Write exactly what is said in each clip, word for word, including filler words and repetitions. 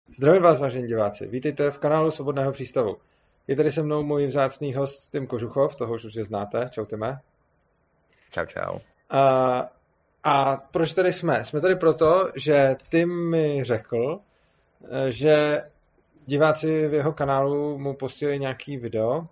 Zdravím vás, vážení diváci. Vítejte v kanálu Svobodného přístavu. Je tady se mnou můj vzácný host Tim Kožuchov, toho už určitě znáte. Čau, Time. Čau, čau. A, a proč tady jsme? Jsme tady proto, že Tim mi řekl, že diváci v jeho kanálu mu posílali nějaký video.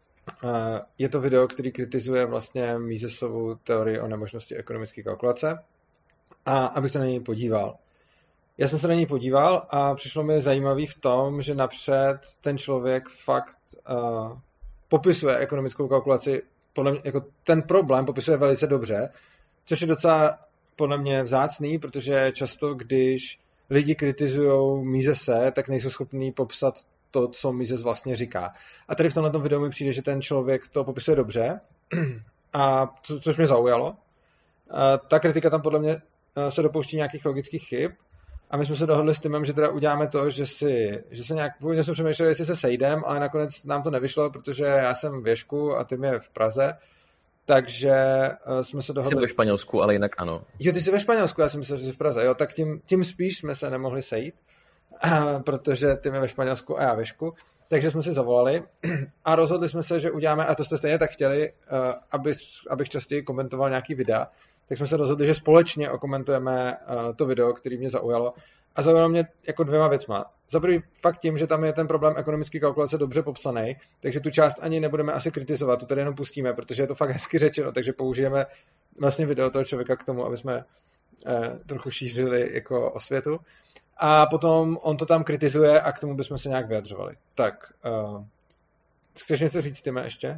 Je to video, který kritizuje vlastně Misesovu teorii o nemožnosti ekonomické kalkulace. A abych se na něj podíval. Já jsem se na něj podíval a přišlo mi zajímavý v tom, že napřed ten člověk fakt uh, popisuje ekonomickou kalkulaci, podle mě, jako ten problém popisuje velice dobře, což je docela podle mě vzácný, protože často, když lidi kritizují Misese, tak nejsou schopní popsat to, co Mises vlastně říká. A tady v tomhle videu mi přijde, že ten člověk to popisuje dobře, a co, což mě zaujalo. Uh, ta kritika tam podle mě uh, se dopouští nějakých logických chyb. A my jsme se dohodli s Timem, že teda uděláme to, že si, že se nějak, původně jsme přemýšleli, jestli se sejdem, ale nakonec nám to nevyšlo, protože já jsem v Věšku a Tim je v Praze, takže jsme se dohodli. Jsem ve Španělsku, ale jinak ano. Jo, ty jsi ve Španělsku, já jsem myslel, že jsi v Praze, jo, tak tím, tím spíš jsme se nemohli sejít, protože Tim je ve Španělsku a já v Věšku, takže jsme si zavolali a rozhodli jsme se, že uděláme, a to jste stejně tak chtěli, aby, abych častěji komentoval nějaký videa, tak jsme se rozhodli, že společně okomentujeme uh, to video, který mě zaujalo. A zaujalo mě jako dvěma věcma. Za prvý fakt tím, že tam je ten problém ekonomické kalkulace dobře popsaný, takže tu část ani nebudeme asi kritizovat, tu tady jenom pustíme, protože je to fakt hezky řečeno, takže použijeme vlastně video toho člověka k tomu, aby jsme uh, trochu šířili jako osvětu. A potom on to tam kritizuje a k tomu bychom se nějak vyjadřovali. Tak, uh, chceš něco říct, Time, ještě?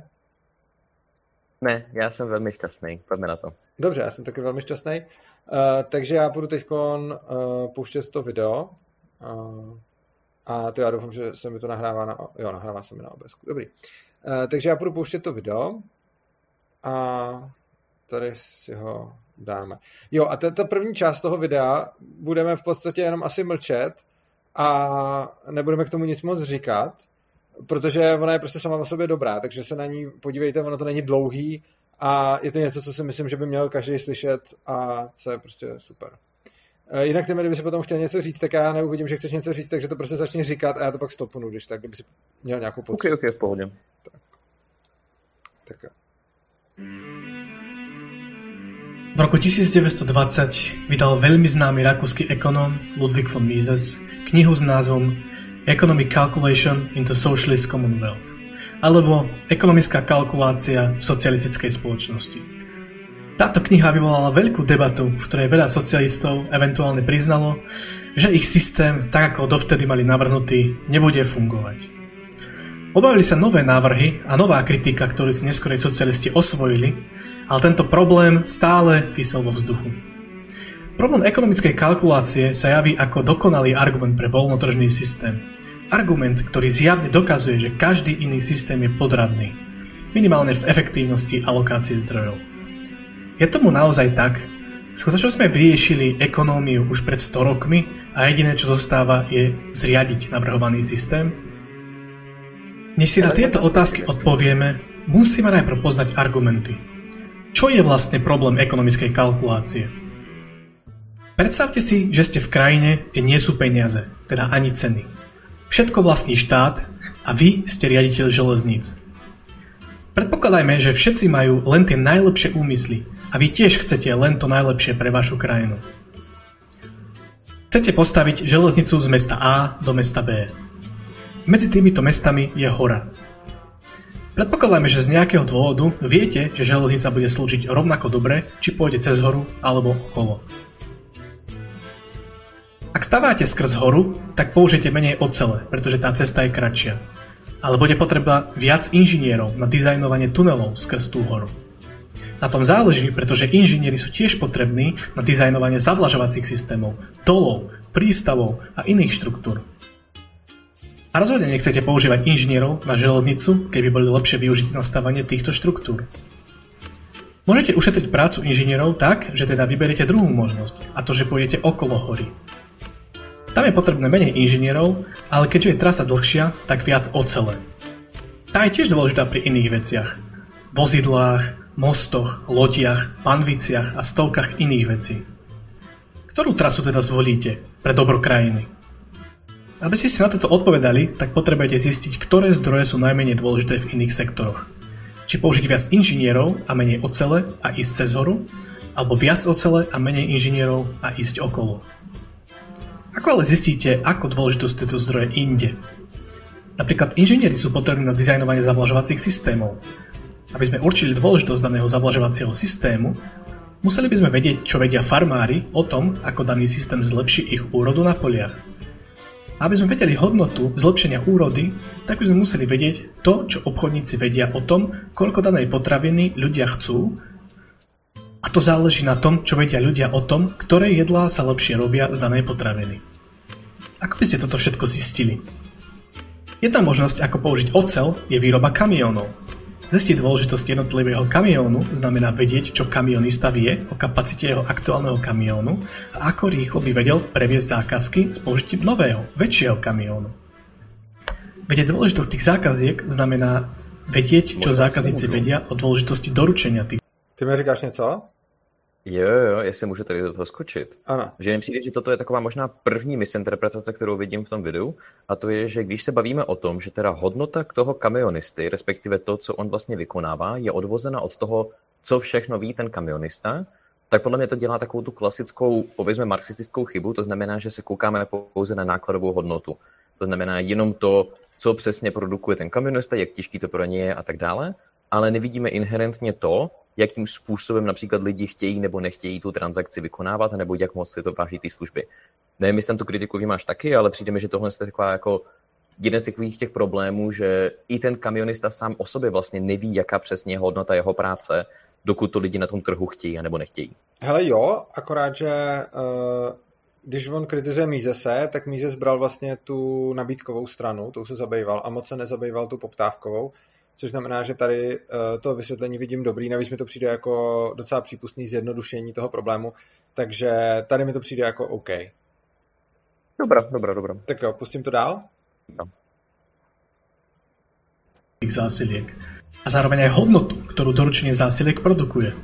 Ne, já jsem velmi šťastný, pojďme na to. Dobře, já jsem taky velmi šťastný. Uh, takže já budu teď uh, pouštět to video. Uh, a to já doufám, že se mi to nahrává na... Jo, nahrává se mi na O B S. Dobrý. Uh, takže já budu pouštět to video. A tady si ho dáme. Jo, a ta první část toho videa budeme v podstatě jenom asi mlčet a nebudeme k tomu nic moc říkat, protože ona je prostě sama o sobě dobrá, takže se na ní podívejte, ono to není dlouhý a je to něco, co si myslím, že by měl každý slyšet a co je prostě super. Jinak ty, kdyby si potom chtěl něco říct, tak já neuvidím, že chceš něco říct, takže to prostě začni říkat a já to pak stopnu, když tak, kdyby si měl nějakou potřebu. Ok, ok, v pohodě. Tak. Tak. V roku devätnásťdvadsať vydal veľmi známy rakúsky ekonóm Ludwig von Mises knihu s názvom Economic Calculation in the Socialist Commonwealth, alebo Ekonomická kalkulácia v socialistickej spoločnosti. Táto kniha vyvolala veľkú debatu, v ktorej veľa socialistov eventuálne priznalo, že ich systém, tak ako dovtedy mali navrhnutý, nebude fungovať. Objavili sa nové návrhy a nová kritika, ktorú si neskorej socialisti osvojili, ale tento problém stále visel vo vzduchu. Problém ekonomickej kalkulácie sa javí ako dokonalý argument pre voľnotržný systém. Argument, ktorý zjavne dokazuje, že každý iný systém je podradný, minimálne v efektívnosti alokácie zdrojov. Je tomu naozaj tak? Skutočne sme vyriešili ekonómiu už pred sto rokmi a jediné, čo zostáva, je zriadiť navrhovaný systém? Než si na tieto otázky odpovieme, musíme najprv poznať argumenty. Čo je vlastne problém ekonomickej kalkulácie? Predstavte si, že ste v krajine, kde nie sú peniaze, teda ani ceny. Všetko vlastní štát a vy ste riaditeľ železníc. Predpokladajme, že všetci majú len tie najlepšie úmysly a vy tiež chcete len to najlepšie pre vašu krajinu. Chcete postaviť železnicu z mesta A do mesta B. Medzi týmito mestami je hora. Predpokladajme, že z nejakého dôvodu viete, že železnica bude slúžiť rovnako dobre, či pôjde cez horu alebo okolo. Ak staváte skrz horu, tak použijete menej ocele, pretože tá cesta je kratšia. Ale bude potreba viac inžinierov na dizajnovanie tunelov skrz tú horu. Na tom záleží, pretože inžinieri sú tiež potrební na dizajnovanie zavlažovacích systémov, dolov, prístavov a iných štruktúr. A rozhodne nechcete používať inžinierov na železnicu, keby boli lepšie využití na stavanie týchto štruktúr. Môžete ušetriť prácu inžinierov tak, že teda vyberiete druhú možnosť, a to, že pôjdete okolo hory. Tam je potrebné menej inžinierov, ale keďže je trasa dlhšia, tak viac ocele. Tá je tiež dôležitá pri iných veciach. Vozidlách, mostoch, lodiach, panviciach a stovkách iných vecí. Ktorú trasu teda zvolíte pre dobro krajiny? Aby ste si na toto odpovedali, tak potrebujete zistiť, ktoré zdroje sú najmenej dôležité v iných sektoroch. Či použiť viac inžinierov a menej ocele a ísť cez horu, alebo viac ocele a menej inžinierov a ísť okolo. Ako ale zistíte, ako dôležité sú tieto zdroje inde? Napríklad inžinieri sú potrební na dizajnovanie zavlažovacích systémov. Aby sme určili dôležitosť daného zavlažovacieho systému, museli by sme vedieť, čo vedia farmári o tom, ako daný systém zlepší ich úrodu na poliach. Aby sme vedeli hodnotu zlepšenia úrody, tak by sme museli vedieť to, čo obchodníci vedia o tom, koľko danej potraviny ľudia chcú, a to záleží na tom, čo vedia ľudia o tom, ktoré jedlá sa lepšie robia z danej potraviny. Ako by ste toto všetko zistili? Jedna možnosť, ako použiť oceľ, je výroba kamiónov. Zistiť dôležitosť jednotlivého kamiónu znamená vedieť, čo kamionista vie o kapacite jeho aktuálneho kamiónu a ako rýchlo by vedel previesť zákazky s použitím nového, väčšieho kamiónu. Vedieť dôležitosť tých zákaziek znamená vedieť, čo zákazníci vedia o dôležitosti doručenia tých. Ty mi říkáš něco? Jo, jo, jestli můžu tady do toho skočit. Ano. Že mi přijde, že toto je taková možná první misinterpretace, kterou vidím v tom videu, a to je, že když se bavíme o tom, že teda hodnota k toho kamionisty, respektive to, co on vlastně vykonává, je odvozena od toho, co všechno ví ten kamionista, tak podle mě to dělá takovou tu klasickou, povězme marxistickou chybu, to znamená, že se koukáme pouze na nákladovou hodnotu. To znamená jenom to, co přesně produkuje ten kamionista, jak těžký to pro ně je a tak dále, ale nevidíme inherentně to, jakým způsobem například lidi chtějí nebo nechtějí tu transakci vykonávat, nebo jak moc si to váží ty služby. Nevím, jestli tam tu kritiku vnímáš taky, ale přijde mi, že tohle je taková jako jeden z takových těch problémů, že i ten kamionista sám o sobě vlastně neví, jaká přesně je hodnota jeho práce, dokud to lidi na tom trhu chtějí nebo nechtějí. Hele jo, akorát, že uh, když on kritizuje Misese, tak Mises bral vlastně tu nabídkovou stranu, tou se zabýval a moc se nezabýval tu poptávkovou. Což znamená, že tady uh, to vysvětlení vidím dobrý, navíc mi to přijde jako docela přípustný zjednodušení toho problému, takže tady mi to přijde jako OK. Dobrá, dobrá, dobrá. Tak jo, pustím to dál? No. Zásiliek. A zároveň aj hodnotu, ktorú doručenie zásiliek produkuje.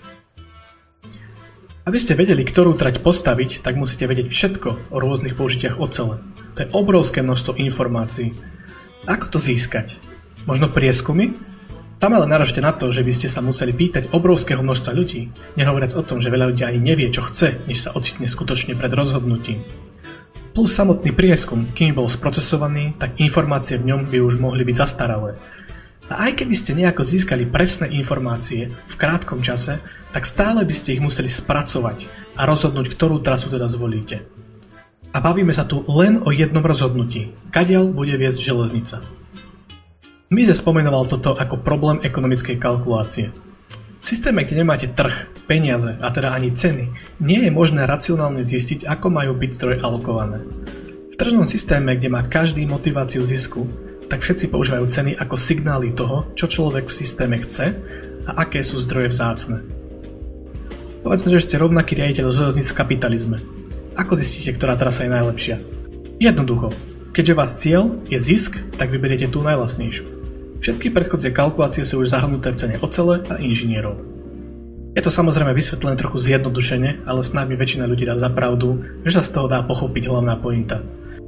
Aby ste vedeli, ktorú trať postaviť, tak musíte vedieť všetko o rôznych použitiach ocele. To je obrovské množstvo informácií. Ako to získať? Možno prieskumy? Tam ale naražte na to, že by ste sa museli pýtať obrovského množstva ľudí, nehovoriac o tom, že veľa ľudí ani nevie, čo chce, než sa ocitne skutočne pred rozhodnutím. Plus samotný prieskum, kým bol sprocesovaný, tak informácie v ňom by už mohli byť zastaralé. A aj keby ste nejako získali presné informácie v krátkom čase, tak stále by ste ich museli spracovať a rozhodnúť, ktorú trasu teda zvolíte. A bavíme sa tu len o jednom rozhodnutí, kadiaľ bude viesť železnica. Mises spomenoval toto ako problém ekonomickej kalkulácie. V systéme, kde nemáte trh, peniaze a teda ani ceny, nie je možné racionálne zistiť, ako majú byť zdroje alokované. V tržnom systéme, kde má každý motiváciu zisku, tak všetci používajú ceny ako signály toho, čo človek v systéme chce a aké sú zdroje vzácne. Povedzme, že ste rovnaký riaditeľ železníc v kapitalizme. Ako zistíte, ktorá trasa je najlepšia? Jednoducho. Keďže váš cieľ je zisk, tak vyberiete tú najlacnejšiu. Všetky predchodzie kalkulácie sú už zahrnuté v cene ocele a inžinierov. Je to samozrejme vysvetlené trochu zjednodušene, ale snáď mi väčšina ľudí dá za pravdu, že sa z toho dá pochopiť hlavná pointa.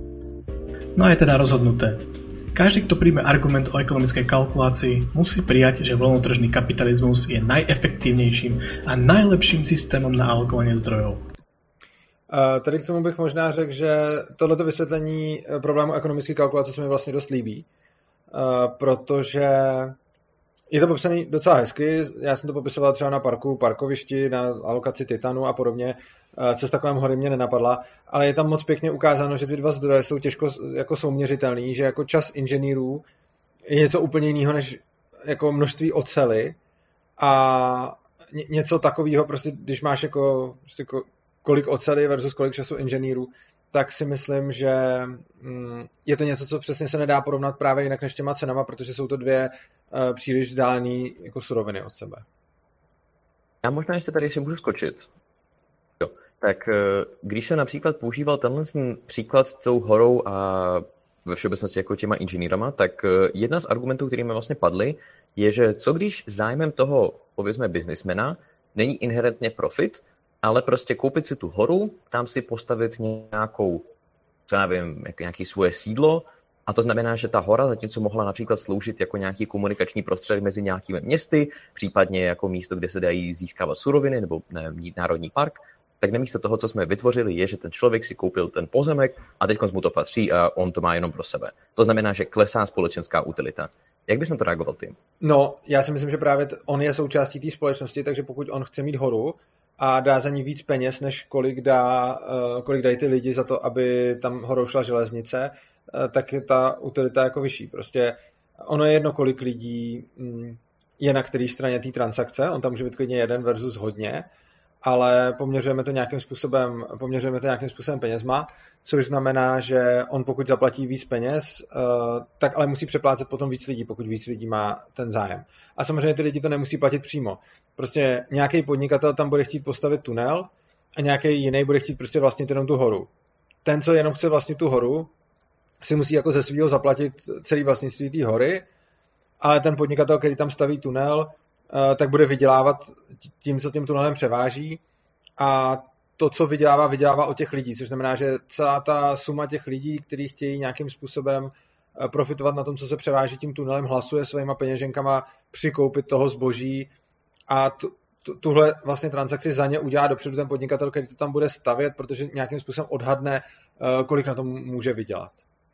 No a je teda rozhodnuté. Každý, kto príjme argument o ekonomickej kalkulácii, musí prijať, že voľnotržný kapitalizmus je najefektívnejším a najlepším systémom na alokovanie zdrojov. Tady k tomu bych možná řekl, že tohleto vysvětlení problému ekonomické kalkulace se mi vlastně dost líbí, protože je to popsané docela hezky. Já jsem to popisoval třeba na parku, parkovišti, na alokaci titanu a podobně. Cesta kolem hory mě nenapadla, ale je tam moc pěkně ukázáno, že ty dva zdroje jsou těžko jako souměřitelný, že jako čas inženýrů je něco úplně jiného než jako množství ocely a něco takového, prostě když máš jako, prostě jako kolik oceli versus kolik času inženýrů, tak si myslím, že je to něco, co přesně se nedá porovnat právě jinak než těma cenama, protože jsou to dvě uh, příliš vzdálené jako suroviny od sebe. Já možná ještě tady ještě můžu skočit. Jo. Tak když se například používal tenhle příklad tou horou a ve všeobecnosti jako těma inženýrama, tak jedna z argumentů, kterými vlastně padly, je, že co když zájmem toho, povězme, biznismena není inherentně profit, ale prostě koupit si tu horu, tam si postavit nějakou co já vím, jako nějaké svoje sídlo. A to znamená, že ta hora zatímco mohla například sloužit jako nějaký komunikační prostředek mezi nějakými městy, případně jako místo, kde se dají získávat suroviny nebo ne, národní park, tak namísto toho, co jsme vytvořili, je, že ten člověk si koupil ten pozemek a teď mu to patří a on to má jenom pro sebe. To znamená, že klesá společenská utilita. Jak bys na to reagoval ty? No, já si myslím, že právě on je součástí té společnosti, takže pokud on chce mít horu a dá za ní víc peněz, než kolik, dá, kolik dají ty lidi za to, aby tam horou šla železnice, tak je ta utilita jako vyšší. Prostě ono je jedno, kolik lidí je na který straně té transakce, on tam může být klidně jeden versus hodně, ale poměřujeme to nějakým způsobem, poměřujeme to nějakým způsobem penězma, což znamená, že on pokud zaplatí víc peněz, tak ale musí přeplácet potom víc lidí, pokud víc lidí má ten zájem. A samozřejmě ty lidi to nemusí platit přímo. Prostě nějaký podnikatel tam bude chtít postavit tunel a nějaký jiný bude chtít prostě vlastnit jenom tu horu. Ten, co jenom chce vlastnit tu horu, si musí jako ze svýho zaplatit celý vlastnictví té hory, ale ten podnikatel, který tam staví tunel, tak bude vydělávat tím, co tím tunelem převáží a to, co vydělává, vydělává od těch lidí, což znamená, že celá ta suma těch lidí, kteří chtějí nějakým způsobem profitovat na tom, co se převáží tím tunelem, hlasuje svýma peněženkama přikoupit toho zboží a tu, tu, tuhle vlastně transakci za ně udělá dopředu ten podnikatel, který to tam bude stavět, protože nějakým způsobem odhadne, kolik na tom může vydělat.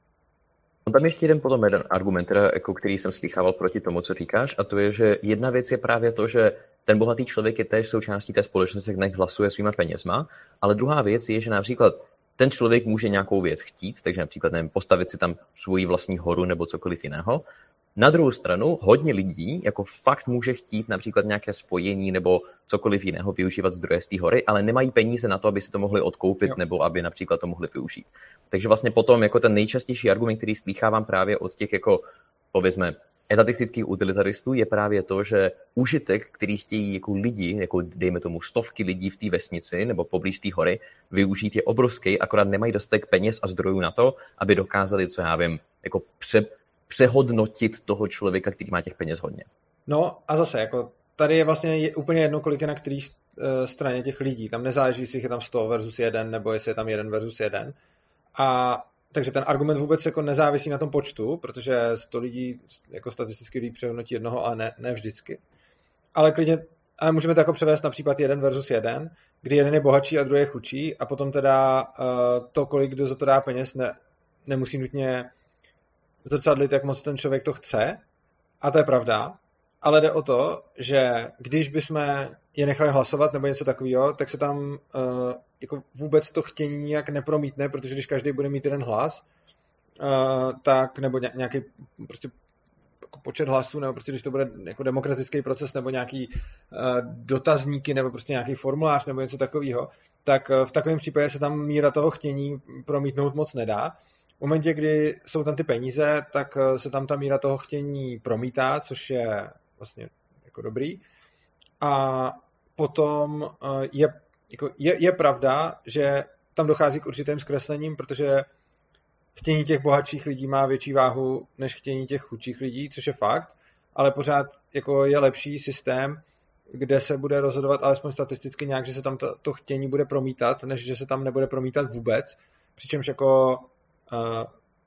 On tam ještě jeden potom jeden argument, teda, jako který jsem slychával proti tomu, co říkáš, a to je, že jedna věc je právě to, že ten bohatý člověk je též součástí té společnosti, nech hlasuje svýma penězma, ale druhá věc je, že například ten člověk může nějakou věc chtít, takže například nevím, postavit si tam svoji vlastní horu nebo cokoliv jiného. Na druhou stranu hodně lidí jako fakt může chtít například nějaké spojení nebo cokoliv jiného využívat zdroje z té hory, ale nemají peníze na to, aby si to mohli odkoupit, jo, nebo aby například to mohli využít. Takže vlastně potom jako ten nejčastější argument, který slýchávám právě od těch jako povězme etatistických utilitaristů, je právě to, že užitek, který chtějí jako lidi, jako dejme tomu stovky lidí v té vesnici nebo poblíž té hory, využít je obrovský, akorát nemají dostatek peněz a zdrojů na to, aby dokázali, co já vím, jako pře přehodnotit toho člověka, který má těch peněz hodně. No a zase, jako tady je vlastně je úplně jedno, kolik je na který straně těch lidí. Tam nezáleží, jestli je tam sto versus jeden, nebo jestli je tam jeden versus jeden. A takže ten argument vůbec jako nezávisí na tom počtu, protože sto lidí jako statisticky líp přehodnotí jednoho, ale ne, ne vždycky. Ale klidně, ale můžeme to jako převést například jeden versus jeden, kdy jeden je bohatší a druhý je chudší a potom teda uh, to, kolik kdo za to dá peněz, ne, nemusí nutně zrcadlit, jak moc ten člověk to chce. A to je pravda. Ale jde o to, že když bychom je nechali hlasovat nebo něco takového, tak se tam uh, jako vůbec to chtění nějak nepromítne, protože když každý bude mít jeden hlas, uh, tak nebo nějaký prostě jako počet hlasů, nebo prostě když to bude jako demokratický proces, nebo nějaký uh, dotazníky, nebo prostě nějaký formulář, nebo něco takového, tak uh, v takovém případě se tam míra toho chtění promítnout moc nedá. V momentě, kdy jsou tam ty peníze, tak uh, se tam ta míra toho chtění promítá, což je vlastně jako dobrý. A potom uh, je, jako je, je pravda, že tam dochází k určitým zkreslením, protože chtění těch bohatších lidí má větší váhu než chtění těch chudších lidí, což je fakt, ale pořád jako je lepší systém, kde se bude rozhodovat alespoň statisticky nějak, že se tam to, to chtění bude promítat, než že se tam nebude promítat vůbec, přičemž jako uh,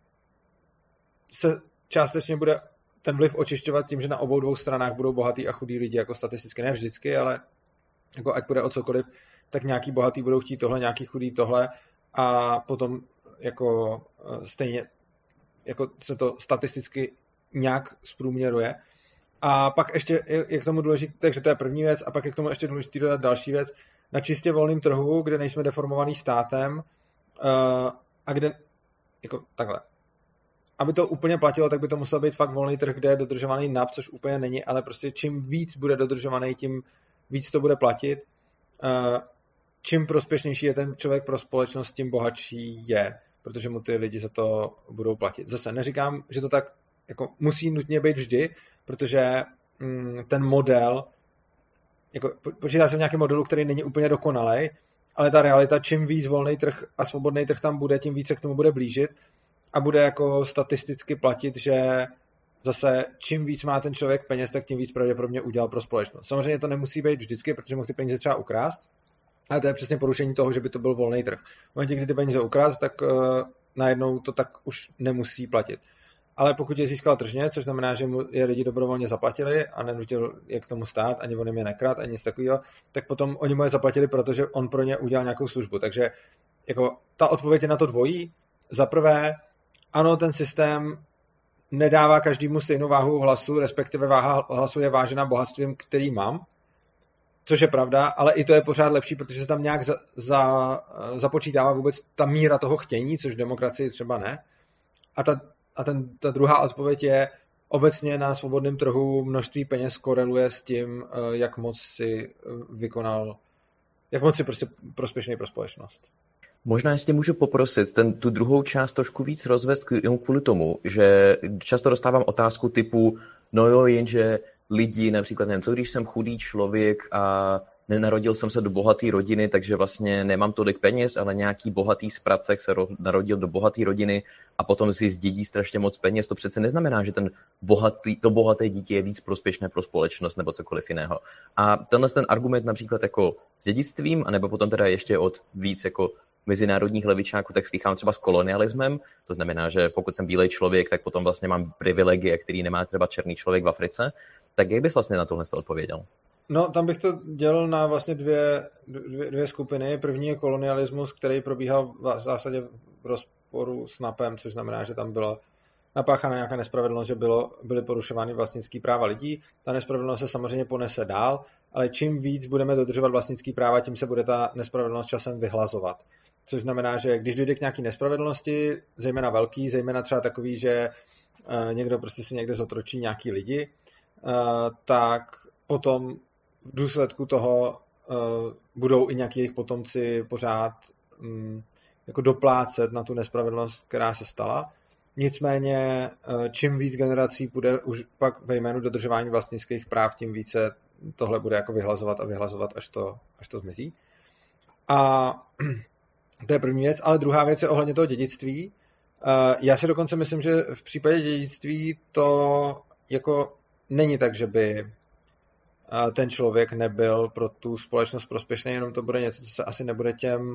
se částečně bude ten vliv očišťovat tím, že na obou dvou stranách budou bohatý a chudí lidi, jako statisticky, ne vždycky, ale jako ať bude o cokoliv, tak nějaký bohatý budou chtít tohle, nějaký chudý tohle a potom jako stejně jako se to statisticky nějak zprůměruje. A pak ještě je k tomu důležité, takže to je první věc, a pak je k tomu ještě důležité dodat další věc. Na čistě volném trhu, kde nejsme deformovaný státem a kde jako takhle. Aby to úplně platilo, tak by to musel být fakt volný trh, kde je dodržovaný N A P, což úplně není, ale prostě čím víc bude dodržovaný, tím víc to bude platit. Čím prospěšnější je ten člověk pro společnost, tím bohatší je, protože mu ty lidi za to budou platit. Zase neříkám, že to tak jako musí nutně být vždy, protože mm, ten model, jako, počítá se v nějakém modelu, který není úplně dokonalej, ale ta realita, čím víc volný trh a svobodný trh tam bude, tím víc se k tomu bude blížit a bude jako statisticky platit, že zase čím víc má ten člověk peněz, tak tím víc pravděpodobně udělal pro společnost. Samozřejmě to nemusí být vždycky, protože mohl ty peníze třeba ukrást, ale to je přesně porušení toho, že by to byl volný trh. V momentě, kdy ty peníze ukrást, tak uh, najednou to tak už nemusí platit. Ale pokud je získal tržně, což znamená, že mu je lidi dobrovolně zaplatili a nenutil je k tomu stát, ani on jim je nekrát, ani nic takového, tak potom oni mu je zaplatili, protože on pro ně udělal nějakou službu. Takže jako ta odpověď je na to dvojí. Za prvé, ano, ten systém nedává každému stejnou váhu hlasu, respektive váha hlasu je vážená bohatstvím, který mám, což je pravda, ale i to je pořád lepší, protože se tam nějak za, za, započítává vůbec ta míra toho chtění, což v demokracii třeba ne. A ta, a ten, ta druhá odpověď je, obecně na svobodném trhu množství peněz koreluje s tím, jak moc si vykonal, jak moc si prostě prospěšný pro společnost. Možná jestli můžu poprosit ten, tu druhou část trošku víc rozvést kvůli tomu, že často dostávám otázku typu, no jo, jenže lidi, například nevím, co když jsem chudý člověk a nenarodil jsem se do bohaté rodiny, takže vlastně nemám tolik peněz, ale nějaký bohatý správcek se narodil do bohaté rodiny a potom si zdědí strašně moc peněz. To přece neznamená, že ten bohatý, to bohaté dítě je víc prospěšné pro společnost nebo cokoliv jiného. A tenhle ten argument například jako s dědictvím, anebo potom teda ještě od víc jako mezinárodních levičáků, tak slychám třeba s kolonialismem. To znamená, že pokud jsem bílej člověk, tak potom vlastně mám privilegie, který nemá třeba černý člověk v Africe. Tak jak bys vlastně na tohle odpověděl? No, tam bych to dělal na vlastně dvě, dvě, dvě skupiny. První je kolonialismus, který probíhal v zásadě v rozporu s NAPem, což znamená, že tam bylo napáchána nějaká nespravedlnost, že bylo, byly porušovány vlastnické práva lidí. Ta nespravedlnost se samozřejmě ponese dál, ale čím víc budeme dodržovat vlastnické práva, tím se bude ta nespravedlnost časem vyhlazovat. Což znamená, že když dojde k nějaké nespravedlnosti, zejména velký, zejména třeba takový, že někdo prostě si někde zotročí nějaký lidi, tak potom v důsledku toho budou i nějaký jejich potomci pořád jako doplácet na tu nespravedlnost, která se stala. Nicméně, čím víc generací bude už pak ve jménu dodržování vlastnických práv, tím více tohle bude jako vyhlazovat a vyhlazovat, až to, až to zmizí. A to je první věc, ale druhá věc je ohledně toho dědictví. Já si dokonce myslím, že v případě dědictví to jako není tak, že by ten člověk nebyl pro tu společnost prospěšný, jenom to bude něco, co se asi nebude těm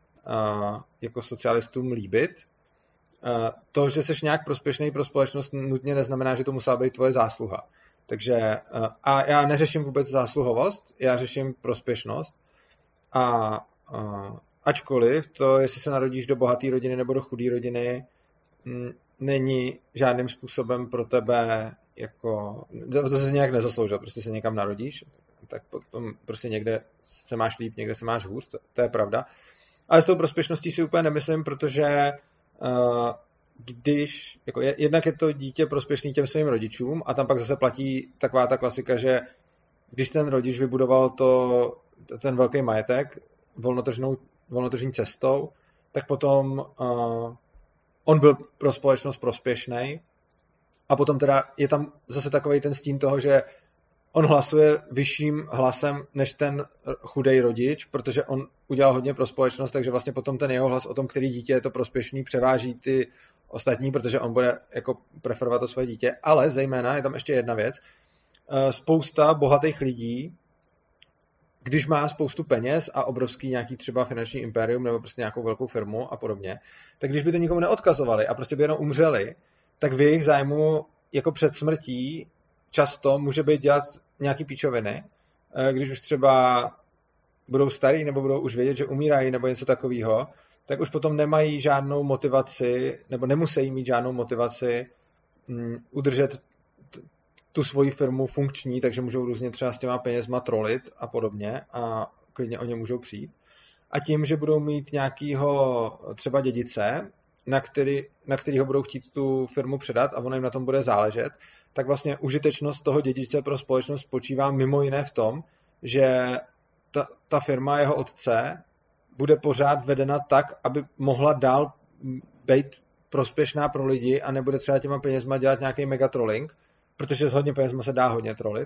jako socialistům líbit. To, že jsi nějak prospěšný pro společnost, nutně neznamená, že to musela být tvoje zásluha. Takže, a já neřeším vůbec zásluhovost, já řeším prospěšnost. A, a ačkoliv to, jestli se narodíš do bohaté rodiny nebo do chudé rodiny, m, není žádným způsobem pro tebe jako, to se nějak nezasloužil, prostě se někam narodíš, tak potom prostě někde se máš líp, někde se máš hůř, to, to je pravda. Ale s tou prospěšností si úplně nemyslím, protože uh, když, jako jednak je to dítě prospěšný těm svým rodičům a tam pak zase platí taková ta klasika, že když ten rodič vybudoval to, ten velký majetek volnotržnou, volnotržní cestou, tak potom uh, on byl pro společnost prospěšný a potom teda je tam zase takovej ten stín toho, že on hlasuje vyšším hlasem než ten chudej rodič, protože on udělal hodně pro společnost, takže vlastně potom ten jeho hlas o tom, který dítě je to prospěšný, převáží ty ostatní, protože on bude jako preferovat to svoje dítě. Ale zejména je tam ještě jedna věc. Spousta bohatých lidí, když má spoustu peněz a obrovský nějaký třeba finanční impérium nebo prostě nějakou velkou firmu a podobně, tak když by to nikomu neodkazovali a prostě by jenom umřeli, tak v jejich zájmu jako před smrtí často může být dělat nějaký píčoviny, když už třeba budou starý nebo budou už vědět, že umírají nebo něco takového, tak už potom nemají žádnou motivaci nebo nemusí mít žádnou motivaci um, udržet t- tu svoji firmu funkční, takže můžou různě třeba s těma penězma trolit a podobně a klidně o ně můžou přijít. A tím, že budou mít nějakýho třeba dědice, na, který, na kterýho budou chtít tu firmu předat a ono jim na tom bude záležet, tak vlastně užitečnost toho dědice pro společnost spočívá mimo jiné v tom, že ta, ta firma jeho otce bude pořád vedena tak, aby mohla dál být prospěšná pro lidi a nebude třeba těma penězma dělat nějaký megatrolling, protože s hodně penězma se dá hodně trolit.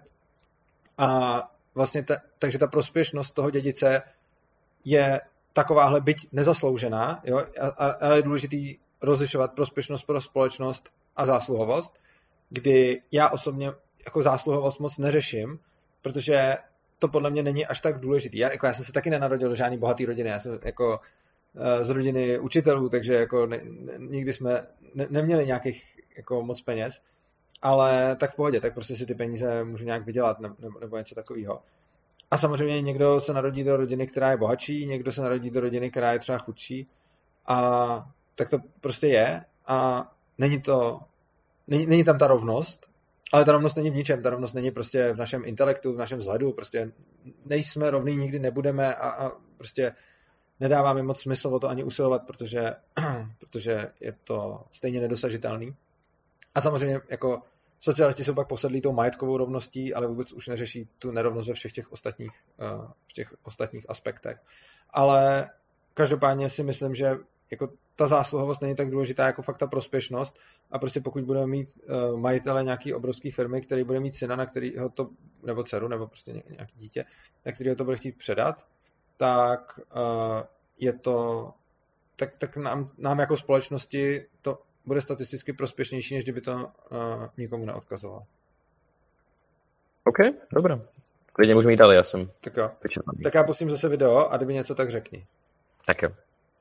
A vlastně ta, takže ta prospěšnost toho dědice je takováhle byť nezasloužená, jo, ale je důležitý rozlišovat prospěšnost pro společnost a zásluhovost, kdy já osobně jako zásluhovost moc neřeším, protože to podle mě není až tak důležitý. Já, jako, já jsem se taky nenarodil do žádný bohatý rodiny, já jsem jako z rodiny učitelů, takže jako ne, ne, nikdy jsme ne, neměli nějakých jako moc peněz, ale tak v pohodě, tak prostě si ty peníze můžu nějak vydělat nebo, nebo něco takového. A samozřejmě někdo se narodí do rodiny, která je bohatší, někdo se narodí do rodiny, která je třeba chudší a tak to prostě je a není to, není, není tam ta rovnost, ale ta rovnost není v ničem, ta rovnost není prostě v našem intelektu, v našem vzhledu, prostě nejsme rovní, nikdy nebudeme a, a prostě nedává mi moc smysl o to ani usilovat, protože, protože je to stejně nedosažitelný. A samozřejmě jako socialisti jsou pak posedlí tou majetkovou rovností, ale vůbec už neřeší tu nerovnost ve všech těch ostatních, v těch ostatních aspektech. Ale každopádně si myslím, že jako ta zásluhovost není tak důležitá jako fakt ta prospěšnost a prostě pokud budeme mít majitele nějaký obrovský firmy, který bude mít syna, na kterýho to, nebo dceru, nebo prostě nějaký dítě, na kterýho to bude chtít předat, tak je to, tak, tak nám, nám jako společnosti to bude statisticky prospěšnější, než kdyby to uh, nikomu neodkazoval. OK, dobré. Klidně můžeme jít dál, já jsem tak jo. vyčerpaný. Tak já pustím zase video a kdyby něco, tak řekni. Tak jo.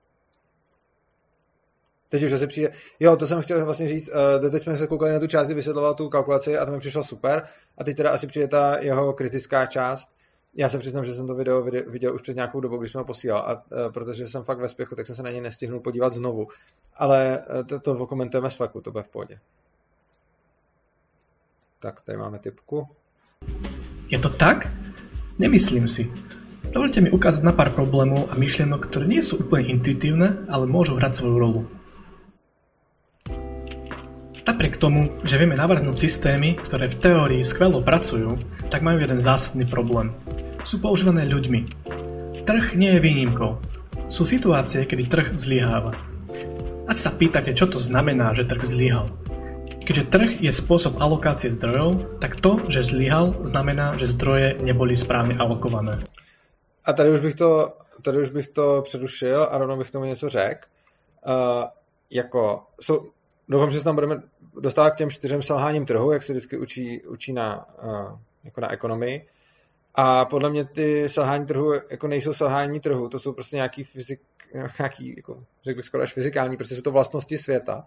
Teď už zase přijde. Jo, to jsem chtěl vlastně říct, uh, teď jsme se koukali na tu část, kdy vysvětloval tu kalkulaci a to mi přišlo super. A teď teda asi přijde ta jeho kritická část. Já se přiznám, že jsem to video viděl už před nějakou dobou, když jsem ho posílal, a, uh, protože jsem fakt ve spěchu, tak jsem se na něj nestihnul podívat znovu. Ale uh, to, to komentujeme z faku, to bude v pohodě. Tak, tady máme tipku. Je to tak? Nemyslím si. Dovolte mi ukázať na pár problémov a myšlienok, ktoré nie sú úplne intuitívne, ale môžu hrať svoju rolu. Napriek tomu, že vieme navrhnúť systémy, ktoré v teórii skvelo pracujú, tak majú jeden zásadný problém. Sú používané ľuďmi. Trh nie je výnimkou. Sú situácie, kedy trh zlyháva. Ak sa pýtate, čo to znamená, že trh zlyhal. Keďže trh je spôsob alokácie zdrojov, tak to, že zlyhal, znamená, že zdroje neboli správne alokované. A tady už bych to, tady už bych to přerušil a rovnou bych tomu něco řekl. Uh, jako, so, doufám, že se tam budeme dostávat k těm čtyřem selháním trhu, jak se vždycky učí, učí na, uh, jako na ekonomii. A podle mě ty selhání trhu jako nejsou selhání trhu, to jsou prostě nějaký, fyzik, nějaký jako, řekl bych skoro až fyzikální, prostě jsou to vlastnosti světa.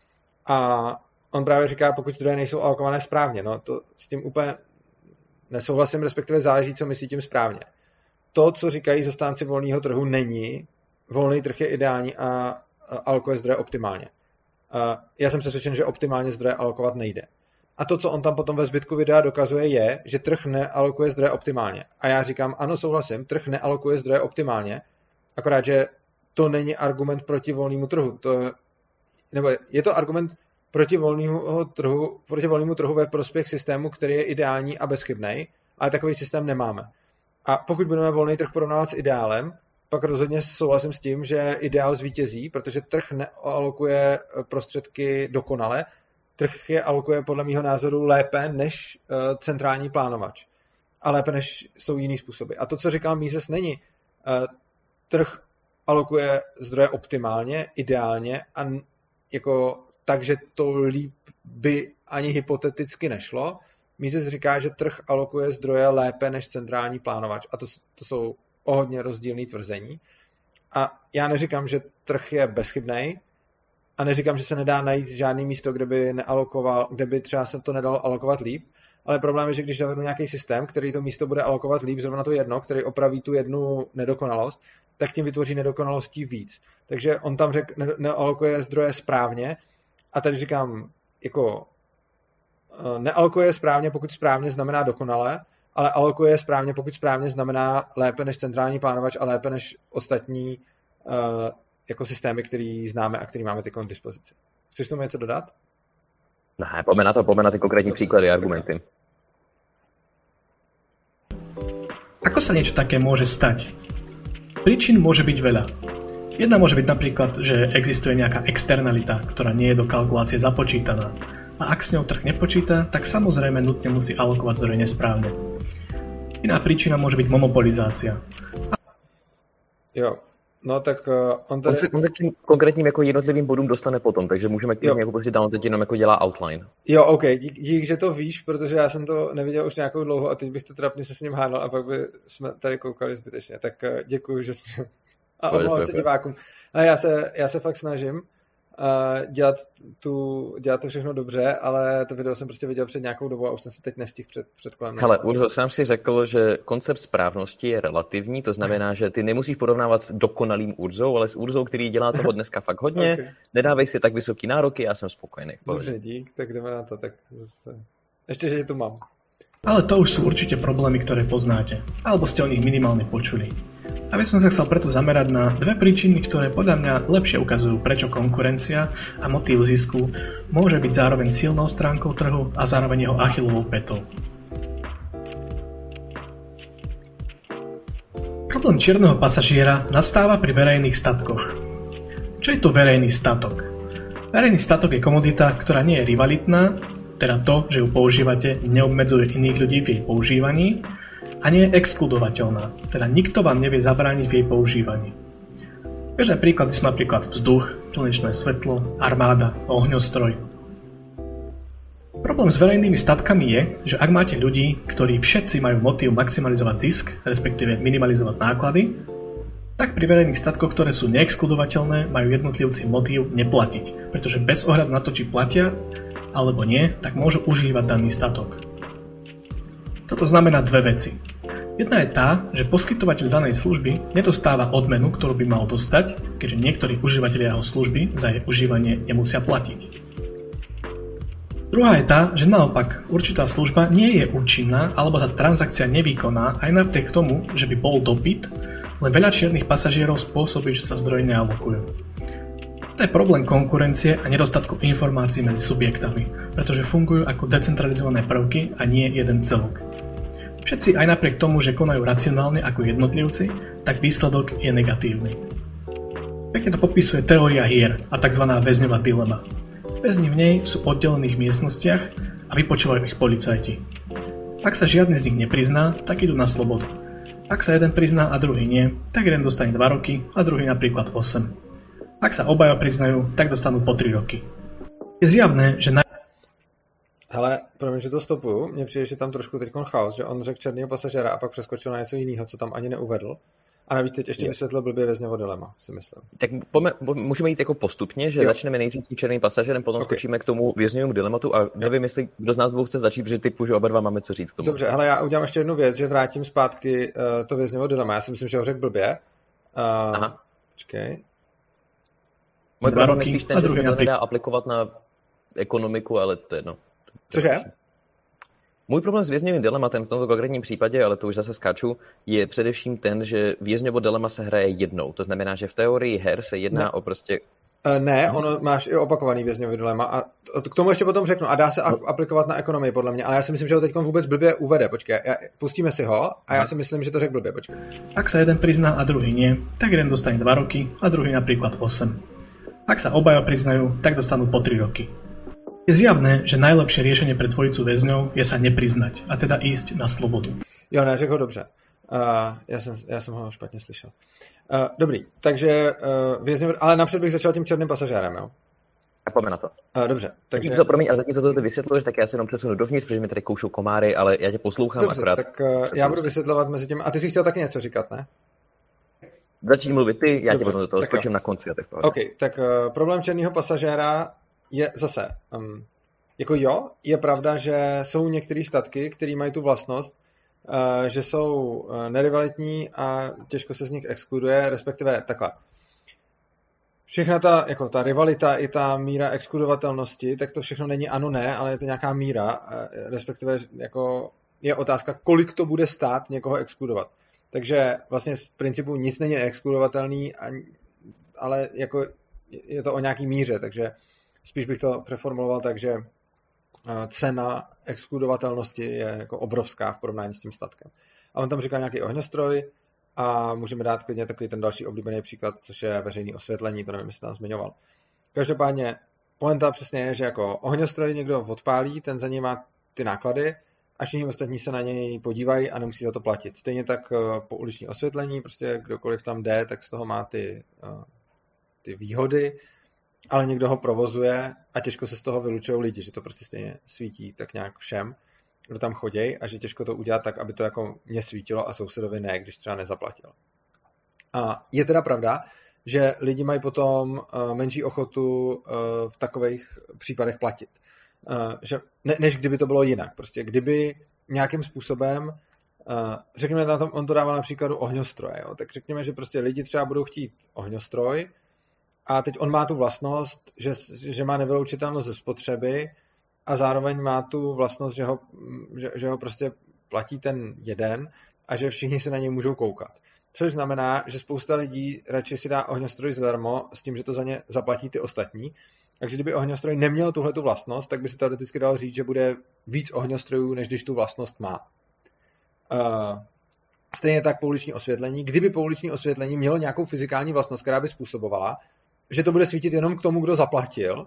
A on právě říká, pokud zdroje nejsou alokované správně, no to s tím úplně nesouhlasím, respektive záleží, co myslí tím správně. To, co říkají zastánci volného trhu, není. Volný trh je ideální a alokuje zdroje optimálně. Já jsem přesvědčen, že optimálně zdroje alokovat nejde. A to, co on tam potom ve zbytku videa dokazuje, je, že trh nealokuje zdroje optimálně. A já říkám, ano, souhlasím, trh nealokuje zdroje optimálně, akorát, že to není argument proti volnému trhu. To, nebo je to argument proti volnému trhu, proti volnému trhu ve prospěch systému, který je ideální a bezchybný, ale takový systém nemáme. A pokud budeme volný trh porovnávat s ideálem, pak rozhodně souhlasím s tím, že ideál zvítězí, protože trh nealokuje prostředky dokonale, trh je alokuje podle mého názoru lépe než uh, centrální plánovač. A lépe než jsou jiný způsoby. A to, co říkal Mises, není. Uh, trh alokuje zdroje optimálně, ideálně a jako tak, že to líp by ani hypoteticky nešlo. Mises říká, že trh alokuje zdroje lépe než centrální plánovač. A to, to jsou o hodně rozdílné tvrzení. A já neříkám, že trh je bezchybný a neříkám, že se nedá najít žádný místo, kde by nealokoval, kde by třeba se to nedalo alokovat líp, ale problém je, že když zavedu nějaký systém, který to místo bude alokovat líp, zrovna to jedno, který opraví tu jednu nedokonalost, tak tím vytvoří nedokonalostí víc. Takže on tam řekl, ne- nealokuje zdroje správně a tady říkám, jako nealokuje správně, pokud správně znamená dokonale, ale alokuje správně, pokud správně znamená lépe než centrální plánovač a lépe než ostatní uh, jako systémy, který známe a který máme teď k dispozici. Chceš tomu něco dodat? Ne, pojďme na to, pojďme na ty konkrétní příklady a argumenty. Ako sa niečo také môže stať? Príčin môže byť veľa. Jedna môže byť napríklad, že existuje nejaká externalita, ktorá nie je do kalkulácie započítaná. A ak s ňou trh nepočíta, tak samozrejme nutne musí alokovať zdroje nesprávne. Iná príčina môže byť monopolizácia. Jo, no tak uh, on tady... On se konkrétním, konkrétním jako jednotlivým bodům dostane potom, takže můžeme klidně jako prostě dál teď jenom jako dělá outline. Jo, OK, dík, dík, že to víš, protože já jsem to neviděl už nějakou dlouho a teď bych to trapně se s ním hádal a pak by jsme tady koukali zbytečně. Tak uh, děkuji, že jsme A omlouvám se divákům. A já se, já se fakt snažím uh, dělat, tu, dělat to všechno dobře, ale to video jsem prostě viděl před nějakou dobou a už jsem se teď nestihl před, před kolem. Hele, Urzo, sám si řekl, že koncept správnosti je relativní, to znamená, že ty nemusíš porovnávat s dokonalým Urzou, ale s Urzou, který dělá toho dneska fakt hodně. Okay. Nedávej si tak vysoký nároky, já jsem spokojený. Dobře, dík, tak jdeme na to. Tak zase. Ještě, že tu mám. Ale to už sú určite problémy, ktoré poznáte, alebo ste o nich minimálne počuli. A by som sa chcel preto zamerať na dve príčiny, ktoré podľa mňa lepšie ukazujú, prečo konkurencia a motív zisku môže byť zároveň silnou stránkou trhu a zároveň jeho Achillovou pätou. Problém čierneho pasažiera nastáva pri verejných statkoch. Čo je to verejný statok? Verejný statok je komodita, ktorá nie je rivalitná, teda to, že ju používate, neobmedzuje iných ľudí v jej používaní a nie je exkludovateľná, teda nikto vám nevie zabrániť v jej používaní. Bežné príklady sú napríklad vzduch, slnečné svetlo, armáda, ohňostroj. Problém s verejnými statkami je, že ak máte ľudí, ktorí všetci majú motív maximalizovať zisk, respektíve minimalizovať náklady, tak pri verejných statkoch, ktoré sú neexkludovateľné, majú jednotlivci motív neplatiť, pretože bez ohľadu na to, či platia alebo nie, tak môžu užívať daný statok. Toto znamená dve veci. Jedna je tá, že poskytovateľ danej služby nedostáva odmenu, ktorú by mal dostať, keďže niektorí užívateľia jeho služby za jej užívanie nemusia platiť. Druhá je tá, že naopak určitá služba nie je účinná alebo tá transakcia nevýkonná aj napriek tomu, že by bol dopyt, len veľa čiernych pasažierov spôsobí, že sa zdroje nealokujú. To je problém konkurencie a nedostatku informácií medzi subjektami, pretože fungujú ako decentralizované prvky a nie jeden celok. Všetci aj napriek tomu, že konajú racionálne ako jednotlivci, tak výsledok je negatívny. Pekne to popisuje teória hier a tzv. Väzňová dilema. Väzni v nej sú v oddelených miestnostiach a vypočúvajú ich policajti. Ak sa žiadny z nich neprizná, tak idú na slobodu. Ak sa jeden prizná a druhý nie, tak jeden dostane dva roky a druhý napríklad osem. Ak sa obaja priznajú, tak dostanú po tri roky. Je zjavné, že... Na... Hele, promiň, že to stopuju, mně přijde, že tam trošku teďkon chaos, že on řekl černého pasažéra a pak přeskočil na něco jiného, co tam ani neuvedl. A navíc teď ještě vysvětlil blbě Vězňovo dilema, si myslím. Tak pome, můžeme jít jako postupně, že jo. Začneme nejdřív tím černým pasažérem, potom okay. Skočíme k tomu Vězňovému dilematu a nevím, jestli kdo z nás dvou chce začít, protože typu, že oba dva máme co říct k tomu. Dobře, hele, já udělám ještě jednu věc, že vrátím zpátky uh, to Vězňovo dilema. Já si myslím, že ho řekl blbě. Uh, Aha. Počkej. Můj problém je spíš ten, že se to nedá aplikovat na ekonomiku, ale to je jedno. Cože? Můj problém s Vězňovým dilematem v tomto konkrétním případě, ale to už zase skáču, je především ten, že Vězňovo dilema se hraje jednou. To znamená, že v teorii her se jedná ne. o prostě... Ne, ono máš i opakovaný Vězňový dilema a k tomu ještě potom řeknu. A dá se no. aplikovat na ekonomii, podle mě, ale já si myslím, že ho teď vůbec blbě uvede. Počkej, já, pustíme si ho a já si myslím, že to řekl blbě. Počkej. Ak sa jeden prizná a druhý nie, tak jeden dostane dva roky a druhý napríklad osem. Ak sa obaja priznajú, tak dostanú po tri roky. Je zjavné, že najlepšie riešenie pre dvojicu väzňov je sa nepriznať a teda ísť na slobodu. Jo, ne, řekl ho dobře. Uh, já, jsem, já jsem ho špatně slyšel. Uh, dobrý, takže uh, vězňov, ale napřed bych začal tím černým pasažérem, jo? A pojďme na to. Uh, dobře, takže... To, promiň, a zatím to, to ty vysvětluješ, tak já se jenom přesunu dovnitř, protože mi tady koušou komáry, ale já tě poslouchám dobře, akorát. tak uh, já budu vysvětlovat mezi těmi... A ty jsi chtěl taky něco říkat, ne? Začni mluvit ty, já tě potom do toho skočím na konci a ty v pohodě. OK, tak uh, problém černého pasažéra je zase, um, jako jo, je pravda, že jsou některé statky, které mají tu vlastnost, uh, že jsou uh, nerivalitní a těžko se z nich exkluduje, respektive takhle. Všechna ta, jako ta rivalita i ta míra exkludovatelnosti, tak to všechno není ano, ne, ale je to nějaká míra, uh, respektive jako je otázka, kolik to bude stát někoho exkludovat. Takže vlastně z principu nic není exkludovatelný, ale jako je to o nějaký míře, takže spíš bych to přeformuloval tak, že cena exkludovatelnosti je jako obrovská v porovnání s tím statkem. A on tam říkal nějaký ohňostroj a můžeme dát klidně takový ten další oblíbený příklad, což je veřejné osvětlení, to nevím, jestli tam zmiňoval. Každopádně pointa přesně je, že jako ohňostroj někdo odpálí, ten za něj má ty náklady, a všichni ostatní se na něj podívají a nemusí za to platit. Stejně tak po uliční osvětlení, prostě kdokoliv tam jde, tak z toho má ty, ty výhody, ale někdo ho provozuje a těžko se z toho vylučují lidi, že to prostě stejně svítí tak nějak všem, kdo tam chodí a že těžko to udělat tak, aby to jako mě svítilo a sousedovi ne, když třeba nezaplatil. A je teda pravda, že lidi mají potom menší ochotu v takových případech platit. Že, ne, než kdyby to bylo jinak. Prostě kdyby nějakým způsobem, řekněme, na tom, on to dává na příkladu ohňostroje, jo? Tak řekněme, že prostě lidi třeba budou chtít ohňostroj a teď on má tu vlastnost, že, že má nevyloučitelnost ze spotřeby a zároveň má tu vlastnost, že ho, že, že ho prostě platí ten jeden a že všichni se na něj můžou koukat. Což znamená, že spousta lidí radši si dá ohňostroj zadarmo s tím, že to za ně zaplatí ty ostatní. Takže kdyby ohňostroj neměl tuhletu vlastnost, tak by se teoreticky dalo říct, že bude víc ohňostrojů, než když tu vlastnost má. Uh, stejně tak pouliční osvětlení. Kdyby pouliční osvětlení mělo nějakou fyzikální vlastnost, která by způsobovala, že to bude svítit jenom k tomu, kdo zaplatil,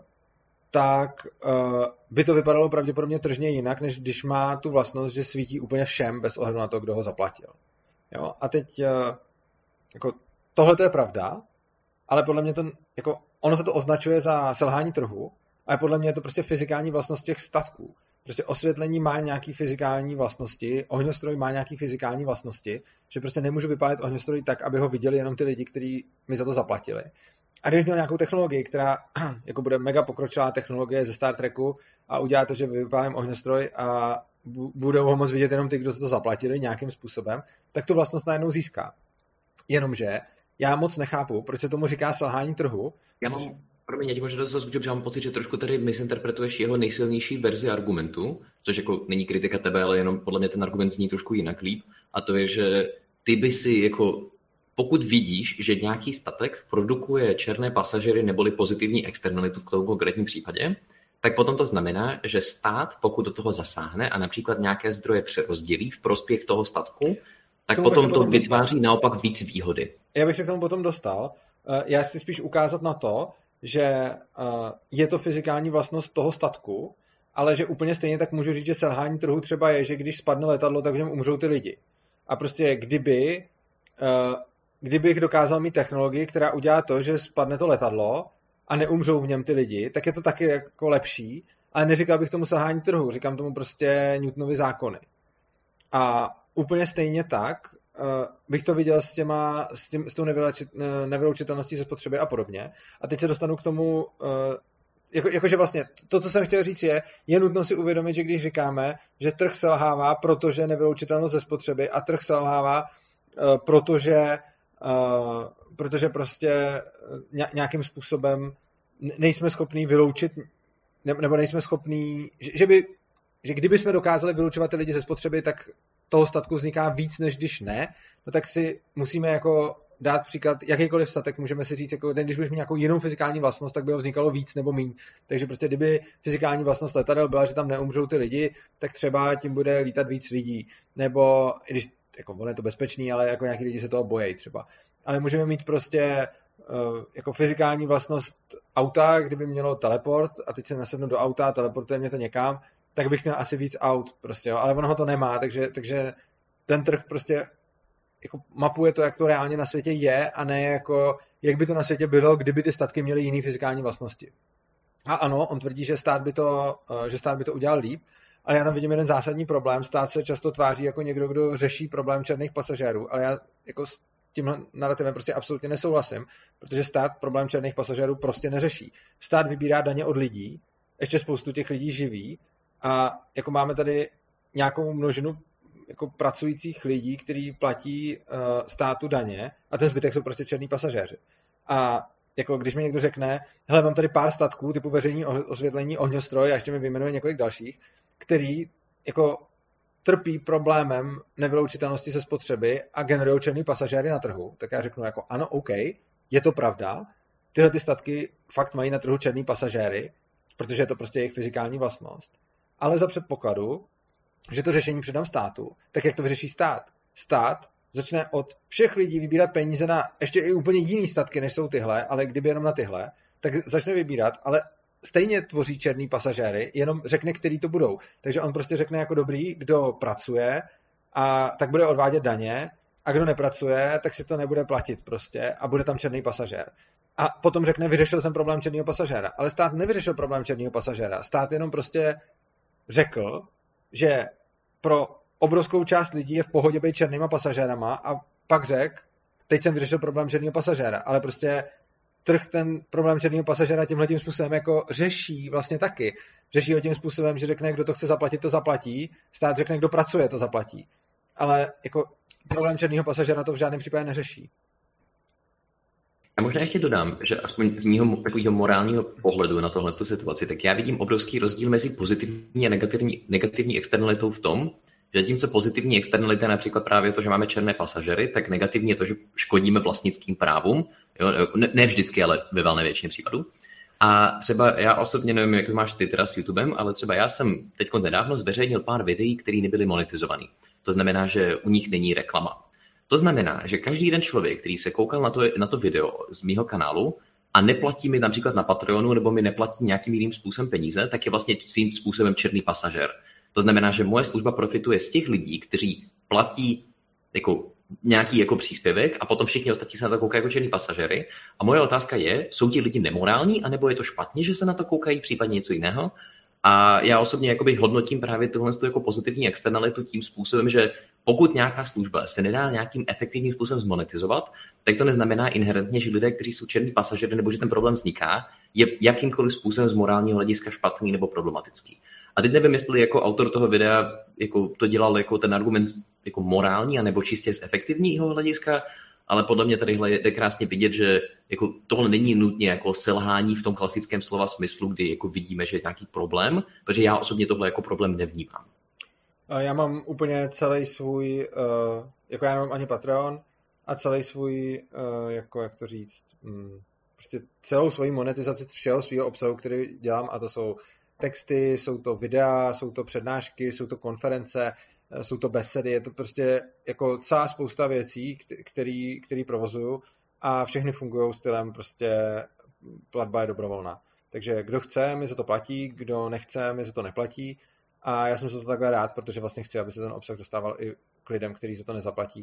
tak uh, by to vypadalo pravděpodobně tržně jinak, než když má tu vlastnost, že svítí úplně všem, bez ohledu na to, kdo ho zaplatil. Jo? A teď uh, jako, tohle to je pravda, ale podle mě to, jako, ono se to označuje za selhání trhu, ale podle mě je to prostě fyzikální vlastnost těch statků. Prostě osvětlení má nějaký fyzikální vlastnosti, ohňostroj má nějaký fyzikální vlastnosti, že prostě nemůžu vypálit ohňostroj tak, aby ho viděli jenom ty lidi, kteří mi za to zaplatili. A když měl nějakou technologii, která jako bude mega pokročilá technologie ze Star Treku a udělá to, že vypálím ohňostroj a budou ho moc vidět jenom ty, kdo za to zaplatili nějakým způsobem, tak tu vlastnost najednou získá. Jenomže já moc nechápu, proč se tomu říká selhání trhu. Já mám, promiň, já ti možná dost že mám pocit, že trošku tady misinterpretuješ jeho nejsilnější verzi argumentu, což jako není kritika tebe, ale jenom podle mě ten argument zní trošku jinak líp. A to je, že ty by si jako, pokud vidíš, že nějaký statek produkuje černé pasažéry neboli pozitivní externalitu v tom konkrétním případě, tak potom to znamená, že stát, pokud do toho zasáhne a například nějaké zdroje přerozdělí v prospěch toho statku, tak potom to vytváří dostal. Naopak víc výhody. Já bych se k tomu potom dostal. Já chci spíš ukázat na to, že je to fyzikální vlastnost toho statku, ale že úplně stejně tak můžu říct, že selhání trhu třeba je, že když spadne letadlo, tak v něm umřou ty lidi. A prostě kdyby, kdybych dokázal mít technologii, která udělá to, že spadne to letadlo a neumřou v něm ty lidi, tak je to taky jako lepší, ale neříkal bych tomu selhání trhu, říkám tomu prostě Newtonovy zákony. A úplně stejně tak uh, bych to viděl s, těma, s, tím, s tou nevyloučitelností ze spotřeby a podobně. A teď se dostanu k tomu, uh, jako, jakože vlastně to, co jsem chtěl říct je, je nutno si uvědomit, že když říkáme, že trh selhává, protože nevyloučitelnost ze spotřeby a trh selhává, uh, protože, uh, protože prostě nějakým způsobem nejsme schopní vyloučit, nebo nejsme schopní, že, že, by, že kdyby jsme dokázali vylučovat ty lidi ze spotřeby, tak toho statku vzniká víc, než když ne, no tak si musíme jako dát příklad, jakýkoliv statek můžeme si říct, jako ten, když budeš mít nějakou jinou fyzikální vlastnost, tak by ho vznikalo víc nebo míň. Takže prostě kdyby fyzikální vlastnost letadel byla, že tam neumřou ty lidi, tak třeba tím bude lítat víc lidí. Nebo, i když jako ono je to bezpečný, ale jako nějaký lidi se toho bojí třeba. Ale můžeme mít prostě uh, jako fyzikální vlastnost auta, kdyby mělo teleport a teď se nasednu do auta a teleportuje mě to někam, tak bych měl asi víc aut prostě, jo. Ale ono ho to nemá, takže, takže ten trh prostě jako mapuje to, jak to reálně na světě je a ne jako, jak by to na světě bylo, kdyby ty statky měly jiné fyzikální vlastnosti. A ano, on tvrdí, že stát by to, že stát by to udělal líp, ale já tam vidím jeden zásadní problém. Stát se často tváří jako někdo, kdo řeší problém černých pasažérů, ale já jako s tímhle narrativem prostě absolutně nesouhlasím, protože stát problém černých pasažérů prostě neřeší. Stát vybírá daně od lidí, ještě spoustu těch lidí živí a jako máme tady nějakou množinu jako pracujících lidí, kteří platí uh, státu daně a ten zbytek jsou prostě černí pasažéři. A jako když mi někdo řekne, hele, mám tady pár statků typu veřejní osvětlení, ohňostroj a ještě mi vyjmenuje několik dalších, který jako trpí problémem nevyloučitelnosti ze spotřeby a generují černý pasažéry na trhu, tak já řeknu jako ano, OK, je to pravda, tyhle ty statky fakt mají na trhu černý pasažéry, protože je to prostě jejich fyzikální vlastnost, ale za předpokladu, že to řešení předám státu, tak jak to vyřeší stát? Stát začne od všech lidí vybírat peníze na ještě i úplně jiný statky, než jsou tyhle, ale kdyby jenom na tyhle, tak začne vybírat, ale stejně tvoří černý pasažéry, jenom řekne, který to budou. Takže on prostě řekne jako dobrý, kdo pracuje, a tak bude odvádět daně, a kdo nepracuje, tak si to nebude platit prostě a bude tam černý pasažér. A potom řekne, vyřešil jsem problém černého pasažéra. Ale stát nevyřešil problém černého pasažéra. Stát jenom prostě řekl, že pro obrovskou část lidí je v pohodě být černýma pasažérama a pak řekl, teď jsem vyřešil problém černého pasažéra, ale prostě trh ten problém černého pasažéra tímhletím způsobem jako řeší vlastně taky. Řeší ho tím způsobem, že řekne, kdo to chce zaplatit, to zaplatí, stát řekne, kdo pracuje, to zaplatí. Ale jako problém černého pasažéra to v žádném případě neřeší. Já možná ještě dodám, že aspoň z mýho takového morálního pohledu na tohle situaci, tak já vidím obrovský rozdíl mezi pozitivní a negativní, negativní externalitou v tom, že zatímco pozitivní externalita je například právě to, že máme černé pasažery, tak negativní je to, že škodíme vlastnickým právům. Jo? Ne, ne vždycky, ale ve valné většině případů. A třeba já osobně nevím, jak máš ty teda s YouTubem, ale třeba já jsem teď nedávno zveřejnil pár videí, které nebyly monetizovaný. To znamená, že u nich není reklama. To znamená, že každý jeden člověk, který se koukal na to, na to video z mýho kanálu a neplatí mi například na Patreonu nebo mi neplatí nějakým jiným způsobem peníze, tak je vlastně svým způsobem černý pasažér. To znamená, že moje služba profituje z těch lidí, kteří platí jako nějaký jako příspěvek a potom všichni ostatní se na to koukají jako černý pasažéry. A moje otázka je, jsou ti lidi nemorální, anebo je to špatně, že se na to koukají, případně něco jiného? A já osobně jakoby hodnotím právě tohle jako pozitivní externalitu tím způsobem, že pokud nějaká služba se nedá nějakým efektivním způsobem zmonetizovat, tak to neznamená inherentně, že lidé, kteří jsou černí pasažéry nebo že ten problém vzniká, je jakýmkoliv způsobem z morálního hlediska špatný nebo problematický. A teď nevím, jestli jako autor toho videa jako to dělal jako ten argument jako morální, anebo čistě z efektivního hlediska, ale podle mě tadyhle je krásně vidět, že jako tohle není nutně jako selhání v tom klasickém slova smyslu, kdy jako vidíme, že je nějaký problém, protože já osobně tohle jako problém nevnímám. Já mám úplně celý svůj, jako já nemám ani Patreon a celý svůj, jako jak to říct, prostě celou svoji monetizaci všeho svého obsahu, který dělám, a to jsou texty, jsou to videa, jsou to přednášky, jsou to konference, jsou to besedy, je to prostě jako celá spousta věcí, který, který provozuju a všechny fungují stylem prostě platba je dobrovolná. Takže kdo chce, mi za to platí, kdo nechce, mi za to neplatí a já jsem za to takhle rád, protože vlastně chci, aby se ten obsah dostával i k lidem, kteří za to nezaplatí.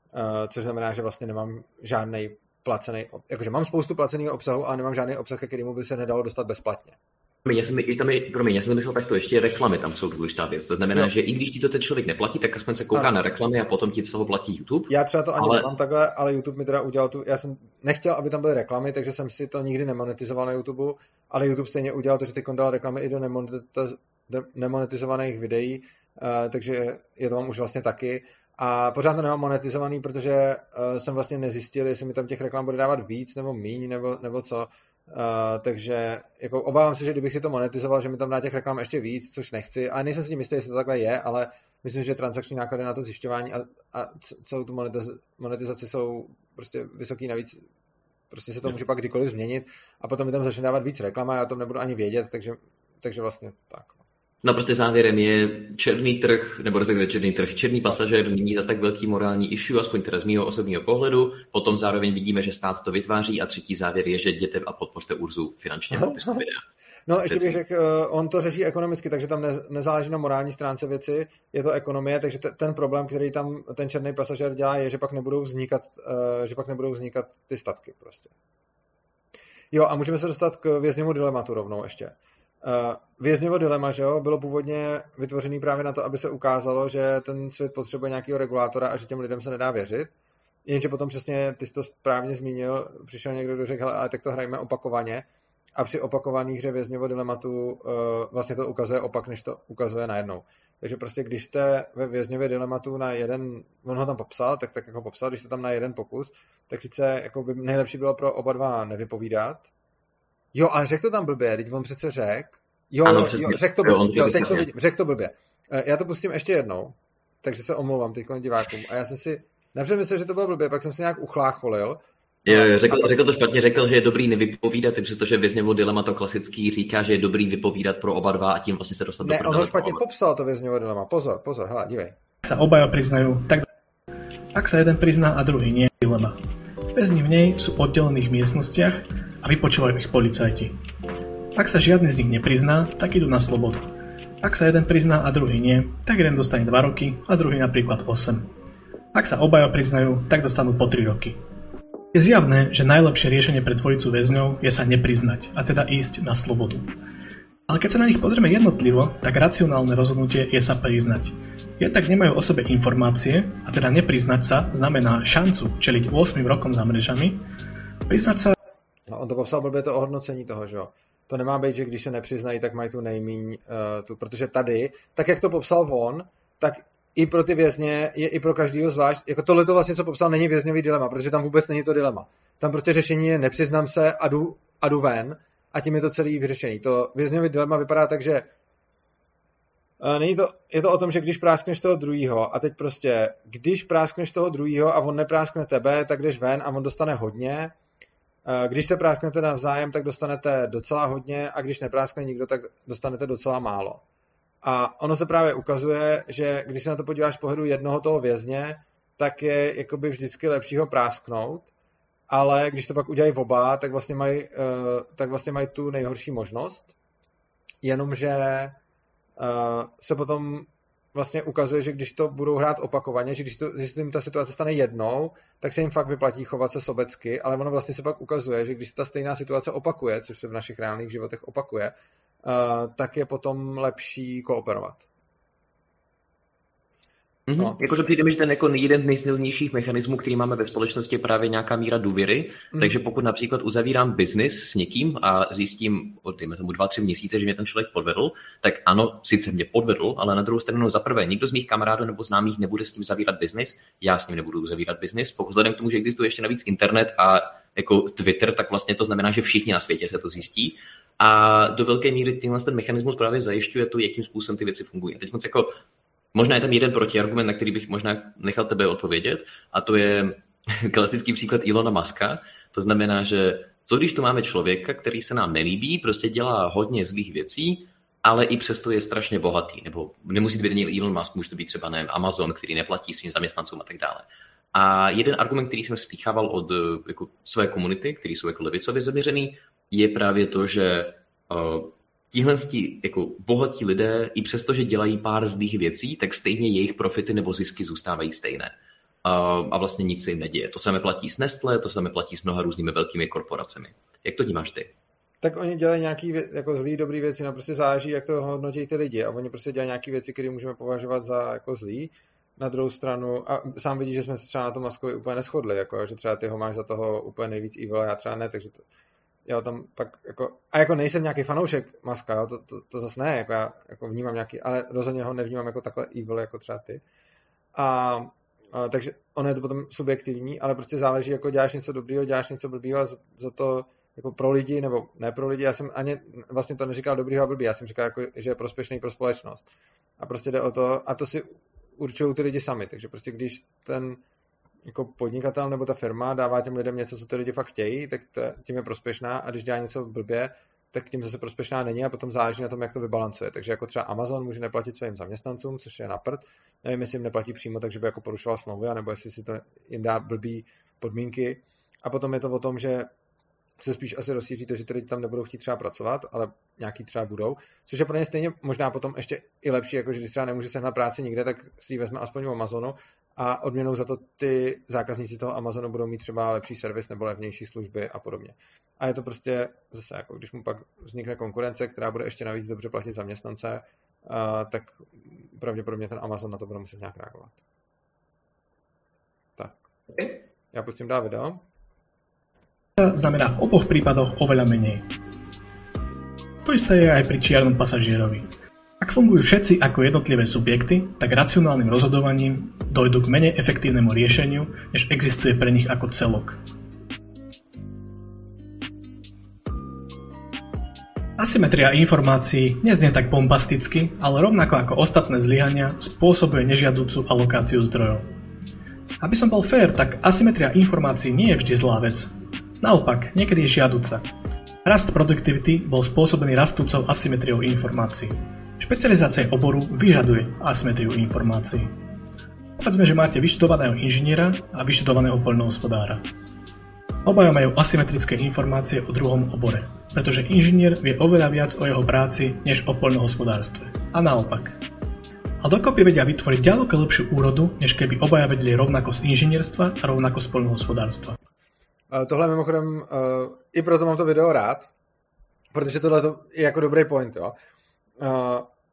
Což znamená, že vlastně nemám žádnej placený, jakože mám spoustu placeného obsahu, ale nemám žádný obsah, kterému by se nedalo dostat bezplatně. Já jsem, tam je, promiň, já jsem myslel takto, ještě reklamy tam jsou důležitá věc. To znamená, jo. že i když ti to ten člověk neplatí, tak aspoň se kouká ano. na reklamy a potom ti z toho platí YouTube. Já třeba to ani ale... nemám takhle, ale YouTube mi teda udělal tu, já jsem nechtěl, aby tam byly reklamy, takže jsem si to nikdy nemonetizoval na YouTube, ale YouTube stejně udělal to, že teď dal reklamy i do nemonetizovaných videí, uh, takže je to mám už vlastně taky. A pořád to nemám monetizovaný, protože uh, jsem vlastně nezjistil, jestli mi tam těch reklam bude dávat víc nebo míň, nebo, nebo co. Uh, takže jako obávám se, že kdybych si to monetizoval, že mi tam dá těch reklam ještě víc, což nechci, ale nejsem si tím jistý, jestli to takhle je, ale myslím, že transakční náklady na to zjišťování a, a celou tu monetiz- monetizaci jsou prostě vysoký, navíc prostě se to může pak kdykoliv změnit a potom mi tam začne dávat víc reklam a já o tom nebudu ani vědět, takže, takže vlastně tak. No prostě závěrem je černý trh, nebo respektive černý trh, černý pasažér není zase tak velký morální issue, aspoň teda z mýho osobního pohledu. Potom zároveň vidíme, že stát to vytváří a třetí závěr je, že jděte a podpořte Urzu finančně na popisku videa. No ještě bych řekl, on to řeší ekonomicky, takže tam nezáleží na morální stránce věci, je to ekonomie, takže ten problém, který tam ten černý pasažér dělá, je, že pak nebudou vznikat, že pak nebudou vznikat ty statky prostě. Jo, a můžeme se dostat k vězněmu dilematu rovnou ještě. Vězněvo dilema, že jo, bylo původně vytvořený právě na to, aby se ukázalo, že ten svět potřebuje nějakého regulátora a že těm lidem se nedá věřit. Jenže potom přesně, ty jsi to správně zmínil, přišel někdo, kdo řekl, ale tak to hrajeme opakovaně a při opakované hře vězněvo dilematu vlastně to ukazuje opak, než to ukazuje najednou. Takže prostě když jste ve vězněvě dilematu na jeden, on ho tam popsal, tak tak jako popsal, když jste tam na jeden pokus, tak sice jako by nejlepší bylo pro oba dva nevypovídat. Jo, a řekl to tam blbě, teď on přece řekl. Jo, ano, jo, řekl to blbě, jo, teď to vidím, řekl to blbě. Já to pustím ještě jednou, takže se omlouvám teď divákům. A já jsem si napřed myslel, že to bylo blbě, pak jsem si nějak uchlácholil. Jo, jo, řekl, řekl to špatně, řekl, že je dobrý nevypovídat, přestože vězněvo dilema to klasický říká, že je dobrý vypovídat pro oba dva a tím vlastně se dostat ne, do Ne, on ho špatně popsal, to vězněvo dilema. Pozor, pozor, hele, dívej. Sa obaja priznajú, tak ak sa jeden prizná a druhý nie, dilema. Väzni v nej sú v oddelených miestnostiach a vypočúvajú ich policajti. Ak sa žiadny z nich neprizná, tak idú na slobodu. Ak sa jeden prizná a druhý nie, tak jeden dostane dva roky a druhý napríklad osem. Ak sa obaja priznajú, tak dostanú po tri roky. Je zjavné, že najlepšie riešenie pre dvojicu väzňov je sa nepriznať a teda ísť na slobodu. Ale keď sa na nich pozrieme jednotlivo, tak racionálne rozhodnutie je sa priznať. Je tak nemajú o sebe informácie, a teda nepriznať sa znamená šancu čeliť osem rokom za mrežami. Priznať sa... No, on to popsal blbě to ohodnocení toho, že jo. To nemá být, že když se nepřiznají, tak mají tu nejmíň, uh, tu, protože tady, tak jak to popsal on, tak i pro ty vězně je i pro každýho zvlášť, jako tohle to vlastně, co popsal, není vězňový dilema, protože tam vůbec není to dilema. Tam prostě řešení je nepřiznám se a jdu, a jdu ven a tím je to celý vyřešení. To vězňový dilema vypadá tak, že uh, není to, je to o tom, že když práskneš toho druhýho a teď prostě, když práskneš toho druhýho a on nepráskne tebe, tak jdeš ven a on dostane hodně. Když se prásknete navzájem, tak dostanete docela hodně a když nepráskne nikdo, tak dostanete docela málo. A ono se právě ukazuje, že když se na to podíváš z pohledu jednoho toho vězně, tak je jakoby vždycky lepší ho prásknout, ale když to pak udělají oba, tak vlastně mají, tak vlastně mají tu nejhorší možnost, jenomže se potom vlastně ukazuje, že když to budou hrát opakovaně, že když, to, když jim ta situace stane jednou, tak se jim fakt vyplatí chovat se sobecky, ale ono vlastně se pak ukazuje, že když se ta stejná situace opakuje, což se v našich reálných životech opakuje, uh, tak je potom lepší kooperovat. Mm-hmm. No. Jakože přijde mi, že ten jako jeden z nejsilnějších mechanismů, který máme ve společnosti, je právě nějaká míra důvěry. Mm. Takže pokud například uzavírám biznis s někým a zjistím od dejme tomu dva, tři měsíce, že mě ten člověk podvedl, tak ano, sice mě podvedl, ale na druhou stranu za prvé, nikdo z mých kamarádů nebo známých nebude s tím zavírat biznis, já s ním nebudu uzavírat biznis. Pokud vzhledem k tomu, že existuje ještě navíc internet a jako Twitter, tak vlastně to znamená, že všichni na světě se to zjistí. A do velké míry tenhle ten mechanismus právě zajišťuje to, jakým způsobem ty věci fungují. Teď moc jako možná je tam jeden protiargument, na který bych možná nechal tebe odpovědět, a to je klasický příklad Elona Muska. To znamená, že co když tu máme člověka, který se nám nelíbí, prostě dělá hodně zlých věcí, ale i přesto je strašně bohatý. Nebo nemusí být jen Elon Musk, může to být třeba nevím, Amazon, který neplatí svým zaměstnancům a tak dále. A jeden argument, který jsem slychával od jako, své komunity, který jsou jako levicově zaměřený, je právě to, že uh, Tihle jako bohatí lidé, i přesto, že dělají pár zlých věcí, tak stejně jejich profity nebo zisky zůstávají stejné. A, a vlastně nic se jim neděje. To samé platí s Nestlé, to samé platí s mnoha různými velkými korporacemi. Jak to vnímáš ty? Tak oni dělají nějaký jako zlý, dobrý věci, no prostě záleží, jak to hodnotí ty lidi. A oni prostě dělají nějaké věci, které můžeme považovat za jako zlý. Na druhou stranu, a sám vidíš, že jsme se třeba na tom Muskovi úplně neshodli, jako, že třeba ty ho máš za toho úplně nejvíc evil, a já třeba ne, takže to, jo, tam pak jako, a jako nejsem nějaký fanoušek Muska, jo, to, to, to zase ne, jako já jako vnímám nějaký, ale rozhodně ho nevnímám jako takhle evil, jako třeba ty. A, a takže ono je to potom subjektivní, ale prostě záleží, jako děláš něco dobrýho, děláš něco blbýho a za, za to jako pro lidi, nebo ne pro lidi, já jsem ani vlastně to neříkal dobrýho a blbý, já jsem říkal, jako, že je prospěšný pro společnost. A prostě jde o to, a to si určují ty lidi sami, takže prostě když ten jako podnikatel nebo ta firma dává těm lidem něco, co ty lidi fakt chtějí, tak to, tím je prospěšná, a když dělá něco blbě, tak tím zase prospěšná není, a potom záleží na tom, jak to vybalancuje. Takže jako třeba Amazon může neplatit svým zaměstnancům, což je na prd. Nevím, jestli jim neplatí přímo, takže by jako porušoval smlouvy, nebo jestli si to jim dá blbý podmínky. A potom je to o tom, že se spíš asi rozšíří to, že ty lidi tam nebudou chtít třeba pracovat, ale nějaký třeba budou, což je pro ně stejně možná potom ještě i lepší, jako že když třeba nemůže sehnat práci nikde, tak si ji vezme aspoň v Amazonu, a odměnou za to ty zákazníci toho Amazonu budou mít třeba lepší servis nebo levnější služby a podobně. A je to prostě zase, jako když mu pak vznikne konkurence, která bude ještě navíc dobře platit zaměstnance, uh, tak pravděpodobně ten Amazon na to bude muset nějak reagovat. Tak. Já pustím dál video. Znamená v oboch prípadoch oveľa menej. To isté je aj pri čiernom pasažierovi. Ak fungujú všetci ako jednotlivé subjekty, tak racionálnym rozhodovaním dojdú k menej efektívnemu riešeniu, než existuje pre nich ako celok. Asymetria informácií neznie tak bombasticky, ale rovnako ako ostatné zlyhania spôsobuje nežiaducu alokáciu zdrojov. Aby som bol fair, tak asymetria informácií nie je vždy zlá vec. Naopak, niekedy je žiaduca. Rast produktivity bol spôsobený rastúcou asymetriou informácií. Špecializácia oboru vyžaduje asymetriu informácií. Povedzme, že máte vyštudovaného inžiniera a vyštudovaného poľnohospodára. Obaja majú asymetrické informácie o druhom obore, pretože inžinier vie oveľa viac o jeho práci než o poľnohospodárstve. A naopak. A dokopy vedia vytvoriť ďaleko lepšiu úrodu, než keby obaja vedeli rovnako z inžinierstva a rovnako z poľnohospodárstva. Tohle mimochodem, uh, i proto mám to video rád, protože tohle je jako dobrý point, jo. Uh,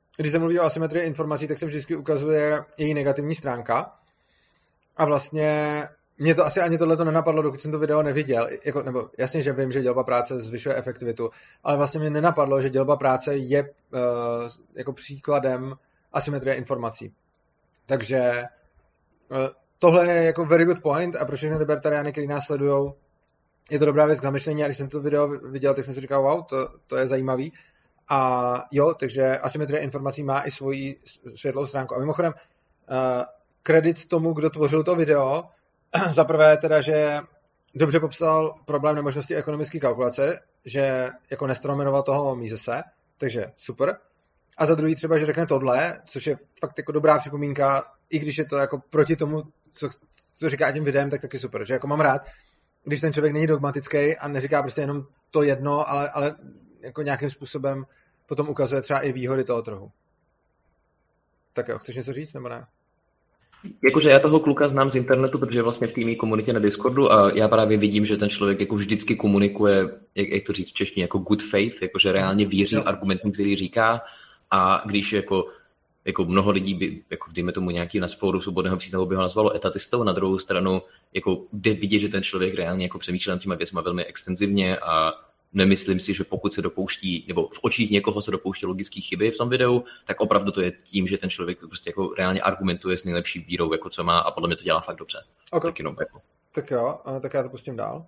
když se mluví o asymetrii informací, tak se vždycky ukazuje její negativní stránka. A vlastně mě to asi ani tohleto nenapadlo, dokud jsem to video neviděl. Jako, nebo jasně, že vím, že dělba práce zvyšuje efektivitu, ale vlastně mě nenapadlo, že dělba práce je uh, jako příkladem asymetrie informací. Takže uh, tohle je jako very good point a pro všechny libertariány, kteří nás sledujou, je to dobrá věc k zamyšlení a když jsem to video viděl, tak jsem si říkal, wow, to, to je zajímavý. A jo, takže asymetrie informací má i svoji světlou stránku. A mimochodem, uh, kredit tomu, kdo tvořil to video, za prvé teda, že dobře popsal problém nemožnosti ekonomické kalkulace, že jako nestromenoval toho Misese, takže super. A za druhý třeba, že řekne tohle, což je fakt jako dobrá připomínka, i když je to jako proti tomu, co, co říká tím videem, tak taky super. Že jako mám rád, když ten člověk není dogmatický a neříká prostě jenom to jedno, ale, ale jako nějakým způsobem potom ukazuje třeba i výhody toho trhu. Tak jo, chceš něco říct, nebo ne? Jakože já toho kluka znám z internetu, protože vlastně v té mý komunitě na Discordu a já právě vidím, že ten člověk jako vždycky komunikuje, jak, jak to říct v češtině, jako good faith, jakože reálně věří no. argumentům, který říká a když jako, jako mnoho lidí by, jako dejme tomu nějaký na fóru svobodného přístavu by ho nazvalo etatistou, na druhou stranu jako jde vidět, že ten člověk reálně jako přemýšlel nad těma věcma velmi extenzivně a nemyslím si, že pokud se dopouští, nebo v očích někoho se dopouští logické chyby v tom videu, tak opravdu to je tím, že ten člověk prostě jako reálně argumentuje s nejlepší vírou, jako co má a podle mě to dělá fakt dobře. Okay. Tak, jenom, jako. Tak jo, tak já to pustím dál.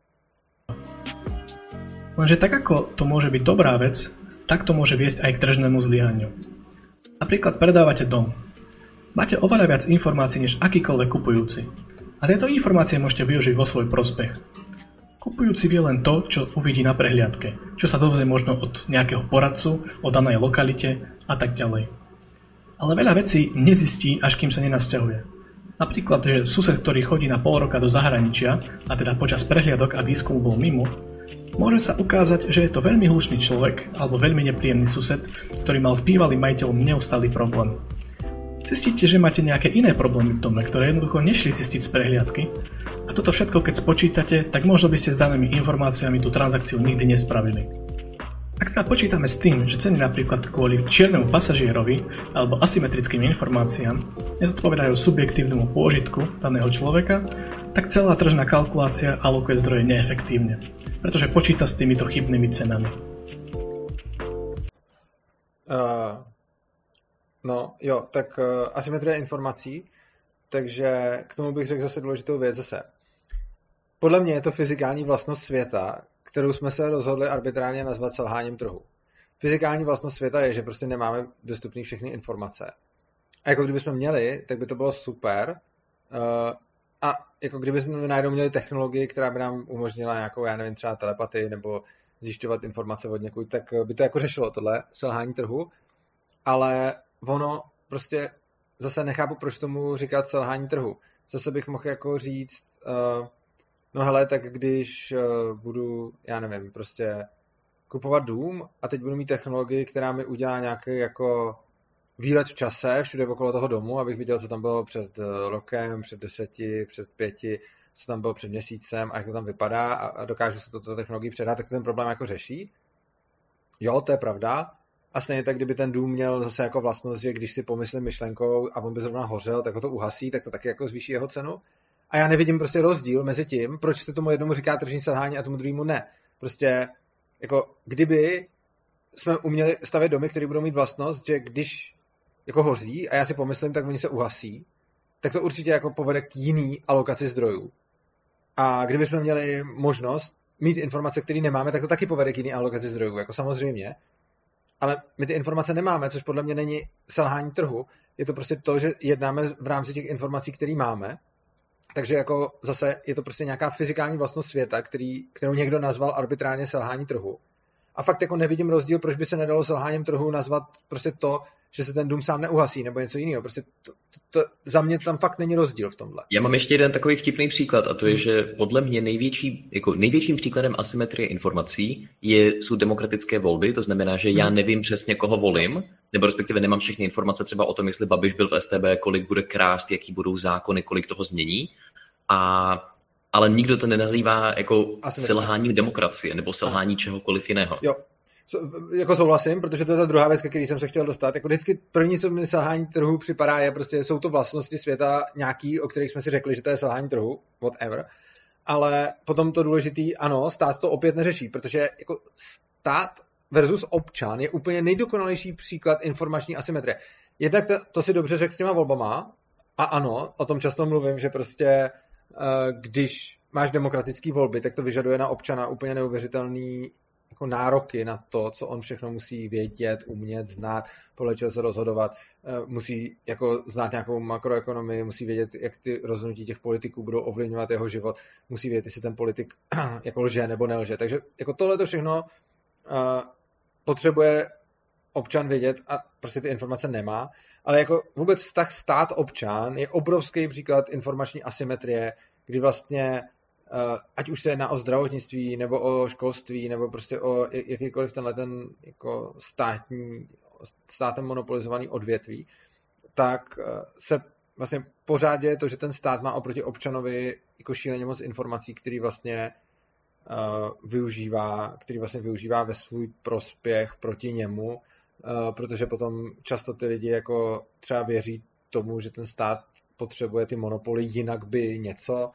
Lenže tak ako to môže byť dobrá vec, tak to môže viesť aj k tržnému zlyhaniu. Napríklad predávate dom. Máte oveľa viac informácií než akýkoľvek kupujúci. A tieto informácie môžete využiť vo svoj prospech. Kupujúci vie len to, čo uvidí na prehliadke, čo sa dozvie možno od nejakého poradcu, o danej lokalite a tak ďalej. Ale veľa vecí nezistí, až kým sa nenasťahuje. Napríklad, že sused, ktorý chodí na pol roka do zahraničia, a teda počas prehliadok a výskumu bol mimo, môže sa ukázať, že je to veľmi hlučný človek alebo veľmi nepríjemný sused, ktorý mal s bývalým majiteľom neustály problém. Zistíte, že máte nejaké iné problémy v dome, ktoré jednoducho nešli zistiť z prehliadky a toto všetko, keď spočítate, tak možno by ste s danými informáciami tú transakciu nikdy nespravili. Ak teda počítame s tým, že ceny napríklad kvôli čiernemu pasažierovi alebo asymetrickým informáciám nezodpovedajú subjektívnemu pôžitku daného človeka, tak celá tržná kalkulácia alokuje zdroje neefektívne, pretože počíta s týmito chybnými cenami. Uh, no jo, tak uh, asymetrie informací, takže k tomu bych řekl zase důležitou věc zase. Podle mě je to fyzikální vlastnost světa, kterou jsme se rozhodli arbitrálně nazvat selháním trhu. Fyzikální vlastnost světa je, že prostě nemáme dostupné všechny informace. A jako kdybychom měli, tak by to bylo super. Uh, a jako kdybychom najednou měli technologii, která by nám umožnila nějakou, já nevím, třeba telepatii nebo zjišťovat informace od někud, tak by to jako řešilo tohle selhání trhu. Ale ono prostě zase nechápu, proč tomu říkat selhání trhu. Zase bych mohl jako říct, uh, no hele, tak když uh, budu, já nevím, prostě kupovat dům a teď budu mít technologii, která mi udělá nějaký jako výlet v čase všude okolo toho domu, abych viděl, co tam bylo před rokem, před deseti, před pěti, co tam bylo před měsícem a jak to tam vypadá a dokážu se toto technologii předat, tak to ten problém jako řeší. Jo, to je pravda. A stejně tak, kdyby ten dům měl zase jako vlastnost, že když si pomyslím myšlenkou a on by zrovna hořel, tak ho to uhasí, tak to taky jako zvýší jeho cenu. A já nevidím prostě rozdíl mezi tím, proč se tomu jednomu říká tržní selhání a tomu druhému ne. Prostě jako kdyby jsme uměli stavět domy, které budou mít vlastnost, že když jako hoří a já si pomyslím, tak oni se uhasí, tak to určitě jako povede k jiný alokaci zdrojů. A kdybychom měli možnost mít informace, které nemáme, tak to taky povede k jiný alokaci zdrojů, jako samozřejmě. Ale my ty informace nemáme, což podle mě není selhání trhu. Je to prostě to, že jednáme v rámci těch informací, které máme. Takže jako zase je to prostě nějaká fyzikální vlastnost světa, který, kterou někdo nazval arbitrálně selhání trhu. A fakt jako nevidím rozdíl, proč by se nedalo selháním trhu nazvat prostě to, že se ten dům sám neuhasí, nebo něco jiného. Prostě to, to, to, za mě tam fakt není rozdíl v tomhle. Já mám ještě jeden takový vtipný příklad a to je, že podle mě největší, jako největším příkladem asymetrie informací je, jsou demokratické volby, to znamená, že já nevím přesně, koho volím, nebo respektive nemám všechny informace třeba o tom, jestli Babiš byl v S T B, kolik bude krást, jaký budou zákony, kolik toho změní. A ale nikdo to nenazývá jako selhání demokracie nebo selhání čehokoliv jiného. Jo. jako souhlasím, protože to je ta druhá věc, ke který jsem se chtěl dostat. Jako vždycky první, co mi selhání trhu připadá, je prostě, jsou to vlastnosti světa nějaký, o kterých jsme si řekli, že to je selhání trhu, whatever. Ale potom to důležitý, ano, stát to opět neřeší, protože jako stát versus občan je úplně nejdokonalejší příklad informační asymetrie. Jednak to, to si dobře řekl s těma volbama, a ano, o tom často mluvím, že prostě když máš demokratické volby, tak to vyžaduje na občana úplně neuvěřitelný jako nároky na to, co on všechno musí vědět, umět, znát, podle čeho se rozhodovat, musí jako znát nějakou makroekonomii, musí vědět, jak ty rozhodnutí těch politiků budou ovlivňovat jeho život, musí vědět, jestli ten politik jako lže nebo nelže. Takže jako tohle to všechno uh, potřebuje občan vědět a prostě ty informace nemá, ale jako vůbec vztah stát-občan je obrovský příklad informační asymetrie, kdy vlastně ať už se jedná o zdravotnictví, nebo o školství, nebo prostě o jakýkoliv tenhle ten jako státní, státem monopolizovaný odvětví, tak se vlastně pořád děje to, že ten stát má oproti občanovi jako šíleně moc informací, který vlastně uh, využívá, který vlastně využívá ve svůj prospěch proti němu, uh, protože potom často ty lidi jako třeba věří tomu, že ten stát potřebuje ty monopoly, jinak by něco,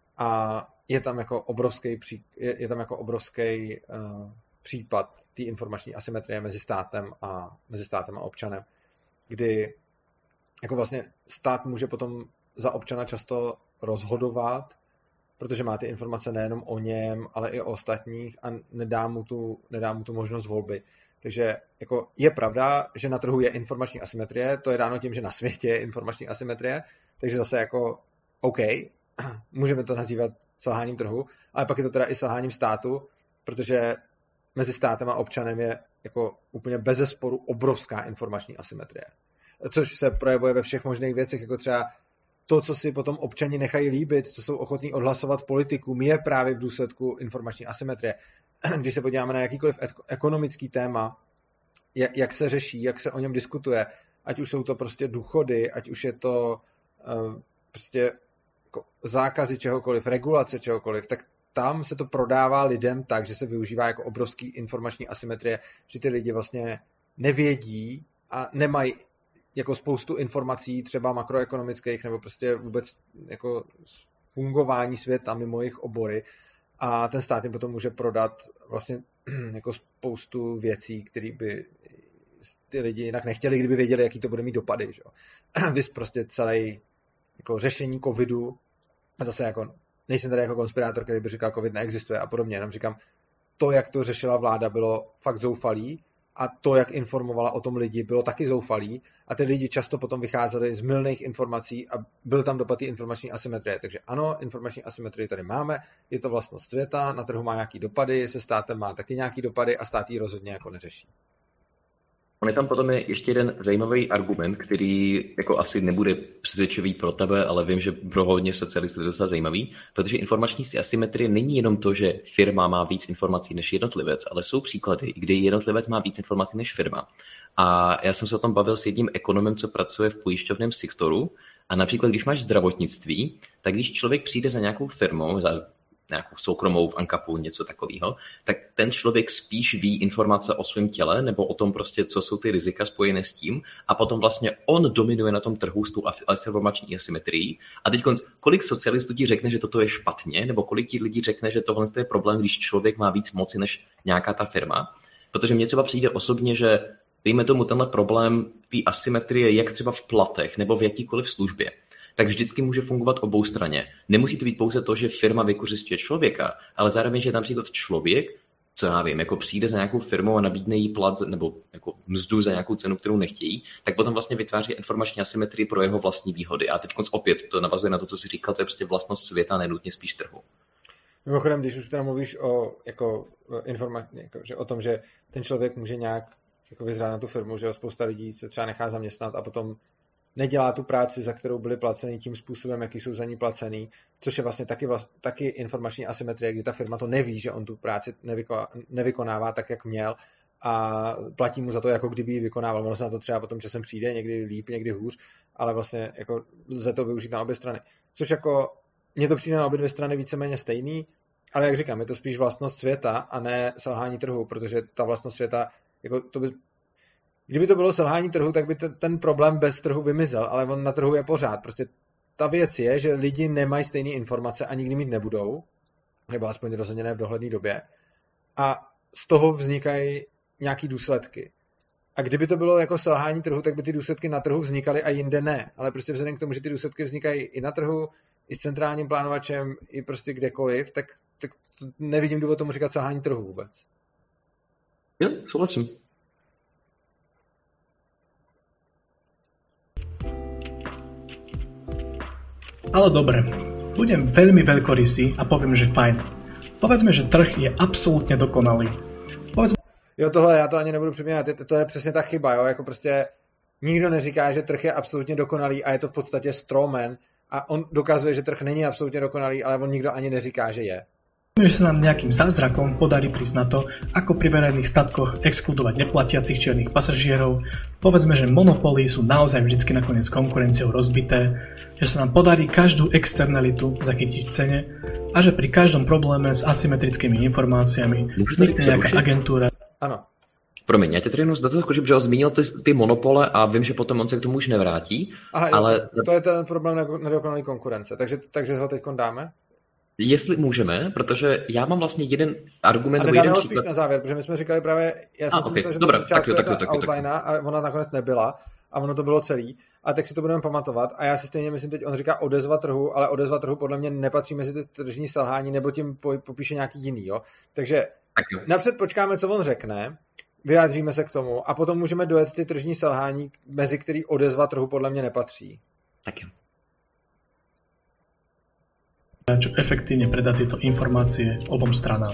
a je tam jako obrovský, pří, je, je tam jako obrovský uh, případ té informační asymetrie mezi státem a mezi státem a občanem, kdy jako vlastně stát může potom za občana často rozhodovat, protože má ty informace nejenom o něm, ale i o ostatních a nedá mu tu, nedá mu tu možnost volby. Takže jako je pravda, že na trhu je informační asymetrie, to je dáno tím, že na světě je informační asymetrie, takže zase jako OK, můžeme to nazývat selháním trhu, ale pak je to teda i selháním státu, protože mezi státem a občanem je jako úplně bezesporu obrovská informační asymetrie. Což se projevuje ve všech možných věcech, jako třeba to, co si potom občani nechají líbit, co jsou ochotní odhlasovat politikům, je právě v důsledku informační asymetrie. Když se podíváme na jakýkoliv ekonomický téma, jak se řeší, jak se o něm diskutuje, ať už jsou to prostě důchody, ať už je to uh, prostě jako zákazy čehokoliv, regulace čehokoliv, tak tam se to prodává lidem tak, že se využívá jako obrovský informační asymetrie, že ty lidi vlastně nevědí a nemají jako spoustu informací, třeba makroekonomických, nebo prostě vůbec jako fungování světa mimo jejich obory, a ten stát jim potom může prodat vlastně jako spoustu věcí, které by ty lidi jinak nechtěli, kdyby věděli, jaký to bude mít dopady. Že? Vys prostě celý jako řešení covidu, a zase jako nejsem tady jako konspirátor, který by říkal, covid neexistuje a podobně, jenom říkám, to, jak to řešila vláda, bylo fakt zoufalý, a to, jak informovala o tom lidi, bylo taky zoufalý, a ty lidi často potom vycházeli z mylných informací a byl tam dopad té informační asymetrie. Takže ano, informační asymetrii tady máme, je to vlastnost světa, na trhu má nějaký dopady, se státem má taky nějaký dopady a stát ji rozhodně jako neřeší. On je tam potom je ještě jeden zajímavý argument, který jako asi nebude přesvědčivý pro tebe, ale vím, že pro hodně socialistů je docela zajímavý, protože informační asymetrie není jenom to, že firma má víc informací než jednotlivec, ale jsou příklady, kdy jednotlivec má víc informací než firma. A já jsem se o tom bavil s jedním ekonomem, co pracuje v pojišťovném sektoru, a například když máš zdravotnictví, tak když člověk přijde za nějakou firmou, za nějakou soukromou v Ankapu, něco takového, tak ten člověk spíš ví informace o svém těle nebo o tom prostě, co jsou ty rizika spojené s tím, a potom vlastně on dominuje na tom trhu s tou informační asymetrií. A teď kolik socialistů ti řekne, že toto je špatně, nebo kolik ti lidí řekne, že tohle je problém, když člověk má víc moci než nějaká ta firma? Protože mně třeba přijde osobně, že dejme tomu tenhle problém té asymetrie, jak třeba v platech nebo v jakýkoliv službě, tak vždycky může fungovat obou straně. Nemusí to být pouze to, že firma vykořisťuje člověka, ale zároveň, že například člověk, co já vím, jako přijde za nějakou firmou a nabídne jí plat nebo jako mzdu za nějakou cenu, kterou nechtějí, tak potom vlastně vytváří informační asymetrii pro jeho vlastní výhody. A teď opět to navazuje na to, co jsi říkal, to je prostě vlastnost světa, nenutně spíš trhu. Mimochodem, když už teda mluvíš o, jako, informa- jako, že o tom, že ten člověk může nějak jako vyzrát na tu firmu, že spousta lidí se třeba nechá zaměstnat a potom nedělá tu práci, za kterou byli placeni tím způsobem, jaký jsou za ní placený, což je vlastně taky, vlast, taky informační asymetrie, kdy ta firma to neví, že on tu práci nevyko, nevykonává tak, jak měl, a platí mu za to, jako kdyby ji vykonával. Ono se na to třeba potom časem přijde, někdy líp, někdy hůř, ale vlastně jako lze to využít na obě strany. Což jako, mně to přijde na obě dvě strany víceméně stejný, ale jak říkám, je to spíš vlastnost světa a ne selhání trhu, protože ta vlastnost světa, jako to by, kdyby to bylo selhání trhu, tak by ten, ten problém bez trhu vymizel, ale on na trhu je pořád. Prostě ta věc je, že lidi nemají stejné informace a nikdy mít nebudou, nebo aspoň rozhodně ne v dohledné době. A z toho vznikají nějaký důsledky. A kdyby to bylo jako selhání trhu, tak by ty důsledky na trhu vznikaly a jinde ne. Ale prostě vzhledem k tomu, že ty důsledky vznikají i na trhu, i s centrálním plánovačem, i prostě kdekoliv, tak, tak nevidím důvod tomu říkat selhání trhu vůbec. Jo, souhlasím. Ale dobre, budem veľmi veľkorysý a poviem, že fajn. Povedzme, že trh je absolútne dokonalý. Povedzme... Jo, tohle já to ani nebudu připomínat, to je přesně ta chyba, jo, jako prostě nikdo neříká, že trh je absolutně dokonalý a je to v podstatě strawman a on dokazuje, že trh není absolutně dokonalý, ale on nikdo ani neříká, že je. Že sa nám nejakým zázrakom podarí prísť na to, ako pri verejných statkoch exkludovať neplatiacich čiernych pasažierov. Povedzme, že monopóly sú naozaj vždycky nakoniec konkurenciou rozbité, že sa nám podarí každú externalitu zachytiť v cene a že pri každom probléme s asymetrickými informáciami vznikne nejaká agentúra. Ano. Promiň, já tě tady jenom do toho skočím, že ho zmínil ty, ty monopole a vím, že potom on se k tomu už nevrátí. Aha, ale... jo, to je ten problém nedokonalé konkurence, takže, takže ho teď dáme? Jestli můžeme, protože já mám vlastně jeden argument nebo jeden jeden příklad. Na závěr, protože my jsme říkali právě, já jsem ah, si okay. myslel, že Dobrá, to začátku tak jo, je tak ta jo, outline a ona nakonec nebyla a ono to bylo celý. A tak si to budeme pamatovat a já si stejně myslím, teď on říká odezva trhu, ale odezva trhu podle mě nepatří mezi ty tržní selhání, nebo tím popíše nějaký jiný, jo. Takže napřed počkáme, co on řekne, vyjádříme se k tomu a potom můžeme dojet ty tržní selhání, mezi který odezva trhu podle mě nepatří. Tak jo. Čo efektívne predá tieto informácie obom stranám.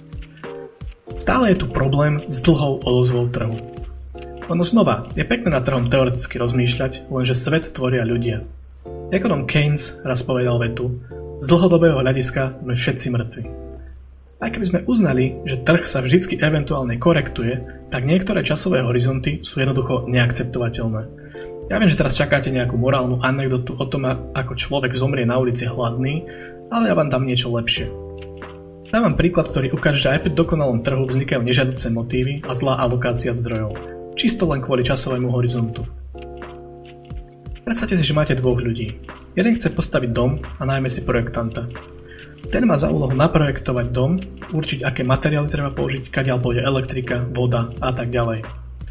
Stále je tu problém s dlhou odozvou trhu. Ono znova, je pekné nad trhom teoreticky rozmýšľať, lenže svet tvoria ľudia. Ekonom Keynes raz povedal vetu: z dlhodobého hľadiska sme všetci mŕtvi. Aj keby sme uznali, že trh sa vždycky eventuálne korektuje, tak niektoré časové horizonty sú jednoducho neakceptovateľné. Ja viem, že teraz čakáte nejakú morálnu anekdotu o tom, ako človek zomrie na ulici hladný, ale ja vám dám niečo lepšie. Dávam príklad, ktorý ukáže, že aj pri dokonalom trhu vznikajú nežiaduce motívy a zlá alokácia zdrojov. Čisto len kvôli časovému horizontu. Predstavte si, že máte dvoch ľudí. Jeden chce postaviť dom a najmä si projektanta. Ten má za úlohu naprojektovať dom, určiť, aké materiály treba použiť, kadiaľ pôjde elektrika, voda a tak ďalej.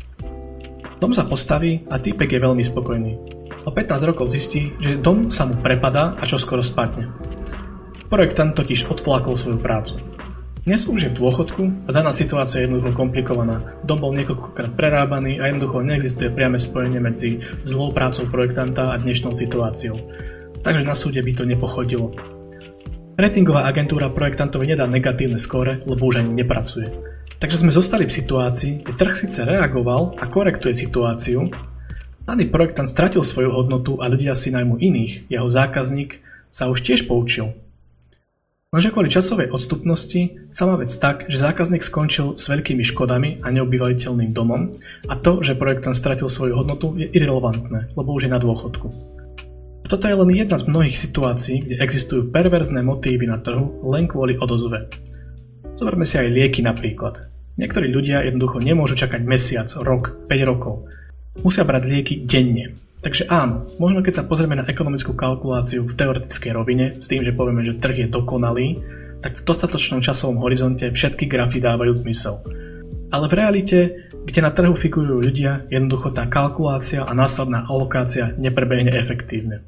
Dom sa postaví a týpek je veľmi spokojný. O pätnásť rokov zistí, že dom sa mu prepadá a čoskoro spadne. Projektant totiž odflákol svoju prácu. Dnes už je v dôchodku a daná situácia je jednoducho komplikovaná. Dom bol niekoľkokrát prerábaný a jednoducho neexistuje priame spojenie medzi zlou prácou projektanta a dnešnou situáciou. Takže na súde by to nepochodilo. Ratingová agentúra projektantovi nedá negatívne skóre, lebo už ani nepracuje. Takže sme zostali v situácii, kde trh síce reagoval a korektuje situáciu, daný projektant stratil svoju hodnotu a ľudia si najmú iných, jeho zákazník sa už tiež poučil. Lenže kvôli časovej odstupnosti sa má vec tak, že zákazník skončil s veľkými škodami a neobývateľným domom a to, že projektant stratil svoju hodnotu, je irrelevantné, lebo už je na dôchodku. A toto je len jedna z mnohých situácií, kde existujú perverzné motívy na trhu len kvôli odozve. Zoberme si aj lieky napríklad. Niektorí ľudia jednoducho nemôžu čakať mesiac, rok, päť rokov. Musia brať lieky denne. Takže áno, možno keď sa pozrieme na ekonomickú kalkuláciu v teoretickej rovine, s tým, že povieme, že trh je dokonalý, tak v dostatočnom časovom horizonte všetky grafy dávajú zmysel. Ale v realite, kde na trhu figurujú ľudia, jednoducho tá kalkulácia a následná alokácia neprebehne efektívne.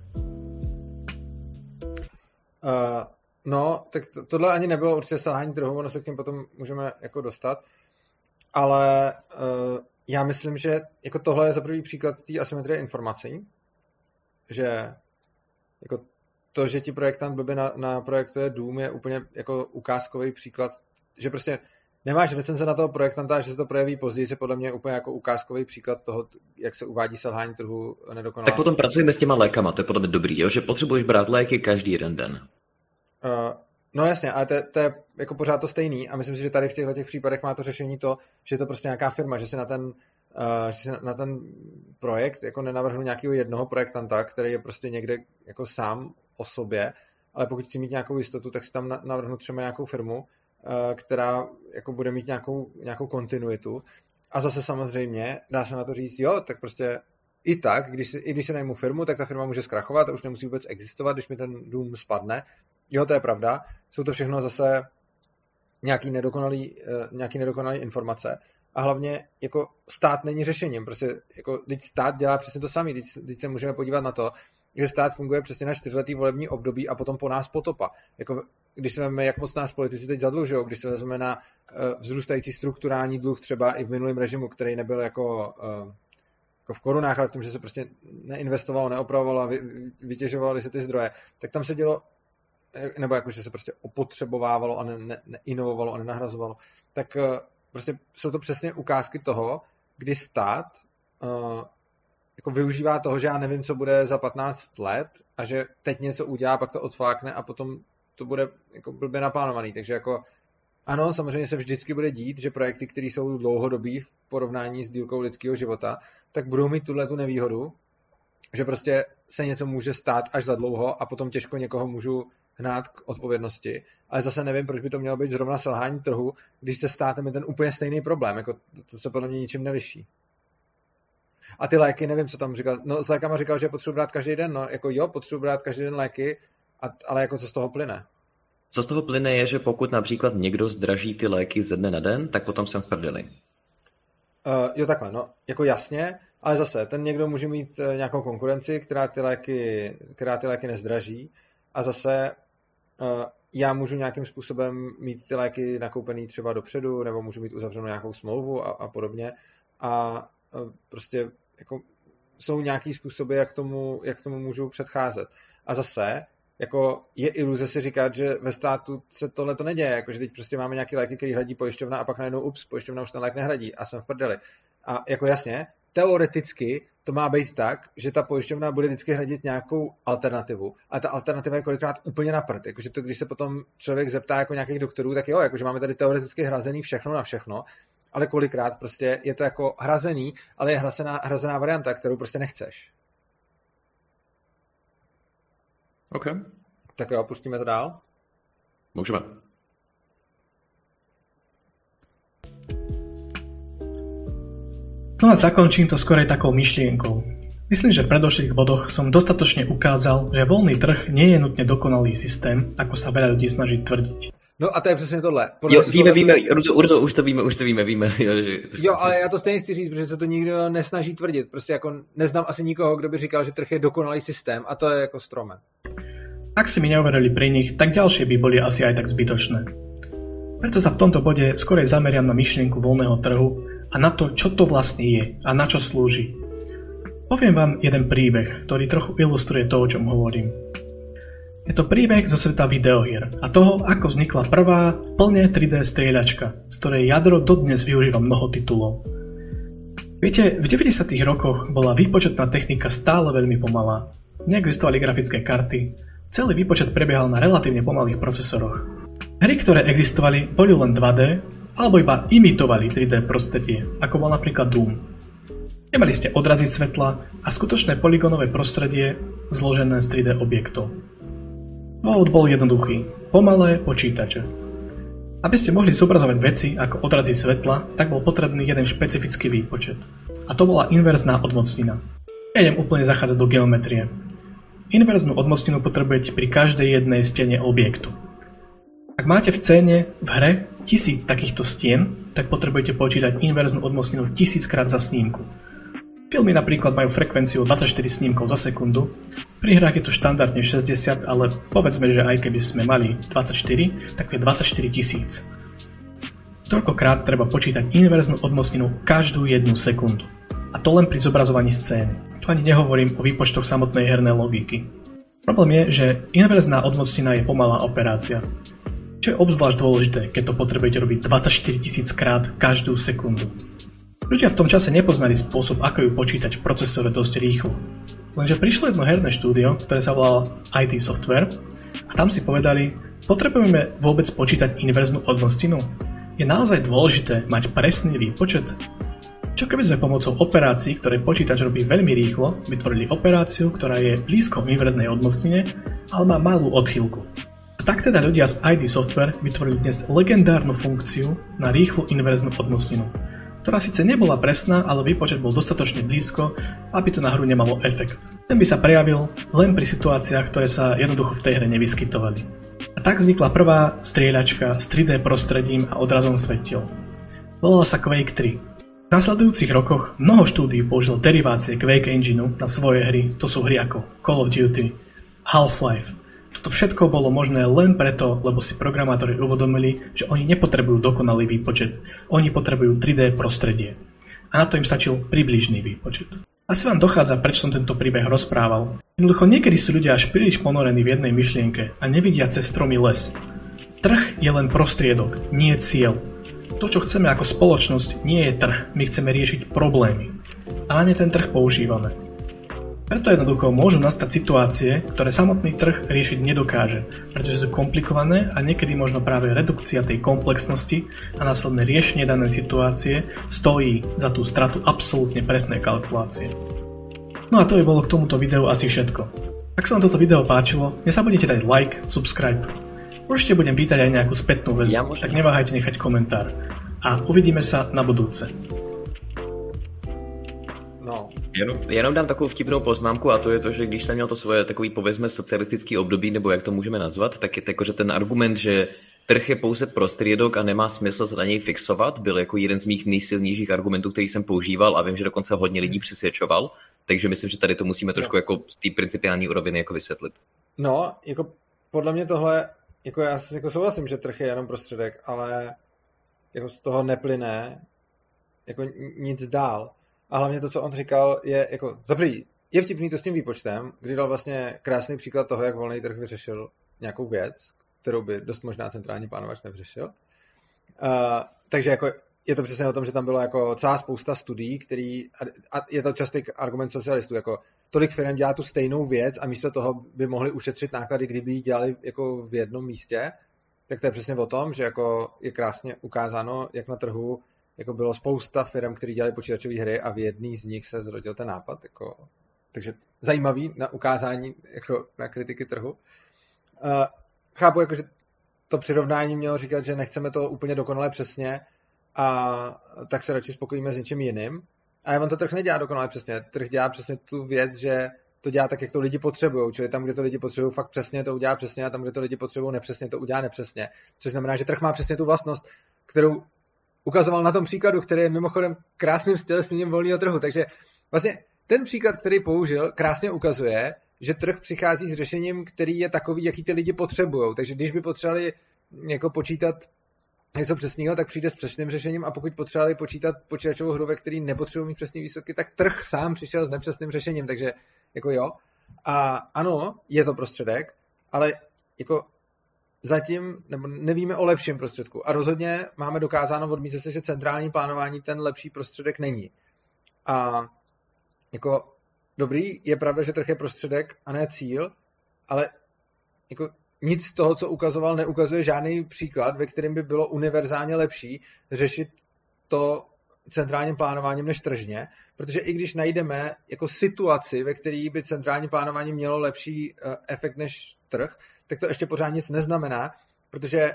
Uh, no, tak to, tohle ani nebylo určitě selhání trhu, ono se k tím potom můžeme jako dostat, ale uh, já myslím, že jako tohle je za prvý příklad té asymetrie informací, že jako to, že ti projektant blbě na, na projektuje dům, je úplně jako ukázkový příklad, že prostě nemáš recenze na toho projektanta, že se to projeví později, je podle mě úplně jako ukázkový příklad toho, jak se uvádí selhání trhu nedokonalá. Tak potom pracujeme s těma lékama, to je podle mě dobrý, jo? Že potřebuješ brát léky každý jeden den. Uh, no jasně, ale to, to je jako pořád to stejný a myslím si, že tady v těchto těch případech má to řešení to, že je to prostě nějaká firma, že si na ten, uh, že si na ten projekt jako nenavrhnu nějakého jednoho projektanta, který je prostě někde jako sám o sobě, ale pokud chci mít nějakou jistotu, tak si tam navrhnu třeba nějakou firmu, která jako bude mít nějakou, nějakou kontinuitu. A zase samozřejmě dá se na to říct, jo, tak prostě i tak, když si, i když si najmu firmu, tak ta firma může zkrachovat a už nemusí vůbec existovat, když mi ten dům spadne. Jo, to je pravda. Jsou to všechno zase nějaký nedokonalý, nějaký nedokonalý informace. A hlavně jako stát není řešením. Prostě jako teď stát dělá přesně to samé. Teď, teď se můžeme podívat na to, že stát funguje přesně na čtyřletý volební období a potom po nás potopa. Jako, když se vezmeme, jak moc nás politici teď zadlužují, když se vezmeme na uh, vzrůstající strukturální dluh třeba i v minulém režimu, který nebyl jako, uh, jako v korunách, ale v tom, že se prostě neinvestovalo, neopravovalo a vy, vytěžovaly se ty zdroje, tak tam se dělo, nebo jako, že se prostě opotřebovávalo a ne, ne, neinovovalo a nenahrazovalo, tak uh, prostě jsou to přesně ukázky toho, kdy stát uh, jako využívá toho, že já nevím, co bude za patnáct let a že teď něco udělá, pak to odflákne a potom to bude jako blbě naplánovaný. Takže jako ano, samozřejmě se vždycky bude dít, že projekty, které jsou dlouhodobý v porovnání s dílkou lidského života, tak budou mít tuhletu nevýhodu, že prostě se něco může stát až za dlouho a potom těžko někoho můžu hnát k odpovědnosti. Ale zase nevím, proč by to mělo být zrovna selhání trhu, když se státem je ten úplně stejný problém. Jako to se podle mě ničím nevyší. A ty léky, nevím, co tam říkal. No, s lékama říkal, že potřebuji brát každý den. No, jako jo, potřebuji brát každý den léky, a, ale jako co z toho plyne? Co z toho plyne je, že pokud například někdo zdraží ty léky ze dne na den, tak potom jsem v prdeli. Uh, jo, takhle, no, jako jasně, ale zase, ten někdo může mít uh, nějakou konkurenci, která ty léky, která ty léky nezdraží, a zase uh, já můžu nějakým způsobem mít ty léky nakoupený třeba dopředu, nebo můžu mít uzavřenou nějakou smlouvu a, a podobně. A uh, prostě jako jsou nějaký způsoby, jak tomu, jak tomu můžu předcházet. A zase, jako je iluze si říkat, že ve státu se tohle to neděje, jako že teď prostě máme nějaké léky, které hradí pojišťovna a pak najednou ups, pojišťovna už ten lék nehradí a jsme v prdeli. A jako jasně, teoreticky to má být tak, že ta pojišťovna bude vždycky hradit nějakou alternativu, ale ta alternativa je kolikrát úplně na prd. Jakože to, když se potom člověk zeptá jako nějakých doktorů, tak jo, jakože máme tady teoreticky hrazený všechno na všechno, ale kolikrát prostě je to jako hrazený, ale je hrazená, hrazená varianta, kterou prostě nechceš. OK. Tak jo, pustíme to dál? Můžeme. No a zakončím to skorej takou myšlienkou. Myslím, že v predošlých bodoch som dostatočne ukázal, že voľný trh nie je nutne dokonalý systém, ako sa veľa ľudí snaží tvrdiť. No a to je přesně tohle. Podle jo, víme, tohle... víme, Urzo, Urzo, už to víme, už to víme, víme. Jo, že... jo, ale já to stejně chci říct, protože se to nikdo nesnaží tvrdit. Prostě jako neznám asi nikoho, kdo by říkal, že trh je dokonalý systém a to je jako stromem. Ak si mi neuverili pri nich, tak ďalšie by boli asi aj tak zbytočné. Preto sa v tomto bode skorej zameriam na myšlienku voľného trhu a na to, čo to vlastne je a na čo slúži. Poviem vám jeden príbeh, ktorý trochu ilustruje to, o čom hovorím. Je to príbeh zo sveta videohier a toho, ako vznikla prvá plne tri dé strieľačka, z ktorej jadro dodnes využíva mnoho titulov. Viete, v deväťdesiatych rokoch bola výpočetná technika stále veľmi pomalá. Neexistovali grafické karty, celý výpočet prebiehal na relatívne pomalých procesoroch. Hry, ktoré existovali, boli len dva dé, alebo iba imitovali tri dé prostredie, ako bol napríklad Doom. Nemali ste odrazy svetla a skutočné polygonové prostredie zložené z tri dé objektov. Dôvod bol jednoduchý. Pomalé počítače. Aby ste mohli zobrazovať veci ako odrazy svetla, tak bol potrebný jeden špecifický výpočet. A to bola inverzná odmocnina. Nejdem úplne zachádzať do geometrie. Inverznú odmocninu potrebujete pri každej jednej stene objektu. Ak máte v scéne, v hre, tisíc takýchto stien, tak potrebujete počítať inverznú odmocninu tisíckrát za snímku. Filmy napríklad majú frekvenciu dvadsaťštyri snímkov za sekundu, pri hrách je to štandardne šesťdesiat, ale povedzme, že aj keby sme mali dvadsaťštyri, tak to je dvadsaťštyri tisíc. Toľkokrát treba počítať inverznú odmocninu každú jednu sekundu. A to len pri zobrazovaní scény. Tu ani nehovorím o výpočtoch samotnej hernej logiky. Problém je, že inverzná odmocnina je pomalá operácia. Čo je obzvlášť dôležité, keď to potrebujete robiť dvadsaťštyri tisíc krát každú sekundu. Ľudia v tom čase nepoznali spôsob, ako ju počítať v procesore dosť rýchlo. Lenže prišlo jedno herné štúdio, ktoré sa volalo í té Software, a tam si povedali, potrebujeme vôbec počítať inverznú odmocninu? Je naozaj dôležité mať presný výpočet? Čo keby sme pomocou operácií, ktoré počítač robí veľmi rýchlo, vytvorili operáciu, ktorá je blízko inverznej odmocnine ale má malú odchýlku. A tak teda ľudia z í dé Software vytvorili dnes legendárnu funkciu na rýchlu inverznú odnosninu, ktorá síce nebola presná, ale výpočet bol dostatočne blízko, aby to na hru nemalo efekt. Ten by sa prejavil len pri situáciách, ktoré sa jednoducho v tej hre nevyskytovali. A tak vznikla prvá strieľačka s tri dé prostredím a odrazom svetiel. Volala sa Quake tri. V nasledujúcich rokoch mnoho štúdií použilo derivácie Quake Engineu na svoje hry, to sú hry ako Call of Duty, Half-Life. Toto všetko bolo možné len preto, lebo si programátori uvedomili, že oni nepotrebujú dokonalý výpočet, oni potrebujú tri dé prostredie. A na to im stačil približný výpočet. Asi vám dochádza, prečo som tento príbeh rozprával. Jednoducho niekedy sú ľudia až príliš ponorení v jednej myšlienke a nevidia cez stromy les. Trh je len prostriedok, nie cieľ. To, čo chceme ako spoločnosť, nie je trh, my chceme riešiť problémy. A nie ten trh používame. Preto jednoducho môžu nastať situácie, ktoré samotný trh riešiť nedokáže, pretože sú komplikované a niekedy možno práve redukcia tej komplexnosti a následné riešenie danej situácie stojí za tú stratu absolútne presnej kalkulácie. No a to by bolo k tomuto videu asi všetko. Ak sa vám toto video páčilo, nezabudnite dať like, subscribe. Určite budem vítať aj nejakú spätnú väzbu, ja tak neváhajte nechať komentár. A uvidíme sa na budúce. No. Jenom, jenom dám takovou vtipnou poznámku a to je to, že když jsem měl to svoje takový povězme socialistický období, nebo jak to můžeme nazvat, tak je to jako, že ten argument, že trh je pouze prostředek a nemá smysl se na něj fixovat, byl jako jeden z mých nejsilnějších argumentů, který jsem používal a vím, že dokonce hodně lidí přesvědčoval, takže myslím, že tady to musíme trošku no. jako z té principiální úroviny jako vysvětlit. No, jako podle mě tohle Jako já jako souhlasím, že trh je jenom prostředek, ale jako z toho neplyne jako nic dál. A hlavně to, co on říkal, je jako zaprý, je vtipný to s tím výpočtem, kdy dal vlastně krásný příklad toho, jak volný trh vyřešil nějakou věc, kterou by dost možná centrální plánovač nevyřešil. Uh, takže jako je to přesně o tom, že tam bylo jako celá spousta studií, který, a je to častý argument socialistů, jako tolik firm dělá tu stejnou věc a místo toho by mohli ušetřit náklady, kdyby ji dělali jako v jednom místě, tak to je přesně o tom, že jako je krásně ukázáno, jak na trhu jako bylo spousta firm, které dělali počítačové hry a v jedný z nich se zrodil ten nápad. Jako, takže zajímavý na ukázání jako na kritiky trhu. Uh, chápu, jako, že to přirovnání mělo říkat, že nechceme to úplně dokonale přesně a tak se radši spokojíme s něčím jiným. A on to trh nedělá dokonale přesně. Trh dělá přesně tu věc, že to dělá tak, jak to lidi potřebují. Čili tam, kde to lidi potřebují fakt přesně, to udělá přesně a tam, kde to lidi potřebují nepřesně, to udělá nepřesně. Což znamená, že trh má přesně tu vlastnost, kterou ukazoval na tom příkladu, který je mimochodem krásným stělesněním volného trhu. Takže vlastně ten příklad, který použil, krásně ukazuje, že trh přichází s řešením, který je takový, jaký ty lidi potřebují. Takže když by potřebovali jako počítat něco přesného, tak přijde s přesným řešením a pokud potřebovali počítat počítačovou hru, ve který nepotřebují mít přesné výsledky, tak trh sám přišel s nepřesným řešením, takže jako jo. A ano, je to prostředek, ale jako zatím nebo nevíme o lepším prostředku. A rozhodně máme dokázáno od Misese, že centrální plánování ten lepší prostředek není. A jako dobrý, je pravda, že trh je prostředek a ne cíl, ale jako nic z toho, co ukazoval, neukazuje žádný příklad, ve kterém by bylo univerzálně lepší řešit to centrálním plánováním než tržně, protože i když najdeme jako situaci, ve které by centrální plánování mělo lepší efekt než trh, tak to ještě pořád nic neznamená, protože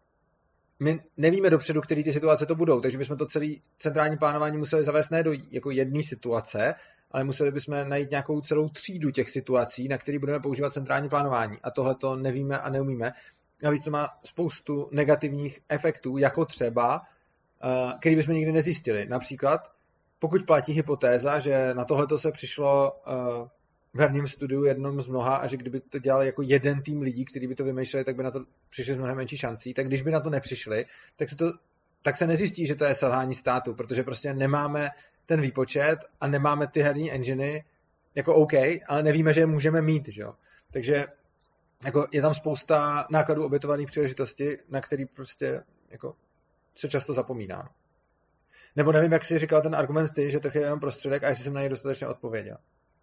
my nevíme dopředu, které ty situace to budou, takže bychom to celé centrální plánování museli zavést ne do jako jedné situace, ale museli bychom najít nějakou celou třídu těch situací, na které budeme používat centrální plánování. A tohle to nevíme a neumíme. Navíc to má spoustu negativních efektů, jako třeba, který bychom nikdy nezjistili. Například, pokud platí hypotéza, že na tohleto se přišlo v herním studiu jednom z mnoha a že kdyby to dělal jako jeden tým lidí, kteří by to vymýšleli, tak by na to přišli s mnohem menší šancí. Tak když by na to nepřišli, tak se, to, tak se nezjistí, že to je selhání státu, protože prostě nemáme ten výpočet a nemáme ty herní enginy jako OK, ale nevíme, že je můžeme mít, že jo. Takže jako je tam spousta nákladů obětovaných příležitostí, na který prostě jako se často zapomíná. Nebo nevím, jak jsi říkal ten argument ty, že trh je jenom prostředek a jestli jsem na něj dostatečně odpověděl.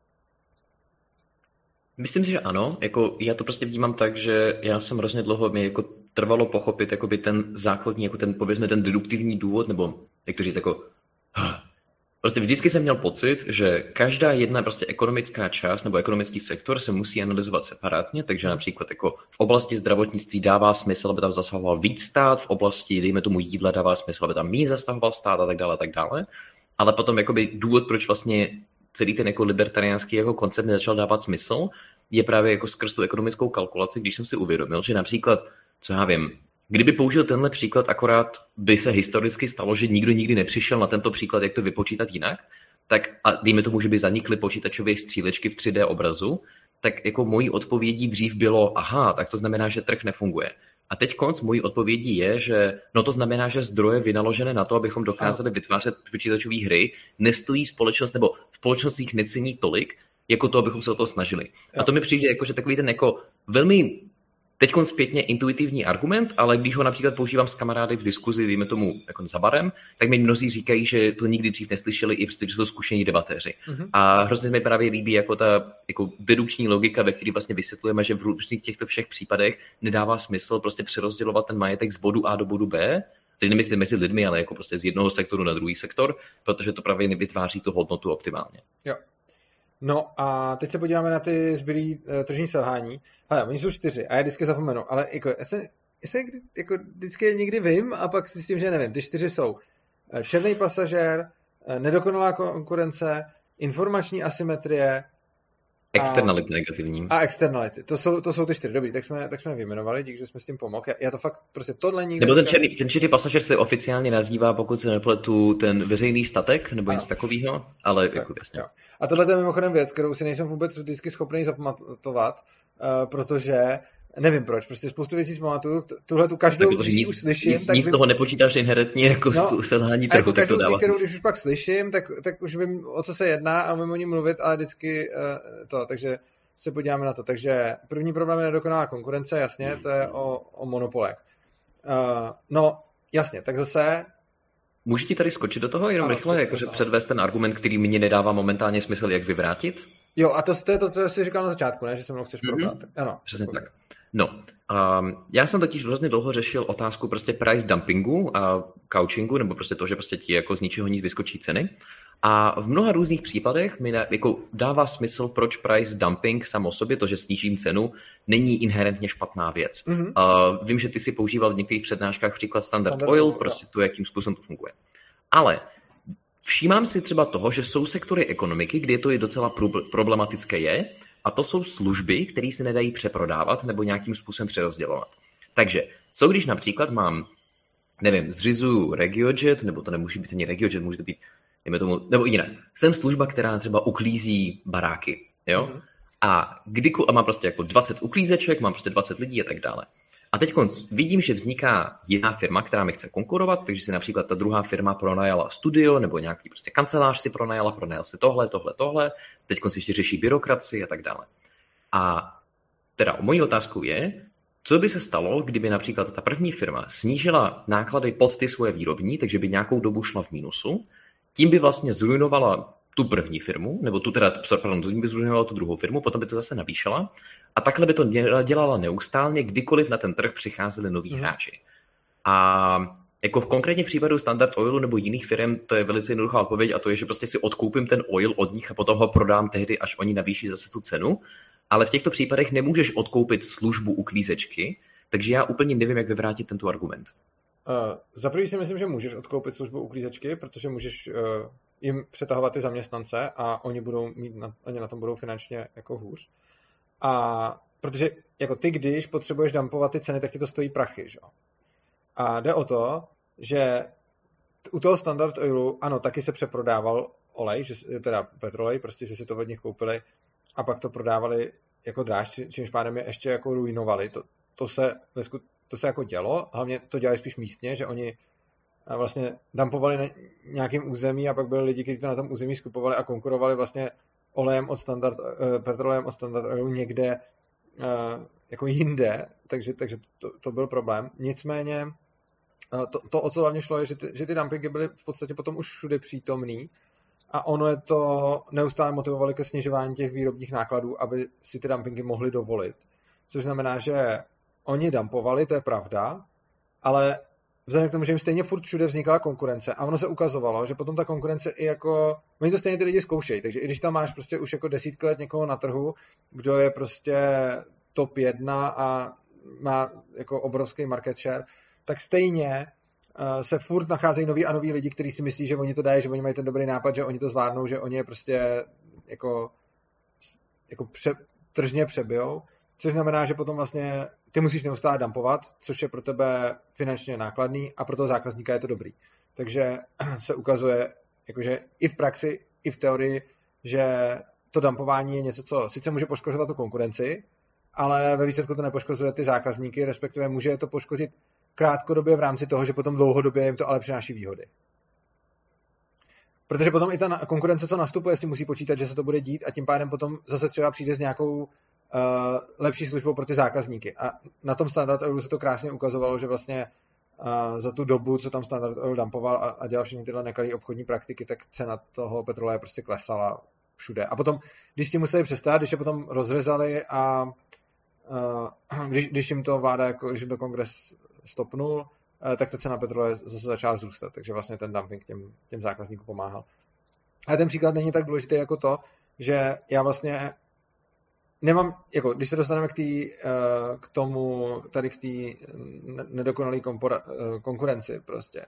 Myslím si, že ano. Jako, já to prostě vnímám tak, že já jsem hrozně dlouho mi jako trvalo pochopit jakoby ten základní, jako ten, pověřme, ten deduktivní důvod, nebo jak to říct, jako Prostě vždycky jsem měl pocit, že každá jedna prostě ekonomická část nebo ekonomický sektor se musí analyzovat separátně, takže například jako v oblasti zdravotnictví dává smysl, aby tam zasahoval víc stát, v oblasti, dejme tomu jídla, dává smysl, aby tam méně zasahoval stát a tak dále, a tak dále. Ale potom jakoby důvod, proč vlastně celý ten jako libertariánský jako koncept nezačal dávat smysl, je právě jako skrz tu ekonomickou kalkulaci, když jsem si uvědomil, že například, co já vím, kdyby použil tenhle příklad, akorát by se historicky stalo, že nikdo nikdy nepřišel na tento příklad, jak to vypočítat jinak, tak a dejme tomu, že by zanikly počítačové střílečky v tři dé obrazu, tak jako mojí odpovědí dřív bylo, aha, tak to znamená, že trh nefunguje. A teď konc mojí odpovědí je, že no to znamená, že zdroje vynaložené na to, abychom dokázali vytvářet počítačové hry, nestojí společnost, nebo společnost jich necení tolik, jako to, abychom se o to snažili. A to mi přijde jako, že takový ten jako velmi teďkon zpětně intuitivní argument, ale když ho například používám s kamarády v diskuzi, dejme tomu jako za barem, tak mi mnozí říkají, že to nikdy dřív neslyšeli, i přestože jsou zkušení debatéři. Mm-hmm. A hrozně mi právě líbí jako ta jako dedukční logika, ve které vlastně vysvětlujeme, že v různých těchto všech případech nedává smysl prostě přerozdělovat ten majetek z bodu A do bodu B. Teď nemyslím mezi lidmi, ale jako prostě z jednoho sektoru na druhý sektor, protože to právě nevytváří tu hodnotu optimálně. Jo. No a teď se podíváme na ty zbylý uh, tržní selhání. Hele, oni jsou čtyři a já vždycky zapomenu, ale jako, já se, já se jako vždycky někdy vím a pak si s tím, že nevím. Ty čtyři jsou černý pasažér, nedokonalá konkurence, informační asymetrie, externality negativní. A externality. To jsou, to jsou ty čtyři. Dobrý, tak jsme, tak jsme vyjmenovali, díky, že jsme s tím pomohli. Já, já to fakt, prostě tohle nikdy... Nebo ten černý, ten černý pasažér se oficiálně nazývá, pokud se nepletu, ten veřejný statek, nebo něco takového, ale tak, jako jasně. Jo. A tohle je mimochodem věc, kterou si nejsem vůbec vždycky schopný zapamatovat, uh, protože nevím proč, prostě spoustu věcí si pamatuju, tuhle tu každou, tak, když už slyším, nic, tak nic vím, toho nepočítáš inherentně jako no, selhání trhu, jako tak to dává kterou, když už pak slyším, tak, tak už vím, o co se jedná a umím o ní mluvit, ale vždycky uh, to, takže se podíváme na to. Takže první problém je nedokonalá konkurence, jasně, to je o, o monopolech. Uh, no, jasně, tak zase... Můžu ti tady skočit do toho jenom ano, rychle, jakože předvést ten argument, který mě nedává momentálně smysl, jak vyvrátit? Jo, a to, to je to, co jsi říkal na začátku, ne? Že se mnou chceš probrat. Mm-hmm. Ano. Přesně tak. No, um, já jsem totiž hrozně dlouho řešil otázku prostě price dumpingu a couchingu, nebo prostě to, že prostě ti jako z ničeho nic vyskočí ceny. A v mnoha různých případech mi jako dává smysl, proč price dumping sam o sobě, to, že snížím cenu, není inherentně špatná věc. Mm-hmm. Uh, vím, že ty si používal v některých přednáškách příklad Standard, Standard Oil, prostě to, jakým způsobem to funguje. Ale všímám si třeba toho, že jsou sektory ekonomiky, kde to je docela problematické je, a to jsou služby, které se nedají přeprodávat nebo nějakým způsobem přerozdělovat. Takže co když například mám, nevím, zřizuju RegioJet, nebo to nemůže být ani RegioJet, může to být, dejme tomu, nebo jinak. Jsem služba, která třeba uklízí baráky, jo? Mm. A, kdy, a mám prostě jako dvacet uklízeček, mám prostě dvacet lidí a tak dále. A teď vidím, že vzniká jiná firma, která mi chce konkurovat, takže si například ta druhá firma pronajala studio nebo nějaký prostě kancelář si pronajala, pronajal si tohle, tohle, tohle, teď si ještě řeší byrokracii a tak dále. A teda mojí otázkou je, co by se stalo, kdyby například ta první firma snížila náklady pod ty svoje výrobní, takže by nějakou dobu šla v mínusu, tím by vlastně zrujnovala tu první firmu, nebo tu teda, pardon, tím by zrujnovala tu druhou firmu, potom by to zase navýšila a takhle by to dělala neustálně, kdykoliv na ten trh přicházeli noví mm. hráči. A jako v konkrétně v případu Standard Oilu nebo jiných firm, to je velice jednoduchá odpověď a to je, že prostě si odkoupím ten oil od nich a potom ho prodám tehdy, až oni navýší zase tu cenu, ale v těchto případech nemůžeš odkoupit službu uklízečky, takže já úplně nevím, jak vyvrátit tento argument. Uh, za první si myslím, že můžeš odkoupit službu uklízečky, protože můžeš uh, jim přetahovat ty zaměstnance a oni budou mít na, oni na tom budou finančně jako hůř. A protože jako ty, když potřebuješ dumpovat ty ceny, tak ti to stojí prachy, že? A jde o to, že u toho Standard Oilu, ano, taky se přeprodával olej, že, teda petrolej, prostě, že si to od nich koupili a pak to prodávali jako dráž, čímž pádem je ještě jako ruinovali. To, to se ve sku, to se jako dělo, hlavně to dělali spíš místně, že oni vlastně dumpovali na nějakým území a pak byli lidi, kteří to na tom území skupovali a konkurovali vlastně olejem od Standard, uh, petrolejem od Standard Oilu někde uh, jako jinde, takže, takže to, to byl problém. Nicméně uh, to, to, o co hlavně šlo, je, že ty, že ty dumpingy byly v podstatě potom už všude přítomný a ono je to neustále motivovali ke snižování těch výrobních nákladů, aby si ty dumpingy mohli dovolit. Což znamená, že oni dumpovali, to je pravda, ale vzhledem k tomu, že jim stejně furt všude vznikala konkurence a ono se ukazovalo, že potom ta konkurence i jako, oni to stejně ty lidi zkoušejí, takže i když tam máš prostě už jako desítky let někoho na trhu, kdo je prostě top jedna a má jako obrovský market share, tak stejně uh, se furt nacházejí noví a noví lidi, kteří si myslí, že oni to dají, že oni mají ten dobrý nápad, že oni to zvládnou, že oni je prostě jako, jako pře, tržně přebijou, což znamená, že potom vlastně ty musíš neustále dumpovat, což je pro tebe finančně nákladný a pro toho zákazníka je to dobrý. Takže se ukazuje, jakože i v praxi, i v teorii, že to dumpování je něco, co sice může poškozovat tu konkurenci, ale ve výsledku to nepoškozuje ty zákazníky, respektive může to poškodit krátkodobě v rámci toho, že potom dlouhodobě jim to ale přináší výhody. Protože potom i ta konkurence, co nastupuje, s tím musí počítat, že se to bude dít a tím pádem potom zase třeba přijde s nějakou Uh, lepší službou pro ty zákazníky. A na tom Standard Oilu se to krásně ukazovalo, že vlastně uh, za tu dobu, co tam Standard Oil dumpoval a, a dělal všechny tyhle nekalé obchodní praktiky, tak cena toho petroleje prostě klesala všude. A potom, když s tím museli přestat, když je potom rozřezali a uh, když, když jim to vláda, jako, když jim to kongres stopnul, uh, tak ta cena petroleje zase začala zrůstat. Takže vlastně ten dumping těm, těm zákazníkům pomáhal. Ale ten příklad není tak důležitý jako to, že já vlastně nemám, jako, když se dostaneme k, tý, k tomu, tady k té nedokonalé konkurenci prostě,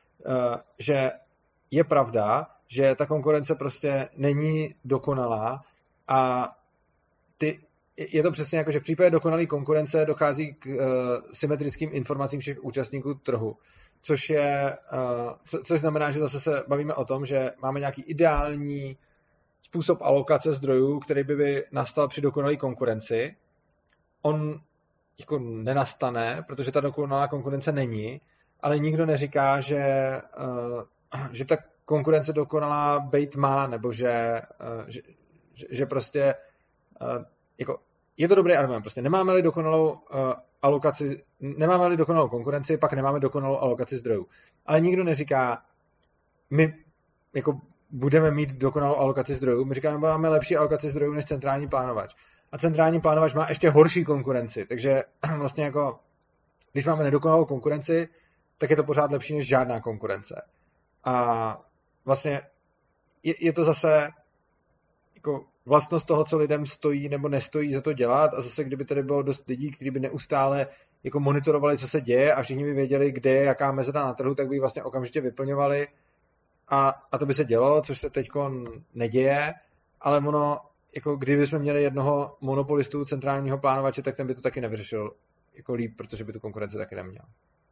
že je pravda, že ta konkurence prostě není dokonalá a ty, je to přesně jako, že v případě dokonalé konkurence dochází k symetrickým informacím všech účastníků trhu, což je, co, což znamená, že zase se bavíme o tom, že máme nějaký ideální způsob alokace zdrojů, který by, by nastal při dokonalé konkurenci. On jako nenastane, protože ta dokonalá konkurence není, ale nikdo neříká, že, uh, že ta konkurence dokonalá být má, nebo že, uh, že, že prostě uh, jako, je to dobrý argument. Prostě nemáme-li dokonalou uh, alokaci, nemáme-li dokonalou konkurenci, pak nemáme dokonalou alokaci zdrojů. Ale nikdo neříká, my jako budeme mít dokonalou alokaci zdrojů. My říkáme, že máme lepší alokaci zdrojů než centrální plánovač. A centrální plánovač má ještě horší konkurenci. Takže vlastně jako, když máme nedokonalou konkurenci, tak je to pořád lepší než žádná konkurence. A vlastně je, je to zase jako vlastnost toho, co lidem stojí nebo nestojí za to dělat. A zase, kdyby tady bylo dost lidí, kteří by neustále jako monitorovali, co se děje a všichni by věděli, kde je jaká mezera na trhu, tak by ji vlastně okamžitě vyplňovali. A, a to by se dělo, což se teď neděje, ale ono, jako kdyby jsme měli jednoho monopolistu centrálního plánovače, tak ten by to taky nevyřešil jako líp, protože by tu konkurenci taky neměl.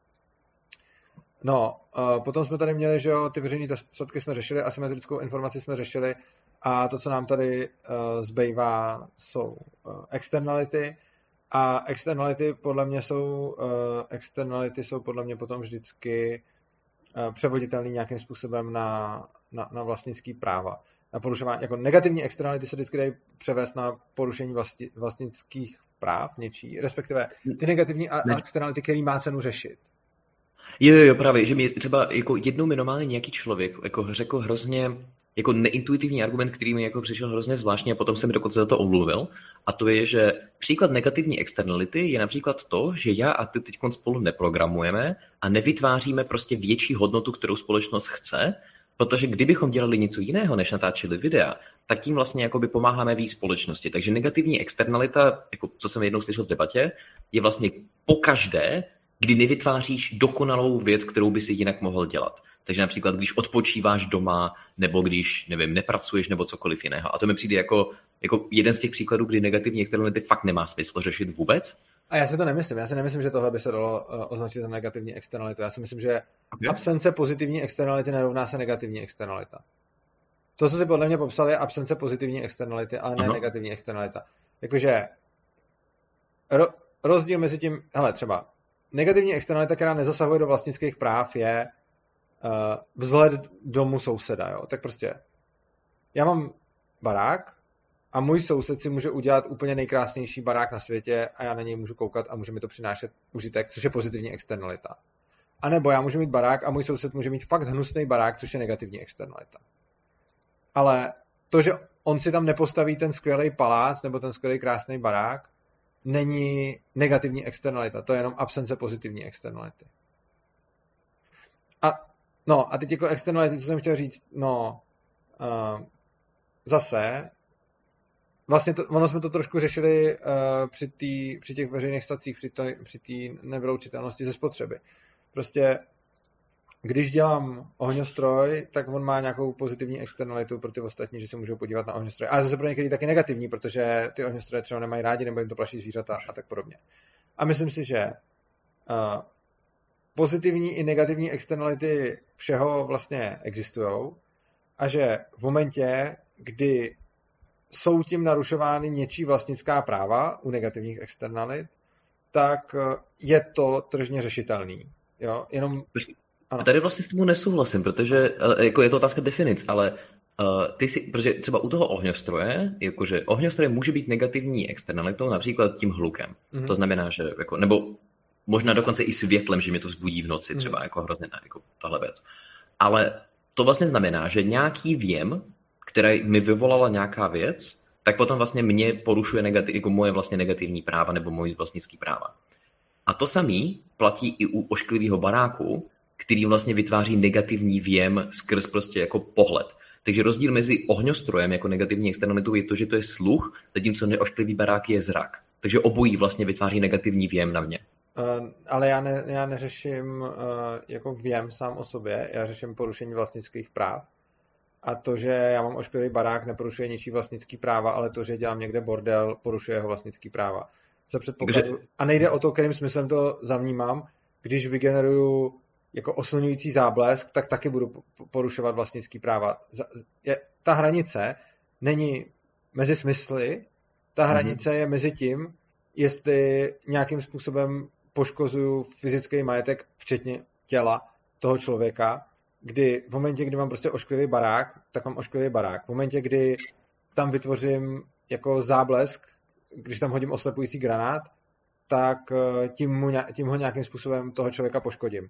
No, uh, potom jsme tady měli, že jo, ty veřejné statky jsme řešili, asymetrickou informaci jsme řešili a to, co nám tady uh, zbývá, jsou uh, externality a externality podle mě jsou, uh, externality jsou podle mě potom vždycky převoditelný nějakým způsobem na, na, na vlastnický práva. Na porušování, jako negativní externality se vždycky dají převést na porušení vlasti, vlastnických práv něčí, respektive ty negativní a, externality, který má cenu řešit. Jo, jo, jo, právě, že mi třeba jako jednou minimálně nějaký člověk jako řekl hrozně jako neintuitivní argument, který mi jako přišel hrozně zvláštně a potom se mi dokonce za to omluvil. A to je, že příklad negativní externality je například to, že já a ty teď spolu neprogramujeme a nevytváříme prostě větší hodnotu, kterou společnost chce, protože kdybychom dělali něco jiného, než natáčeli videa, tak tím vlastně jakoby pomáháme víc společnosti. Takže negativní externalita, jako co jsem jednou slyšel v debatě, je vlastně pokaždé, kdy nevytváříš dokonalou věc, kterou by si jinak mohl dělat. Takže například, když odpočíváš doma, nebo když, nevím, nepracuješ, nebo cokoliv jiného. A to mi přijde jako, jako jeden z těch příkladů, kdy negativní externality fakt nemá smysl řešit vůbec. A já si to nemyslím. Já si nemyslím, že tohle by se dalo uh, označit za negativní externalitu. Já si myslím, že okay. Absence pozitivní externality nerovná se negativní externalita. To, co si podle mě popsal, je absence pozitivní externality, ale ne Aha. negativní externalita. Jakože ro, rozdíl mezi tím, hele, třeba negativní externalita, která nezasahuje do vlastnických práv, je uh, vzhled domu souseda. Jo? Tak prostě já mám barák a můj soused si může udělat úplně nejkrásnější barák na světě a já na něj můžu koukat a může mi to přinášet užitek, což je pozitivní externalita. A nebo já můžu mít barák a můj soused může mít fakt hnusný barák, což je negativní externalita. Ale to, že on si tam nepostaví ten skvělý palác nebo ten skvělý krásný barák, není negativní externalita. To je jenom absence pozitivní externality. A, no, a teď jako externality, co jsem chtěl říct, no, uh, zase, vlastně to, ono jsme to trošku řešili uh, při, tý, při těch veřejných stacích, při té při nevyloučitelnosti ze spotřeby. Prostě, když dělám ohňostroj, tak on má nějakou pozitivní externalitu pro ty ostatní, že se můžou podívat na ohňostroj. Ale zase pro některý taky negativní, protože ty ohňostroje třeba nemají rádi, nebo jim to plaší zvířata a tak podobně. A myslím si, že uh, pozitivní i negativní externality všeho vlastně existují a že v momentě, kdy jsou tím narušovány něčí vlastnická práva u negativních externalit, tak je to tržně řešitelný. Jo? Jenom... Ano. Tady vlastně s tím nesouhlasím, protože jako je to otázka definic, ale uh, ty si, protože třeba u toho ohňostroje, jakože ohňostroje může být negativní externalitou, například tím hlukem. Mm-hmm. To znamená, že jako, nebo možná dokonce i světlem, že mě to vzbudí v noci, třeba mm-hmm. jako hrozně jako tahle věc. Ale to vlastně znamená, že nějaký věm, který mi vyvolala nějaká věc, tak potom vlastně mě porušuje negativ, jako moje vlastně negativní práva nebo moje vlastnické práva. A to samý platí i u ošklivého baráku, který vlastně vytváří negativní věm skrz prostě jako pohled. Takže rozdíl mezi ohňostrojem jako negativní externalitou je to, že to je sluch, zatímco neošklivý barák je zrak. Takže obojí vlastně vytváří negativní věm na mě. Uh, ale já, ne, já neřeším uh, jako věm sám o sobě, já řeším porušení vlastnických práv. A to, že já mám ošklivý barák, neporušuje ničí vlastnický práva, ale to, že dělám někde bordel, porušuje jeho vlastnický práva. Co předpokladu. A nejde o to, kterým smyslem to zavnímám. Když vygeneruju jako oslňující záblesk, tak taky budu porušovat vlastnický práva. Je, ta hranice není mezi smysly, ta hranice mm-hmm. je mezi tím, jestli nějakým způsobem poškozuju fyzický majetek, včetně těla toho člověka, kdy v momentě, kdy mám prostě ošklivý barák, tak mám ošklivý barák. V momentě, kdy tam vytvořím jako záblesk, když tam hodím oslepující granát, tak tím, mu, tím ho nějakým způsobem toho člověka poškodím.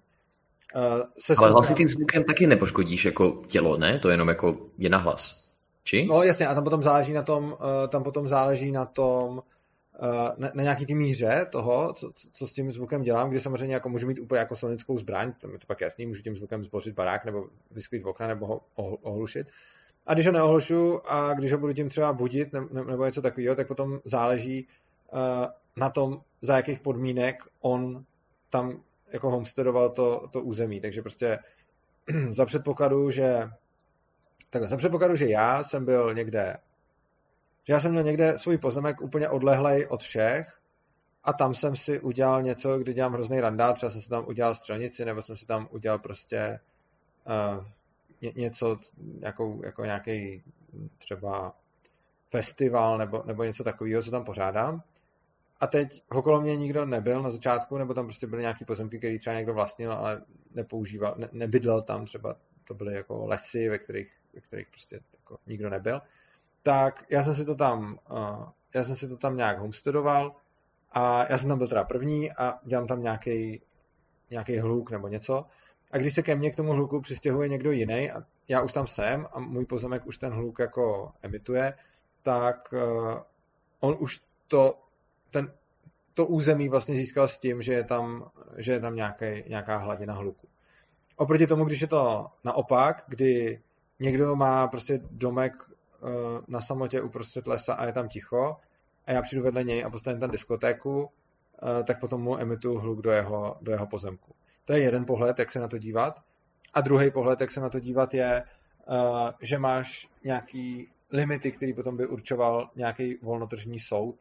Se ale hlasitým zvukem taky nepoškodíš jako tělo, ne? To jenom jako je na hlas. Či? No jasně, a tam potom záleží na tom, tam potom záleží na tom, na, na nějaký tý míře toho, co, co s tím zvukem dělám, kdy samozřejmě jako můžu mít úplně jako sonickou zbraň, tam je to pak jasný, můžu tím zvukem zbořit barák, nebo vysklít okna, nebo ho ohlušit. A když ho neohlušu a když ho budu tím třeba budit, ne, nebo něco takového, tak potom záleží uh, na tom, za jakých podmínek on tam jako homesteadoval to, to území. Takže prostě za předpokladu, že takhle, za předpokladu, že já jsem byl někde že já jsem měl někde svůj pozemek úplně odlehlej od všech a tam jsem si udělal něco, kdy dělám hrozný randál, třeba jsem si tam udělal střelnici, nebo jsem si tam udělal prostě uh, ně, něco, jako, jako nějaký třeba festival, nebo, nebo něco takového, co tam pořádám. A teď okolo mě nikdo nebyl na začátku, nebo tam prostě byly nějaký pozemky, který třeba někdo vlastnil, ale nepoužíval, ne, nebydlel tam, třeba to byly jako lesy, ve kterých, ve kterých prostě jako nikdo nebyl. Tak já jsem si to tam, uh, já jsem si to tam nějak homesteadoval a já jsem tam byl teda první a dělám tam nějaký nějaký hluk nebo něco. A když se ke mně k tomu hluku přistěhuje někdo jiný a já už tam jsem a můj pozemek už ten hluk jako emituje, tak uh, on už to, ten, to území vlastně získal s tím, že je tam, že je tam nějaký, nějaká hladina hluku. Oproti tomu, když je to naopak, kdy někdo má prostě domek na samotě uprostřed lesa a je tam ticho a já přijdu vedle něj a postavím tam diskotéku, tak potom mu emituju hluk do jeho, do jeho pozemku. To je jeden pohled, jak se na to dívat. A druhý pohled, jak se na to dívat, je, že máš nějaký limity, který potom by určoval nějaký volnotržní soud,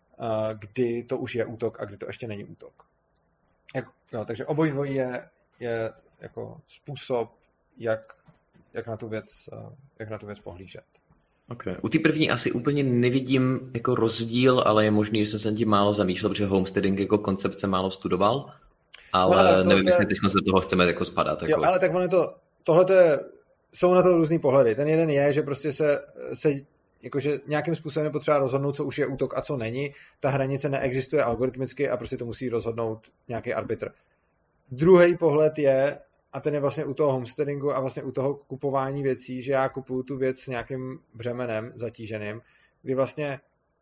kdy to už je útok a kdy to ještě není útok. Jak, no, takže obojí dvojí je, je jako způsob, jak, jak, na tu věc, jak na tu věc pohlížet. Okay. U té první asi úplně nevidím jako rozdíl, ale je možný, že jsem se tím málo zamýšlel, protože homesteading jako koncepce málo studoval, ale, no, ale nevím, jestli teď se do toho chceme jako spadat. Jako... Jo, ale tak ono je to, tohle je, jsou na to různý pohledy. Ten jeden je, že prostě se, se jakože nějakým způsobem je potřeba rozhodnout, co už je útok a co není. Ta hranice neexistuje algoritmicky a prostě to musí rozhodnout nějaký arbitr. Druhý pohled je, a ten je vlastně u toho homesteadingu a vlastně u toho kupování věcí, že já kupuju tu věc s nějakým břemenem zatíženým, kdy vlastně,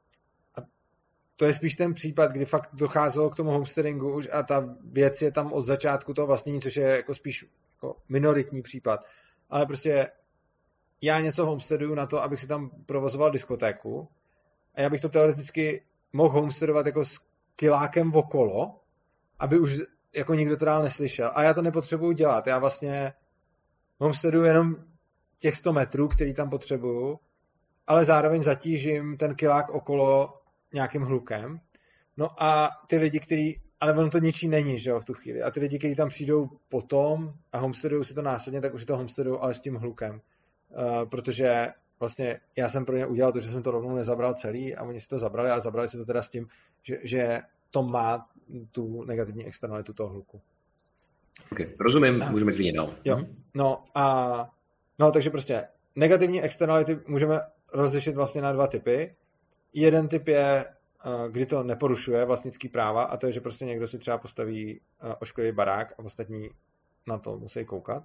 a to je spíš ten případ, kdy fakt docházelo k tomu homesteadingu už a ta věc je tam od začátku toho vlastnění, což je jako spíš jako minoritní případ. Ale prostě já něco homesteaduju na to, abych si tam provozoval diskotéku a já bych to teoreticky mohl homesteadovat jako s kilákem okolo, aby už jako nikdo to dál neslyšel. A já to nepotřebuju dělat. Já vlastně homesteaduju jenom těch sto metrů, který tam potřebuju, ale zároveň zatížím ten kilák okolo nějakým hlukem. No a ty lidi, kteří, ale ono to ničí není, že jo, v tu chvíli. A ty lidi, kteří tam přijdou potom a homesteadují si to následně, tak už si to homesteadují, ale s tím hlukem. Uh, protože vlastně já jsem pro ně udělal to, že jsem to rovnou nezabral celý a oni si to zabrali a zabrali si to teda s tím, že, že to má tu negativní externalitu toho hluku. Okay, rozumím, a, můžeme klidně dál. Jo, no a no takže prostě negativní externality můžeme rozlišit vlastně na dva typy. Jeden typ je, kdy to neporušuje vlastnický práva a to je, že prostě někdo si třeba postaví ošklivý barák a ostatní na to musí koukat.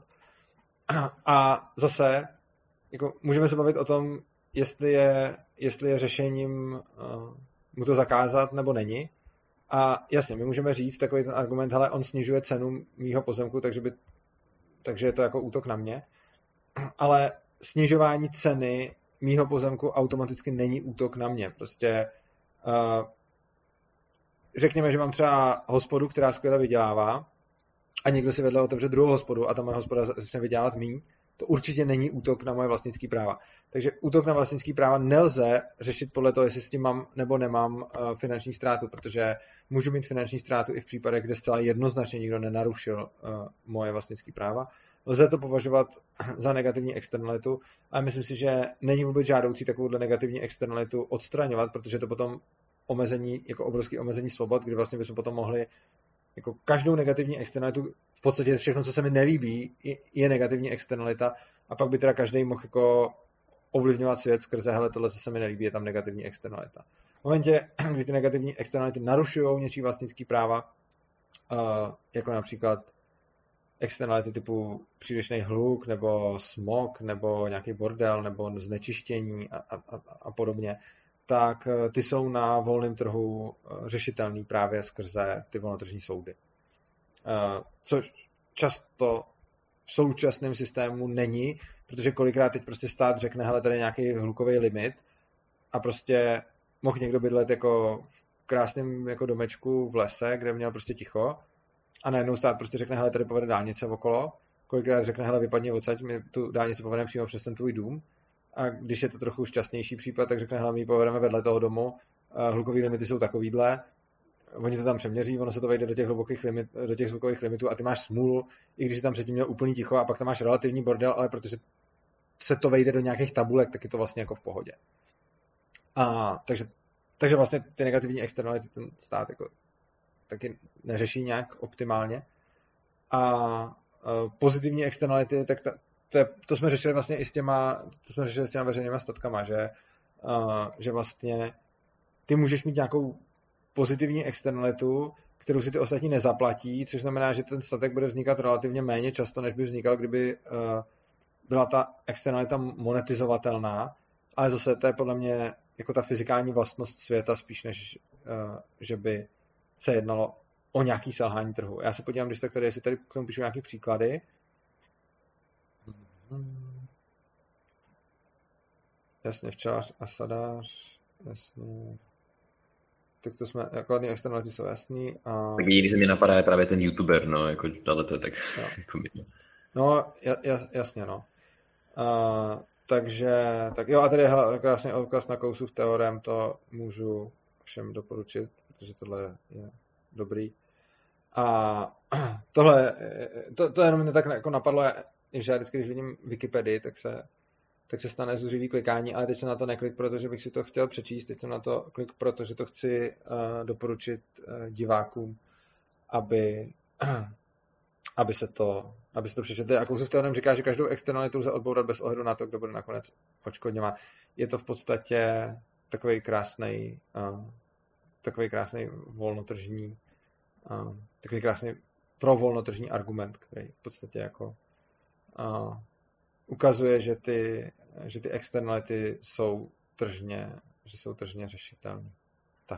A zase jako můžeme se bavit o tom, jestli je, jestli je řešením uh, mu to zakázat nebo není. A jasně, my můžeme říct takový ten argument, hele, on snižuje cenu mýho pozemku, takže, by, takže je to jako útok na mě. Ale snižování ceny mýho pozemku automaticky není útok na mě. Prostě uh, řekněme, že mám třeba hospodu, která skvěle vydělává a někdo si vedle otevře druhou hospodu a ta moje hospoda začne vydělávat míň. To určitě není útok na moje vlastnické práva. Takže útok na vlastnické práva nelze řešit podle toho, jestli s tím mám nebo nemám uh, finanční ztrátu, protože můžu mít finanční ztrátu i v případech, kde zcela jednoznačně nikdo nenarušil uh, moje vlastnické práva. Lze to považovat za negativní externalitu, ale myslím si, že není vůbec žádoucí takovouhle negativní externalitu odstraňovat, protože to potom omezení, jako obrovské omezení svobod, kdy vlastně bychom potom mohli jako každou negativní externalitu, v podstatě všechno, co se mi nelíbí, je negativní externalita a pak by teda každý mohl jako ovlivňovat svět skrze, hele, tohle, co se mi nelíbí, je tam negativní externalita. V momentě, kdy ty negativní externality narušují něčí vlastnický práva, jako například externality typu přílišný hluk, nebo smog, nebo nějaký bordel, nebo znečištění a, a, a, a podobně, tak ty jsou na volném trhu řešitelný právě skrze ty volnotržní soudy. Což často v současném systému není, protože kolikrát teď prostě stát řekne, hele, tady je nějaký hlukový limit a prostě mohl někdo bydlet jako v krásném jako domečku v lese, kde měl prostě ticho a najednou stát prostě řekne, hele, tady povede dálnice okolo, kolikrát řekne, hele, vypadni odsaď, my tu dálnici povedeme přímo přes ten tvůj dům. A když je to trochu šťastnější případ, tak řekne, hele, my ji povedeme vedle toho domu, hlukový limity jsou takovýhle, oni to tam přeměří, ono se to vejde do těch hlubokých limit, do těch zvukových limitů a ty máš smůlu, i když jsi tam předtím měl úplný ticho a pak tam máš relativní bordel, ale protože se to vejde do nějakých tabulek, tak je to vlastně jako v pohodě. A takže, takže vlastně ty negativní externality ten stát jako taky neřeší nějak optimálně. A, a pozitivní externality, tak ta, To, je, to jsme řešili vlastně i s těma, to jsme řešili s těma veřejnýma statkama, že, uh, že vlastně ty můžeš mít nějakou pozitivní externalitu, kterou si ty ostatní nezaplatí, což znamená, že ten statek bude vznikat relativně méně často, než by vznikal, kdyby uh, byla ta externalita monetizovatelná, ale zase to je podle mě jako ta fyzikální vlastnost světa spíš, než uh, že by se jednalo o nějaký selhání trhu. Já se podívám, když tak tady, jestli tady k tomu píšu nějaké příklady. Hmm. Jasně, včelař a sadář, jasně. Tak to jsme, jako hlavní externality jsou jasný. A... Tak jediný se mi napadá je právě ten youtuber, no, jako, ale to je tak. No, jasně, no. A, takže, tak jo, a tady je jako jasně odkaz na Cousův teorem, to můžu všem doporučit, protože tohle je dobrý. A tohle, to, to jenom mě tak jako napadlo, že já vždycky, když vidím Wikipedii, tak se, tak se stane zuřivý klikání, ale teď jsem na to neklik, protože bych si to chtěl přečíst, teď jsem na to klik, protože to chci uh, doporučit uh, divákům, aby, aby se to, aby se to přečetli. A Cousův teorem říká, že každou externalitu lze odbourat bez ohledu na to, kdo bude nakonec odškodňován. Je to v podstatě takový krásný, uh, takový krásný volnotržní, uh, takový krásný pro volnotržní argument, který v podstatě jako uh, ukazuje, že ty, že ty externality jsou tržně, že jsou tržně řešitelné. Tak.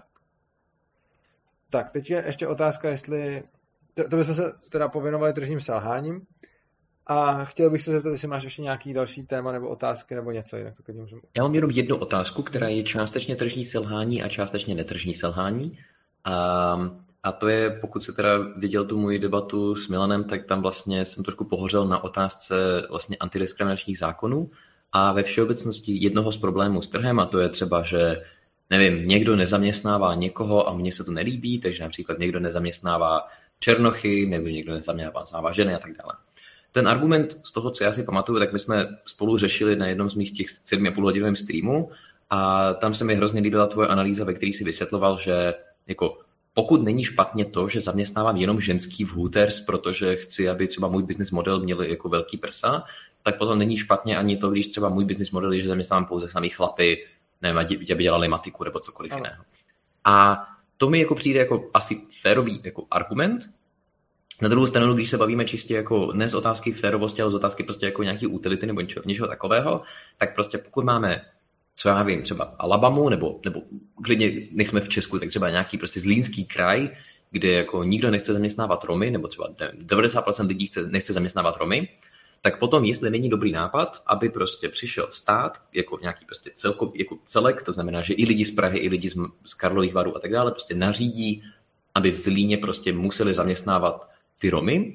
Tak, teď je ještě otázka, jestli to, to bychom se teda pověnovali tržním selháním A chtěl bych se zeptat, jestli máš ještě nějaký další téma nebo otázky nebo něco, jinak to klidně můžeme. Já mám jenom jednu otázku, která je částečně tržní selhání a částečně netržní selhání. A, a to je, pokud se teda viděl tu moji debatu s Milanem, tak tam vlastně jsem trošku pohořel na otázce vlastně antidiskriminačních zákonů a ve všeobecnosti jednoho z problémů s trhem, a to je třeba, že nevím, někdo nezaměstnává někoho a mně se to nelíbí, takže například někdo nezaměstnává černochy, nebo někdo nezaměstnává ženy a tak dále. Ten argument z toho, co já si pamatuju, tak my jsme spolu řešili na jednom z mých těch sedm a půl hodinovém streamu a tam se mi hrozně líbila tvoje analýza, ve které si vysvětloval, že jako pokud není špatně to, že zaměstnávám jenom ženský v Hooters, protože chci, aby třeba můj business model měl jako velký prsa, tak potom není špatně ani to, když třeba můj business model je, že zaměstnávám pouze samý chlapy, nevím, aby dělali matiku nebo cokoliv ano. jiného. A to mi jako přijde jako asi férový jako argument. Na druhou stranu, když se bavíme čistě jako ne z otázky férovosti, ale z otázky prostě jako nějaký utility nebo něčeho, něčeho takového, tak prostě pokud máme, co já vím, třeba Alabamu, nebo, nebo klidně nejsme v Česku, tak třeba nějaký prostě Zlínský kraj, kde jako nikdo nechce zaměstnávat Romy, nebo třeba devadesát procent lidí chce, nechce zaměstnávat Romy, tak potom, jestli není dobrý nápad, aby prostě přišel stát, jako nějaký prostě celko, jako celek, to znamená, že i lidi z Prahy, i lidi z, z Karlových Varů a tak dále, prostě nařídí, aby v Zlíně prostě museli zaměstnávat ty Romy.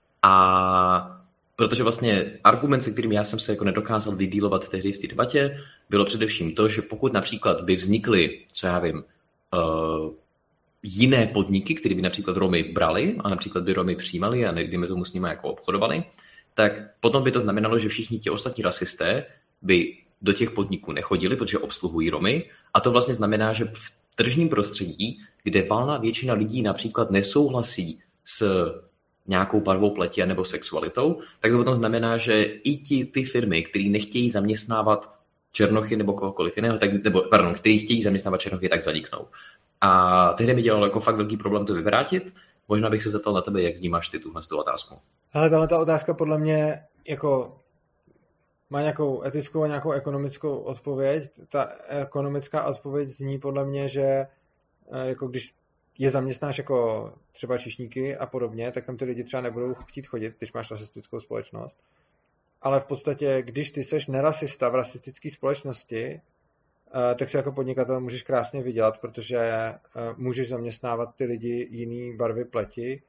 A protože vlastně argument, se kterým já jsem se jako nedokázal vydílovat tehdy v té debatě, bylo především to, že pokud například by vznikly, co já vím, uh, jiné podniky, které by například Romy brali a například by Romy přijímali a dejme tomu s nimi jako obchodovali, tak potom by to znamenalo, že všichni ti ostatní rasisté by do těch podniků nechodili, protože obsluhují Romy. A to vlastně znamená, že v tržním prostředí, kde valná většina lidí například nesouhlasí s nějakou barvou pleti nebo sexualitou, tak to potom znamená, že i ti, ty firmy, které nechtějí zaměstnávat černochy nebo kohokoliv jiného, tak, nebo, pardon, kteří chtějí zaměstnávat černochy, tak zaniknou. A tehdy mi dělalo jako fakt velký problém to vyvrátit. Možná bych se zeptal na tebe, jak vnímáš ty tuhle otázku. Ale tahle ta otázka podle mě jako má nějakou etickou a nějakou ekonomickou odpověď. Ta ekonomická odpověď zní podle mě, že jako když je zaměstnáš jako třeba číšníky a podobně, tak tam ty lidi třeba nebudou chtít chodit, když máš rasistickou společnost. Ale v podstatě, když ty seš nerasista v rasistické společnosti, tak si jako podnikatel můžeš krásně vydělat, protože můžeš zaměstnávat ty lidi jiný barvy pleti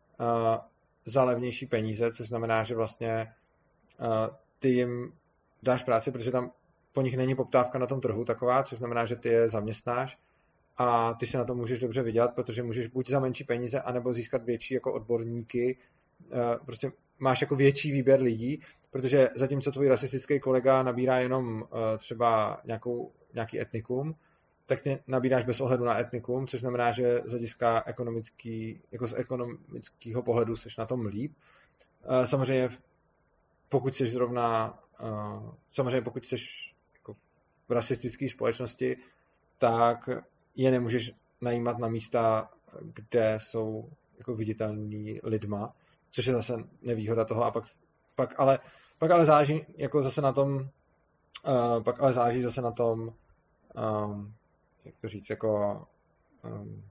za levnější peníze, což znamená, že vlastně ty jim dáš práci, protože tam po nich není poptávka na tom trhu taková, což znamená, že ty je zaměstnáš a ty si na to můžeš dobře vydělat, protože můžeš buď za menší peníze, anebo získat větší jako odborníky, prostě máš jako větší výběr lidí, protože zatímco tvůj rasistický kolega nabírá jenom třeba nějakou, nějaký etnikum, tak ty nabíráš bez ohledu na etnikum, což znamená, že z hlediska ekonomický, jako z ekonomického pohledu seš na tom líp. Samozřejmě pokud jsi zrovna, samozřejmě pokud jsi jako v rasistické společnosti, tak je nemůžeš najímat na místa, kde jsou jako viditelní lidma, což je zase nevýhoda toho a pak, pak, ale, pak ale záleží jako zase na tom, uh, pak ale záleží zase na tom, um, jak to říct, jako um,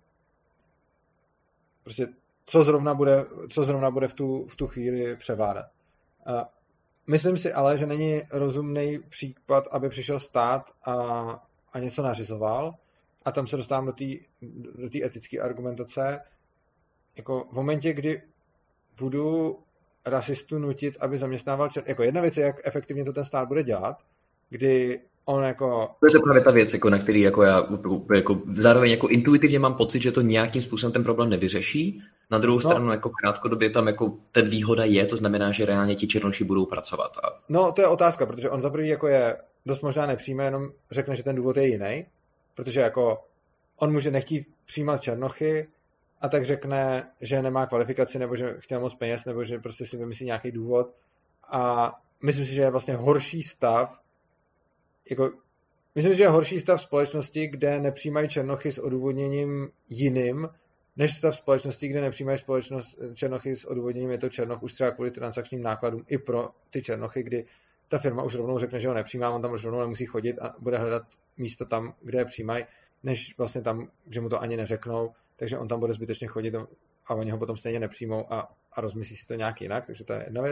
prostě co zrovna bude, co zrovna bude v tu, v tu chvíli převládat. Uh, myslím si ale, že není rozumný případ, aby přišel stát a, a něco nařizoval, a tam se dostávám do té do té etické argumentace. Jako v momentě, kdy budu rasistu nutit, aby zaměstnával čer... Jako jedna věc je, jak efektivně to ten stát bude dělat, kdy on jako... To je právě ta věc, jako na který jako já jako zároveň jako intuitivně mám pocit, že to nějakým způsobem ten problém nevyřeší. Na druhou no, stranu jako krátkodobě tam jako ten výhoda je, to znamená, že reálně ti černoši budou pracovat. A... No to je otázka, protože on za prvý jako je dost možná nepřijme, jenom řekne, že ten důvod je jiný, protože jako on může nechtít přijímat černochy a tak řekne, že nemá kvalifikaci, nebo že chtěl moc peněz, nebo že prostě si vymyslí nějaký důvod. A myslím si, že je vlastně horší stav, jako, myslím si, že je horší stav společnosti, kde nepřijímají černochy s odůvodněním jiným, než stav společnosti, kde nepřijímají společnost, černochy s odůvodněním, je to černoch už třeba kvůli transakčním nákladům i pro ty černochy, kdy ta firma už rovnou řekne, že ho nepřijímá, on tam už rovnou nemusí chodit a bude hledat místo tam, kde je přijímají, než vlastně tam, že mu to ani neřeknou, takže on tam bude zbytečně chodit a oni ho potom stejně nepřijmou a, a rozmyslí si to nějak jinak, takže to je jedna věc.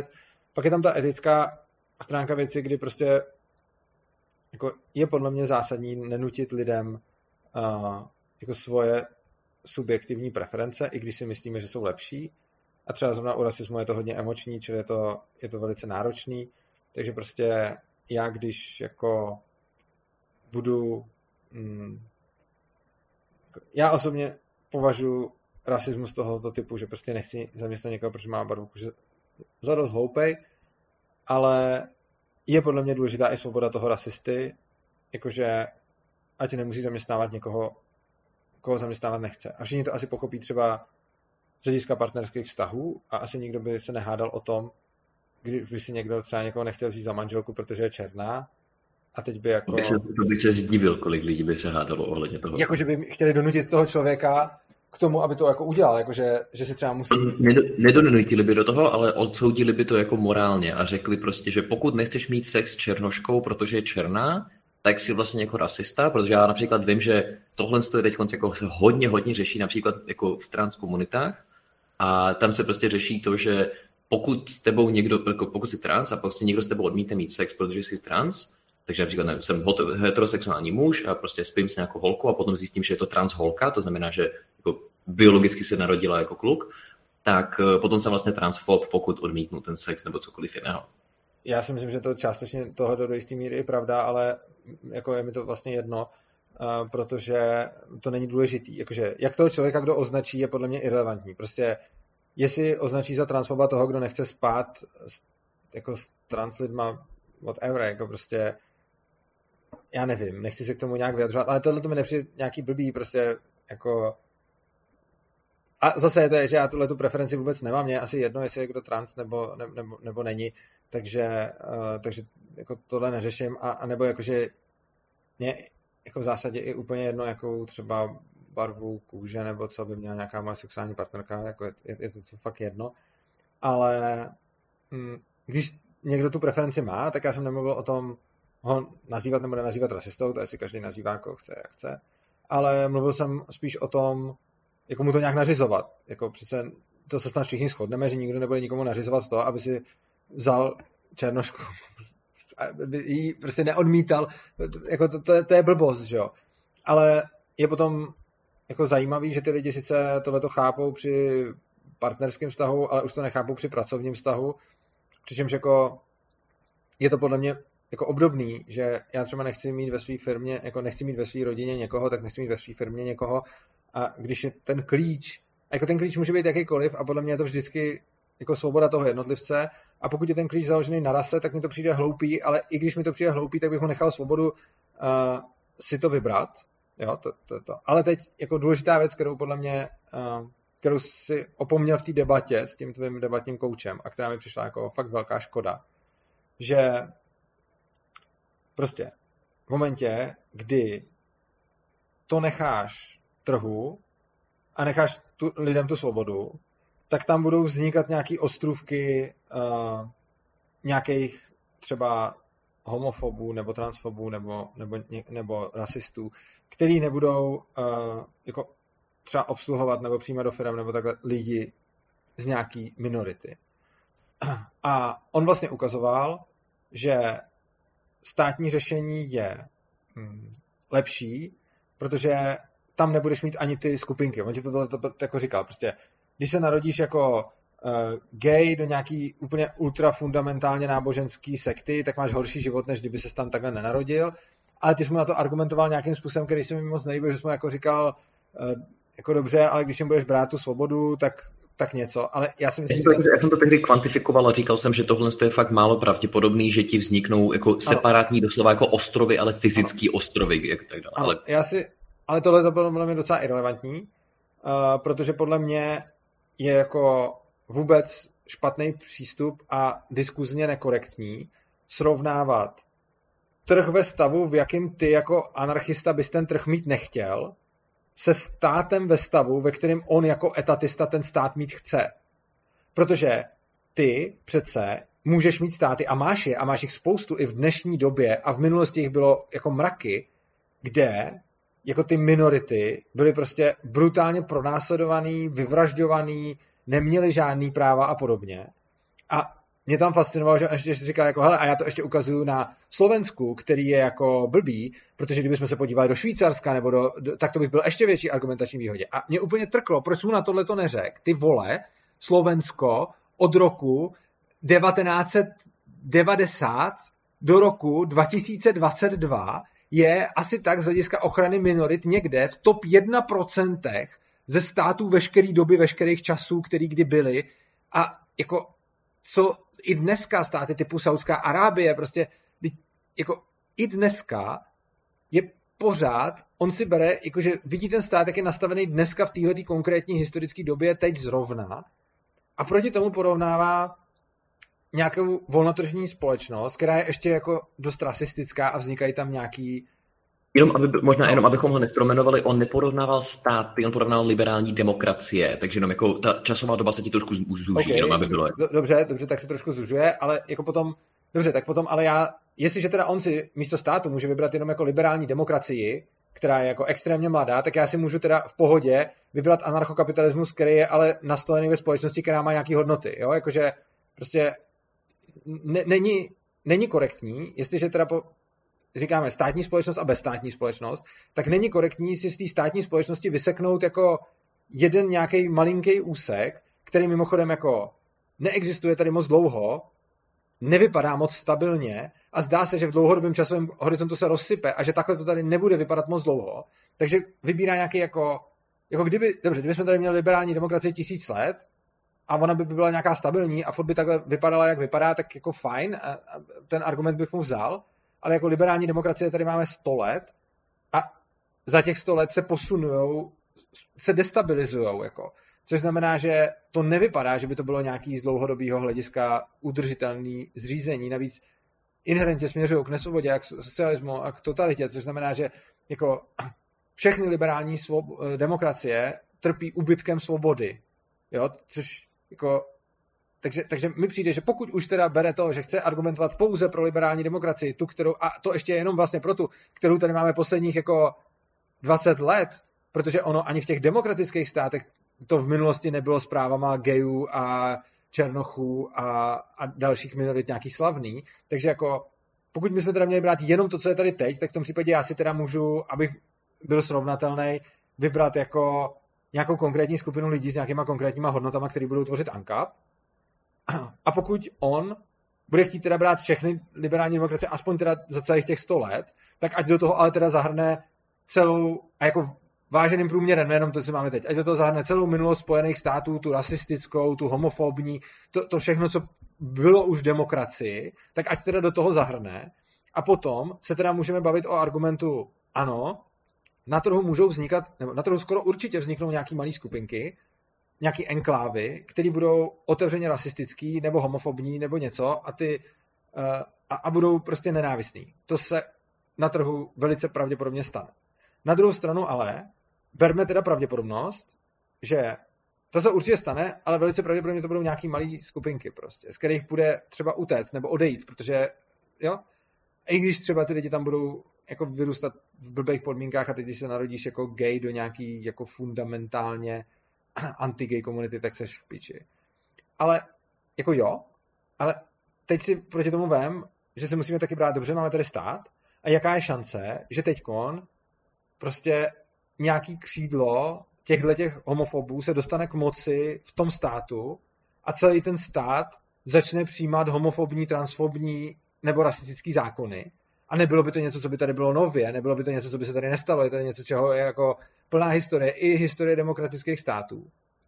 Pak je tam ta etická stránka věci, kdy prostě jako je podle mě zásadní nenutit lidem uh, jako svoje subjektivní preference, i když si myslíme, že jsou lepší. A třeba zrovna u rasismu je to hodně emoční, čili je to, je to velice náročný. Takže prostě já, když jako budu... Mm, já osobně považuji rasismus tohoto typu, že prostě nechci zaměstnat někoho, protože má barvu kůže, za dost hloupej, ale je podle mě důležitá i svoboda toho rasisty, jakože ať nemusí zaměstnávat někoho, koho zaměstnávat nechce. A všichni to asi pochopí třeba z hlediska partnerských vztahů a asi nikdo by se nehádal o tom, když by si někdo třeba někoho nechtěl vzít za manželku, protože je černá, a teď by jako... Bych se, to bych se zdivil, kolik lidí by se hádalo ohledně toho. Jakože by chtěli donutit toho člověka k tomu, aby to jako udělal, jakože, že si třeba musí... Nedonutili by do toho, ale odsoudili by to jako morálně a řekli prostě, že pokud nechceš mít sex s černoškou, protože je černá, tak si vlastně jako rasista, protože já například vím, že tohle je teď jako se hodně, hodně řeší například jako v trans komunitách a tam se prostě řeší to, že pokud s tebou někdo, jako pokud jsi trans a pokud někdo s tebou odmítne mít sex, protože jsi trans, takže například nevím, jsem heterosexuální muž a prostě spím s nějakou holkou a potom zjistím, že je to trans holka, to znamená, že jako biologicky se narodila jako kluk, tak potom jsem vlastně transfob, pokud odmítnu ten sex nebo cokoliv jiného. Já si myslím, že to částečně toho do jisté míry je pravda, ale jako je mi to vlastně jedno, uh, protože to není důležitý. Jakože, jak toho člověka, kdo označí, je podle mě irelevantní. Prostě jestli označí za transfoba toho, kdo nechce spát s, jako s trans lidma, whatever, jako prostě já nevím, nechci se k tomu nějak vyjadřovat, ale tohle to mi nepřijde nějaký blbý, prostě jako a zase je to, že já tuhle tu preferenci vůbec nemám, mě je asi jedno, jestli je kdo trans nebo, ne, nebo, nebo není, takže, uh, takže jako tohle neřeším a, a nebo jakože mě jako v zásadě je úplně jedno, jakou třeba barvu kůže nebo co by měla nějaká moje sexuální partnerka, jako je, je, je to co fakt jedno, ale hm, když někdo tu preferenci má, tak já jsem nemluvil o tom ho nazývat nebo nenazývat rasistou, to je si každý nazývá, jako chce, jak chce, ale mluvil jsem spíš o tom, jako mu to nějak nařizovat. Jako přece to se snad všichni shodneme, že nikdo nebude nikomu nařizovat to, aby si vzal černošku, aby ji prostě neodmítal. Jako to, to, to je blbost, že jo. Ale je potom jako zajímavý, že ty lidi sice tohleto chápou při partnerském vztahu, ale už to nechápou při pracovním vztahu. Přičemž jako je to podle mě jako obdobný, že já třeba nechci mít ve své firmě, jako nechci mít ve své rodině někoho, tak nechci mít ve své firmě někoho. A když je ten klíč, jako ten klíč může být jakýkoliv a podle mě je to vždycky jako svoboda toho jednotlivce a pokud je ten klíč založený na rase, tak mi to přijde hloupý, ale i když mi to přijde hloupý, tak bych mu nechal svobodu uh, si to vybrat. Jo, to, to, to. Ale teď jako důležitá věc, kterou podle mě, uh, kterou si opomněl v té debatě s tím tvým debatním koučem a která mi přišla jako fakt velká škoda, že prostě v momentě, kdy to necháš trhu a necháš tu, lidem tu svobodu, tak tam budou vznikat nějaký ostrůvky uh, nějakých třeba homofobů nebo transfobů nebo, nebo, nebo rasistů, který nebudou uh, jako třeba obsluhovat nebo přijímat do firem nebo takhle lidi z nějaký minority. A on vlastně ukazoval, že státní řešení je hm, lepší, protože tam nebudeš mít ani ty skupinky. On ti to, to, to, to jako říkal. Prostě, když se narodíš jako uh, gay do nějaký úplně ultrafundamentálně náboženský sekty, tak máš horší život, než kdyby ses tam takhle nenarodil. Ale ty jsi mu na to argumentoval nějakým způsobem, který se mi moc nelíbil, že jsi mu jako říkal, uh, jako dobře, ale když jim budeš brát tu svobodu, tak, tak něco. Ale já si myslím, já, že... já jsem to tehdy kvantifikoval a říkal jsem, že tohle je fakt málo pravděpodobný, že ti vzniknou jako separátní doslova jako ostrovy, ale fyzický ano. ostrovy. Jak tak dále. Ano, ale... já si... Ale tohle to bylo podle mě docela irelevantní, uh, protože podle mě je jako vůbec špatný přístup a diskuzně nekorektní srovnávat trh ve stavu, v jakém ty jako anarchista bys ten trh mít nechtěl, se státem ve stavu, ve kterém on jako etatista ten stát mít chce. Protože ty přece můžeš mít státy a máš je, a máš jich spoustu i v dnešní době a v minulosti jich bylo jako mraky, kde jako ty minority byly prostě brutálně pronásledovaný, vyvražďovaný, neměli žádný práva a podobně. A mě tam fascinovalo, že on ještě říkal jako, hele, a já to ještě ukazuju na Slovensku, který je jako blbý, protože kdybychom se podívali do Švýcarska, nebo do, do tak to bych byl ještě větší argumentační výhodě. A mě úplně trklo, proč mu na tohle to neřekl? Ty vole, Slovensko od roku devatenáct set devadesát do roku dva tisíce dvacet dva je asi tak z hlediska ochrany minorit někde v top jedna procent ze států veškeré doby, veškerých časů, který kdy byly. A jako co i dneska státy typu Saudská Arábie, prostě jako i dneska je pořád, on si bere, jakože vidí ten stát, jak je nastavený dneska v této konkrétní historické době, teď zrovna, a proti tomu porovnává nějakou volnotržní společnost, která je ještě jako dost rasistická a vznikají tam nějaký... Jenom, aby, možná jenom, abychom ho nepromenovali, on neporovnával státy, on porovnával liberální demokracie, takže jenom jako ta časová doba se ti trošku už zúží, okay, jenom aby bylo... Dobře, dobře, tak se trošku zužuje, ale jako potom... Dobře, tak potom, ale já, jestliže teda on si místo státu může vybrat jenom jako liberální demokracii, která je jako extrémně mladá, tak já si můžu teda v pohodě vybrat anarchokapitalismus, který je ale nastolený ve společnosti, která má nějaké hodnoty, jo, jakože prostě ne, není, není korektní, jestliže teda po, říkáme státní společnost a bezstátní společnost, tak není korektní si z té státní společnosti vyseknout jako jeden nějaký malinký úsek, který mimochodem jako neexistuje tady moc dlouho, nevypadá moc stabilně a zdá se, že v dlouhodobém časovém horizontu se rozsype a že takhle to tady nebude vypadat moc dlouho. Takže vybírá nějaký jako, jako kdyby, dobře, kdybychom tady měli liberální demokracii tisíc let a ona by byla nějaká stabilní a furt by takhle vypadala, jak vypadá, tak jako fajn a, a ten argument bych mu vzal, ale jako liberální demokracie tady máme sto let a za těch sto let se posunujou, se destabilizujou, jako. Což znamená, že to nevypadá, že by to bylo nějaký z dlouhodobého hlediska udržitelný zřízení. Navíc inherentně směřují k nesvobodě, k socialismu a k totalitě, což znamená, že jako všechny liberální svob- demokracie trpí úbytkem svobody. Jo? Což jako, takže, takže mi přijde, že pokud už teda bere to, že chce argumentovat pouze pro liberální demokracii, tu, kterou, a to ještě jenom vlastně pro tu, kterou tady máme posledních jako dvacet let, protože ono ani v těch demokratických státech to v minulosti nebylo s právama gayů a černochů a, a dalších minorit nějaký slavný. Takže jako, pokud bychom teda měli brát jenom to, co je tady teď, tak v tom případě já si teda můžu, abych byl srovnatelný, vybrat jako nějakou konkrétní skupinu lidí s nějakýma konkrétníma hodnotama, které budou tvořit ANCAP. A pokud on bude chtít teda brát všechny liberální demokracie, aspoň teda za celých těch sto let, tak ať do toho ale teda zahrne celou, a jako váženým průměrem, nejenom to, co máme teď, ať do toho zahrne celou minulost Spojených států, tu rasistickou, tu homofobní, to, to všechno, co bylo už v demokracii, tak ať teda do toho zahrne. A potom se teda můžeme bavit o argumentu, ano, na trhu můžou vznikat, nebo na trhu skoro určitě vzniknou nějaký malé skupinky, nějaký enklávy, které budou otevřeně rasistický, nebo homofobní, nebo něco, a ty a, a budou prostě nenávistný. To se na trhu velice pravděpodobně stane. Na druhou stranu ale berme teda pravděpodobnost, že to se určitě stane, ale velice pravděpodobně to budou nějaký malý skupinky prostě, z kterých bude třeba utéct nebo odejít, protože jo, i když třeba ty lidi tam budou jako vyrůstat v blbých podmínkách a teď, když se narodíš jako gay do nějaký jako fundamentálně anti-gay komunity, tak seš v piči. Ale jako jo, ale teď si proti tomu vem, že si musíme taky brát dobře, máme tady stát a jaká je šance, že teďkon prostě nějaký křídlo těchto těch homofobů se dostane k moci v tom státu a celý ten stát začne přijímat homofobní, transfobní nebo rasistický zákony. A nebylo by to něco, co by tady bylo nově, nebylo by to něco, co by se tady nestalo, je to něco, čeho je jako plná historie, i historie demokratických států.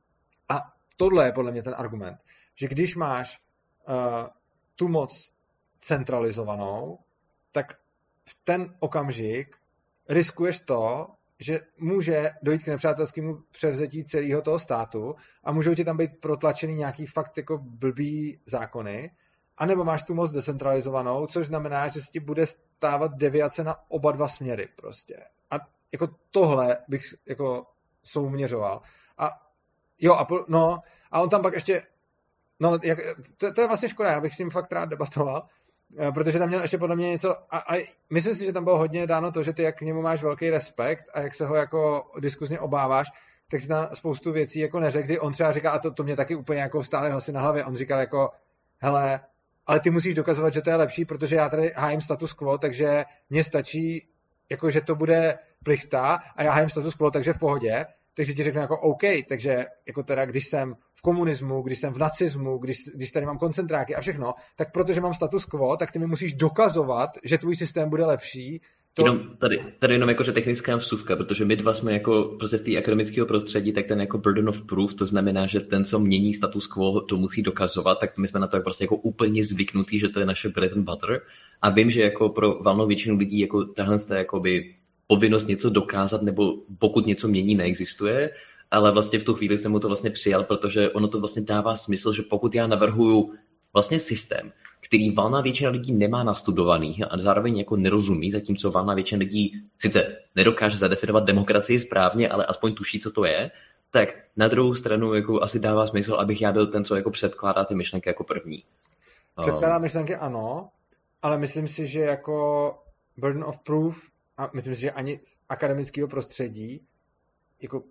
A tohle je podle mě ten argument, že když máš uh, tu moc centralizovanou, tak v ten okamžik riskuješ to, že může dojít k nepřátelskému převzetí celého toho státu a můžou ti tam být protlačený nějaký fakt jako blbý zákony, anebo máš tu moc decentralizovanou, což znamená, že se ti bude stávat deviace na oba dva směry prostě. A jako tohle bych jako souměřoval. A jo, a, po, no, a on tam pak ještě, no, jak, to, to je vlastně škoda, já bych s ním fakt rád debatoval, protože tam měl ještě podle mě něco, a, a myslím si, že tam bylo hodně dáno to, že ty jak k němu máš velký respekt a jak se ho jako diskuzně obáváš, tak si tam spoustu věcí jako neřekl, kdy on třeba říká, a to, to mě taky úplně jako stále hlasy na hlavě, on říkal jako, hele, ale ty musíš dokazovat, že to je lepší, protože já tady hájím status quo, takže mně stačí, jako že to bude plichta a já hájím status quo, takže v pohodě, takže ti řeknu jako OK, takže jako teda, když jsem v komunismu, když jsem v nacismu, když, když tady mám koncentráky a všechno, tak protože mám status quo, tak ty mi musíš dokazovat, že tvůj systém bude lepší. To... Jenom tady, tady jenom jakože technická vsuvka, protože my dva jsme jako prostě z té akademického prostředí, tak ten jako burden of proof, to znamená, že ten, co mění status quo, to musí dokazovat, tak my jsme na to prostě jako úplně zvyknutí, že to je naše bread and butter. A vím, že jako pro valnou většinu lidí jako tahle je jakoby povinnost něco dokázat, nebo pokud něco mění, neexistuje, ale vlastně v tu chvíli jsem mu to vlastně přijal, protože ono to vlastně dává smysl, že pokud já navrhuju vlastně systém, který valná většina lidí nemá nastudovaný a zároveň jako nerozumí, zatímco valná většina lidí sice nedokáže zadefinovat demokracii správně, ale aspoň tuší, co to je, tak na druhou stranu jako asi dává smysl, abych já byl ten, co jako předkládá ty myšlenky jako první. Předkládá myšlenky ano, ale myslím si, že jako burden of proof a myslím si, že ani z akademického prostředí jako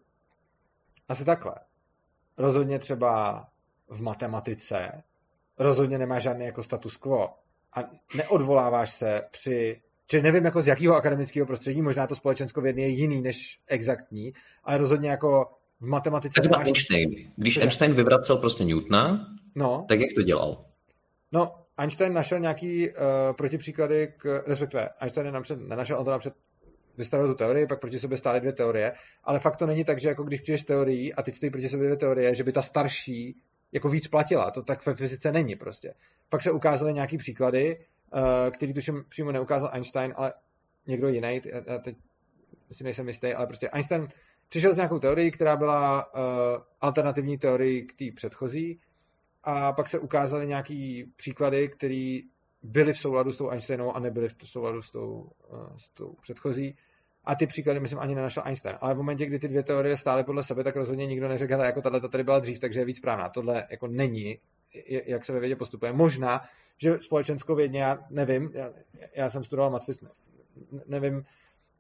asi takhle. Rozhodně třeba v matematice rozhodně nemá žádný jako status quo a neodvoláváš se při, či nevím jako z jakého akademického prostředí, možná to společenskovědný je jiný než exaktní, ale rozhodně jako v matematice... Třeba Einstein. Když Třeba. Einstein vyvracel prostě Newtona, no, tak jak to dělal? No, Einstein našel nějaký uh, protipříklady k, respektive Einstein napřed, nenašel, on to napřed vystavil tu teorii, pak proti sobě stály dvě teorie, ale fakt to není tak, že jako když přijdeš s teorií a teď stojí proti sobě dvě teorie, že by ta starší jako víc platila. To tak ve fyzice není prostě. Pak se ukázaly nějaký příklady, uh, který tuším přímo neukázal Einstein, ale někdo jiný, já teď si nejsem jistý, ale prostě Einstein přišel s nějakou teorií, která byla uh, alternativní teorií k té předchozí a pak se ukázaly nějaký příklady, které byly v souladu s tou Einsteinovou a nebyly v souladu s tou, uh, s tou předchozí. A ty příklady, myslím, ani nenašel Einstein. Ale v momentě, kdy ty dvě teorie stály podle sebe, tak rozhodně nikdo neřekl, hele, jako tato tady byla dřív, takže je víc správná. Tohle jako není, jak se ve vědě postupuje. Možná, že společenskou vědně, já nevím, já, já jsem studoval matfis, nevím, uh,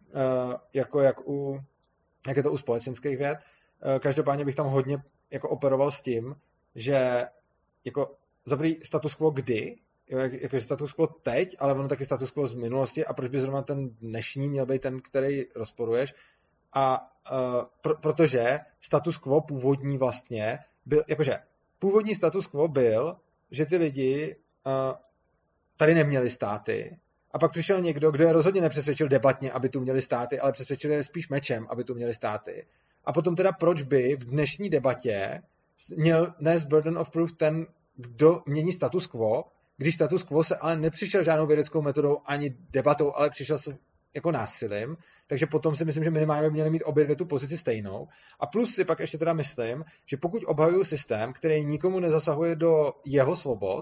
jako jak, u, jak je to u společenských věd. Uh, každopádně bych tam hodně jako operoval s tím, že jako zaprý status quo kdy, Jak, jakože status quo teď, ale ono taky status quo z minulosti a proč by zrovna ten dnešní měl být ten, který rozporuješ. A uh, pro, protože status quo původní vlastně byl, jakože původní status quo byl, že ty lidi uh, tady neměli státy a pak přišel někdo, kdo je rozhodně nepřesvědčil debatně, aby tu měli státy, ale přesvědčil je spíš mečem, aby tu měli státy. A potom teda proč by v dnešní debatě měl nést burden of proof ten, kdo mění status quo, když status quo se ale nepřišel žádnou vědeckou metodou ani debatou, ale přišel se jako násilím, takže potom si myslím, že minimálně by měli mít obě dvě tu pozici stejnou. A plus si pak ještě teda myslím, že pokud obhajuju systém, který nikomu nezasahuje do jeho svobod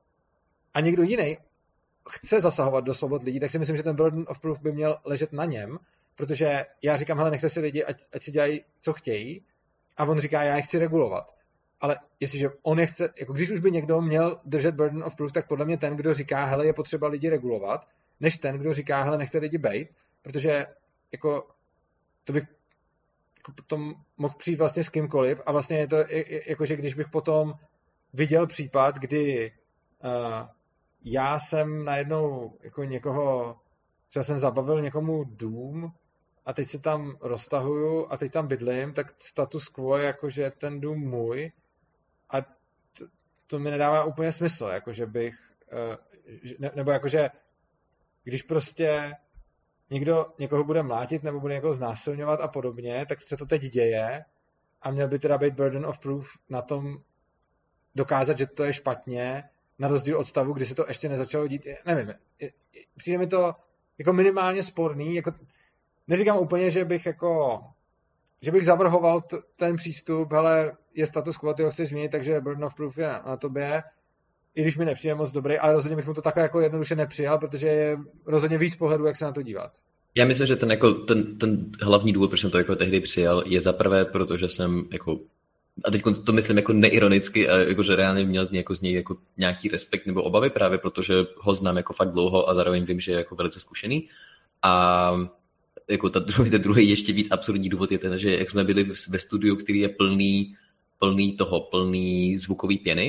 a někdo jiný chce zasahovat do svobod lidí, tak si myslím, že ten burden of proof by měl ležet na něm, protože já říkám, hele, nechte si lidi, ať, ať si dělají, co chtějí, a on říká, já je chci regulovat. Ale jestliže on je chce, jako když už by někdo měl držet burden of proof, tak podle mě ten, kdo říká, hele, je potřeba lidi regulovat, než ten, kdo říká, hele, nechte lidi bejt, protože jako to bych jako potom mohl přijít vlastně s kýmkoliv a vlastně je to jakože když bych potom viděl případ, kdy uh, já jsem najednou jako někoho, třeba jsem zabavil někomu dům a teď se tam roztahuju a teď tam bydlím, tak status quo je jakože ten dům můj. A to, to mi nedává úplně smysl, jakože bych, ne, nebo jakože, když prostě někdo někoho bude mlátit nebo bude někoho znásilňovat a podobně, tak se to teď děje a měl by teda být burden of proof na tom dokázat, že to je špatně, na rozdíl od stavu, kdy se to ještě nezačalo dít, nevím, přijde mi to jako minimálně sporný, jako neříkám úplně, že bych jako že bych zavrhoval t- ten přístup, hele, je status quo, ty ho chceš změnit, takže burden of proof je na tobě, i když mi nepřijde moc dobrý, ale rozhodně bych mu to takhle jako jednoduše nepřijal, protože je rozhodně víc pohledu, jak se na to dívat. Já myslím, že ten, jako, ten, ten hlavní důvod, proč jsem to jako tehdy přijal, je zaprvé, protože jsem jako, a teď to myslím jako neironicky, a jako, že reálně měl z něj, jako, z něj jako nějaký respekt nebo obavy právě, protože ho znám jako fakt dlouho a zároveň vím, že je jako velice zkušený. A jako ta druhý, ten druhý ještě víc absurdní důvod je ten, že jak jsme byli ve studiu, který je plný, plný toho, plný zvukový pěny,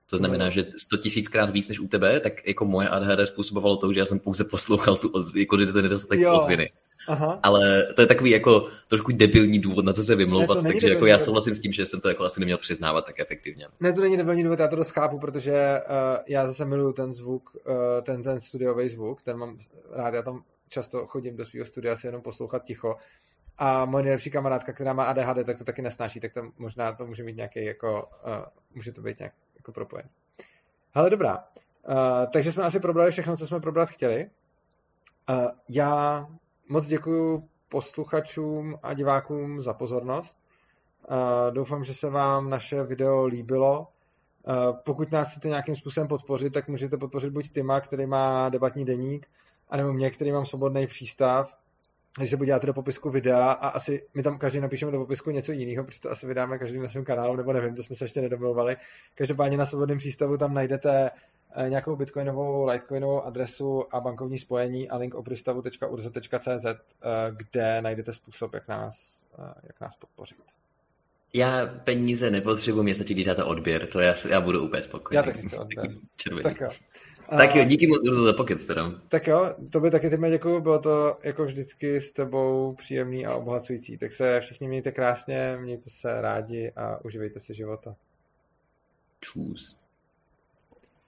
To znamená, no. že sto tisíckrát víc než u tebe, tak jako moje A D H D způsobovalo to, že já jsem pouze poslouchal tu ozv- jako, že ten nedostatek Jo. ozvěny. Aha. Ale to je takový jako trošku debilní důvod, na co se vymlouvat, ne, takže jako já souhlasím s tím, že jsem to jako asi neměl přiznávat tak efektivně. Ne, to není debilní důvod, já to dost chápu, protože uh, já zase miluju ten zvuk, uh, ten, ten studiový zvuk, ten mám rád, já tam často chodím do svého studia si jenom poslouchat ticho. A moje nejlepší kamarádka, která má A D H D, tak to taky nesnáší, tak to možná to může mít nějaký jako, uh, může to být nějak jako propojen. Ale dobrá, uh, takže jsme asi probrali všechno, co jsme probrat chtěli. Uh, já moc děkuju posluchačům a divákům za pozornost. Uh, doufám, že se vám naše video líbilo. Uh, pokud nás chcete nějakým způsobem podpořit, tak můžete podpořit buď Tima, který má debatní deník, anebo mě, který mám svobodný přístav. Když se podíváte do popisku videa a asi my tam každý napíšeme do popisku něco jiného, protože to asi vydáme každý na svém kanálu, nebo nevím, to jsme se ještě nedomluvali. Každopádně na svobodném přístavu tam najdete nějakou bitcoinovou, litecoinovou adresu a bankovní spojení a link opristavu tečka urza tečka cz, kde najdete způsob, jak nás, jak nás podpořit. Já peníze nepotřebuji, mě stačí, když dáte odběr, to já, já budu úplně spokojený. Já taky chci odběr. Tak jo. Tak jo, díky moc za pokec teda. Tak jo, to by taky tymě děkuju, bylo to jako vždycky s tebou příjemný a obohacující. Tak se všichni mějte krásně, mějte se rádi a uživejte si života. Čus.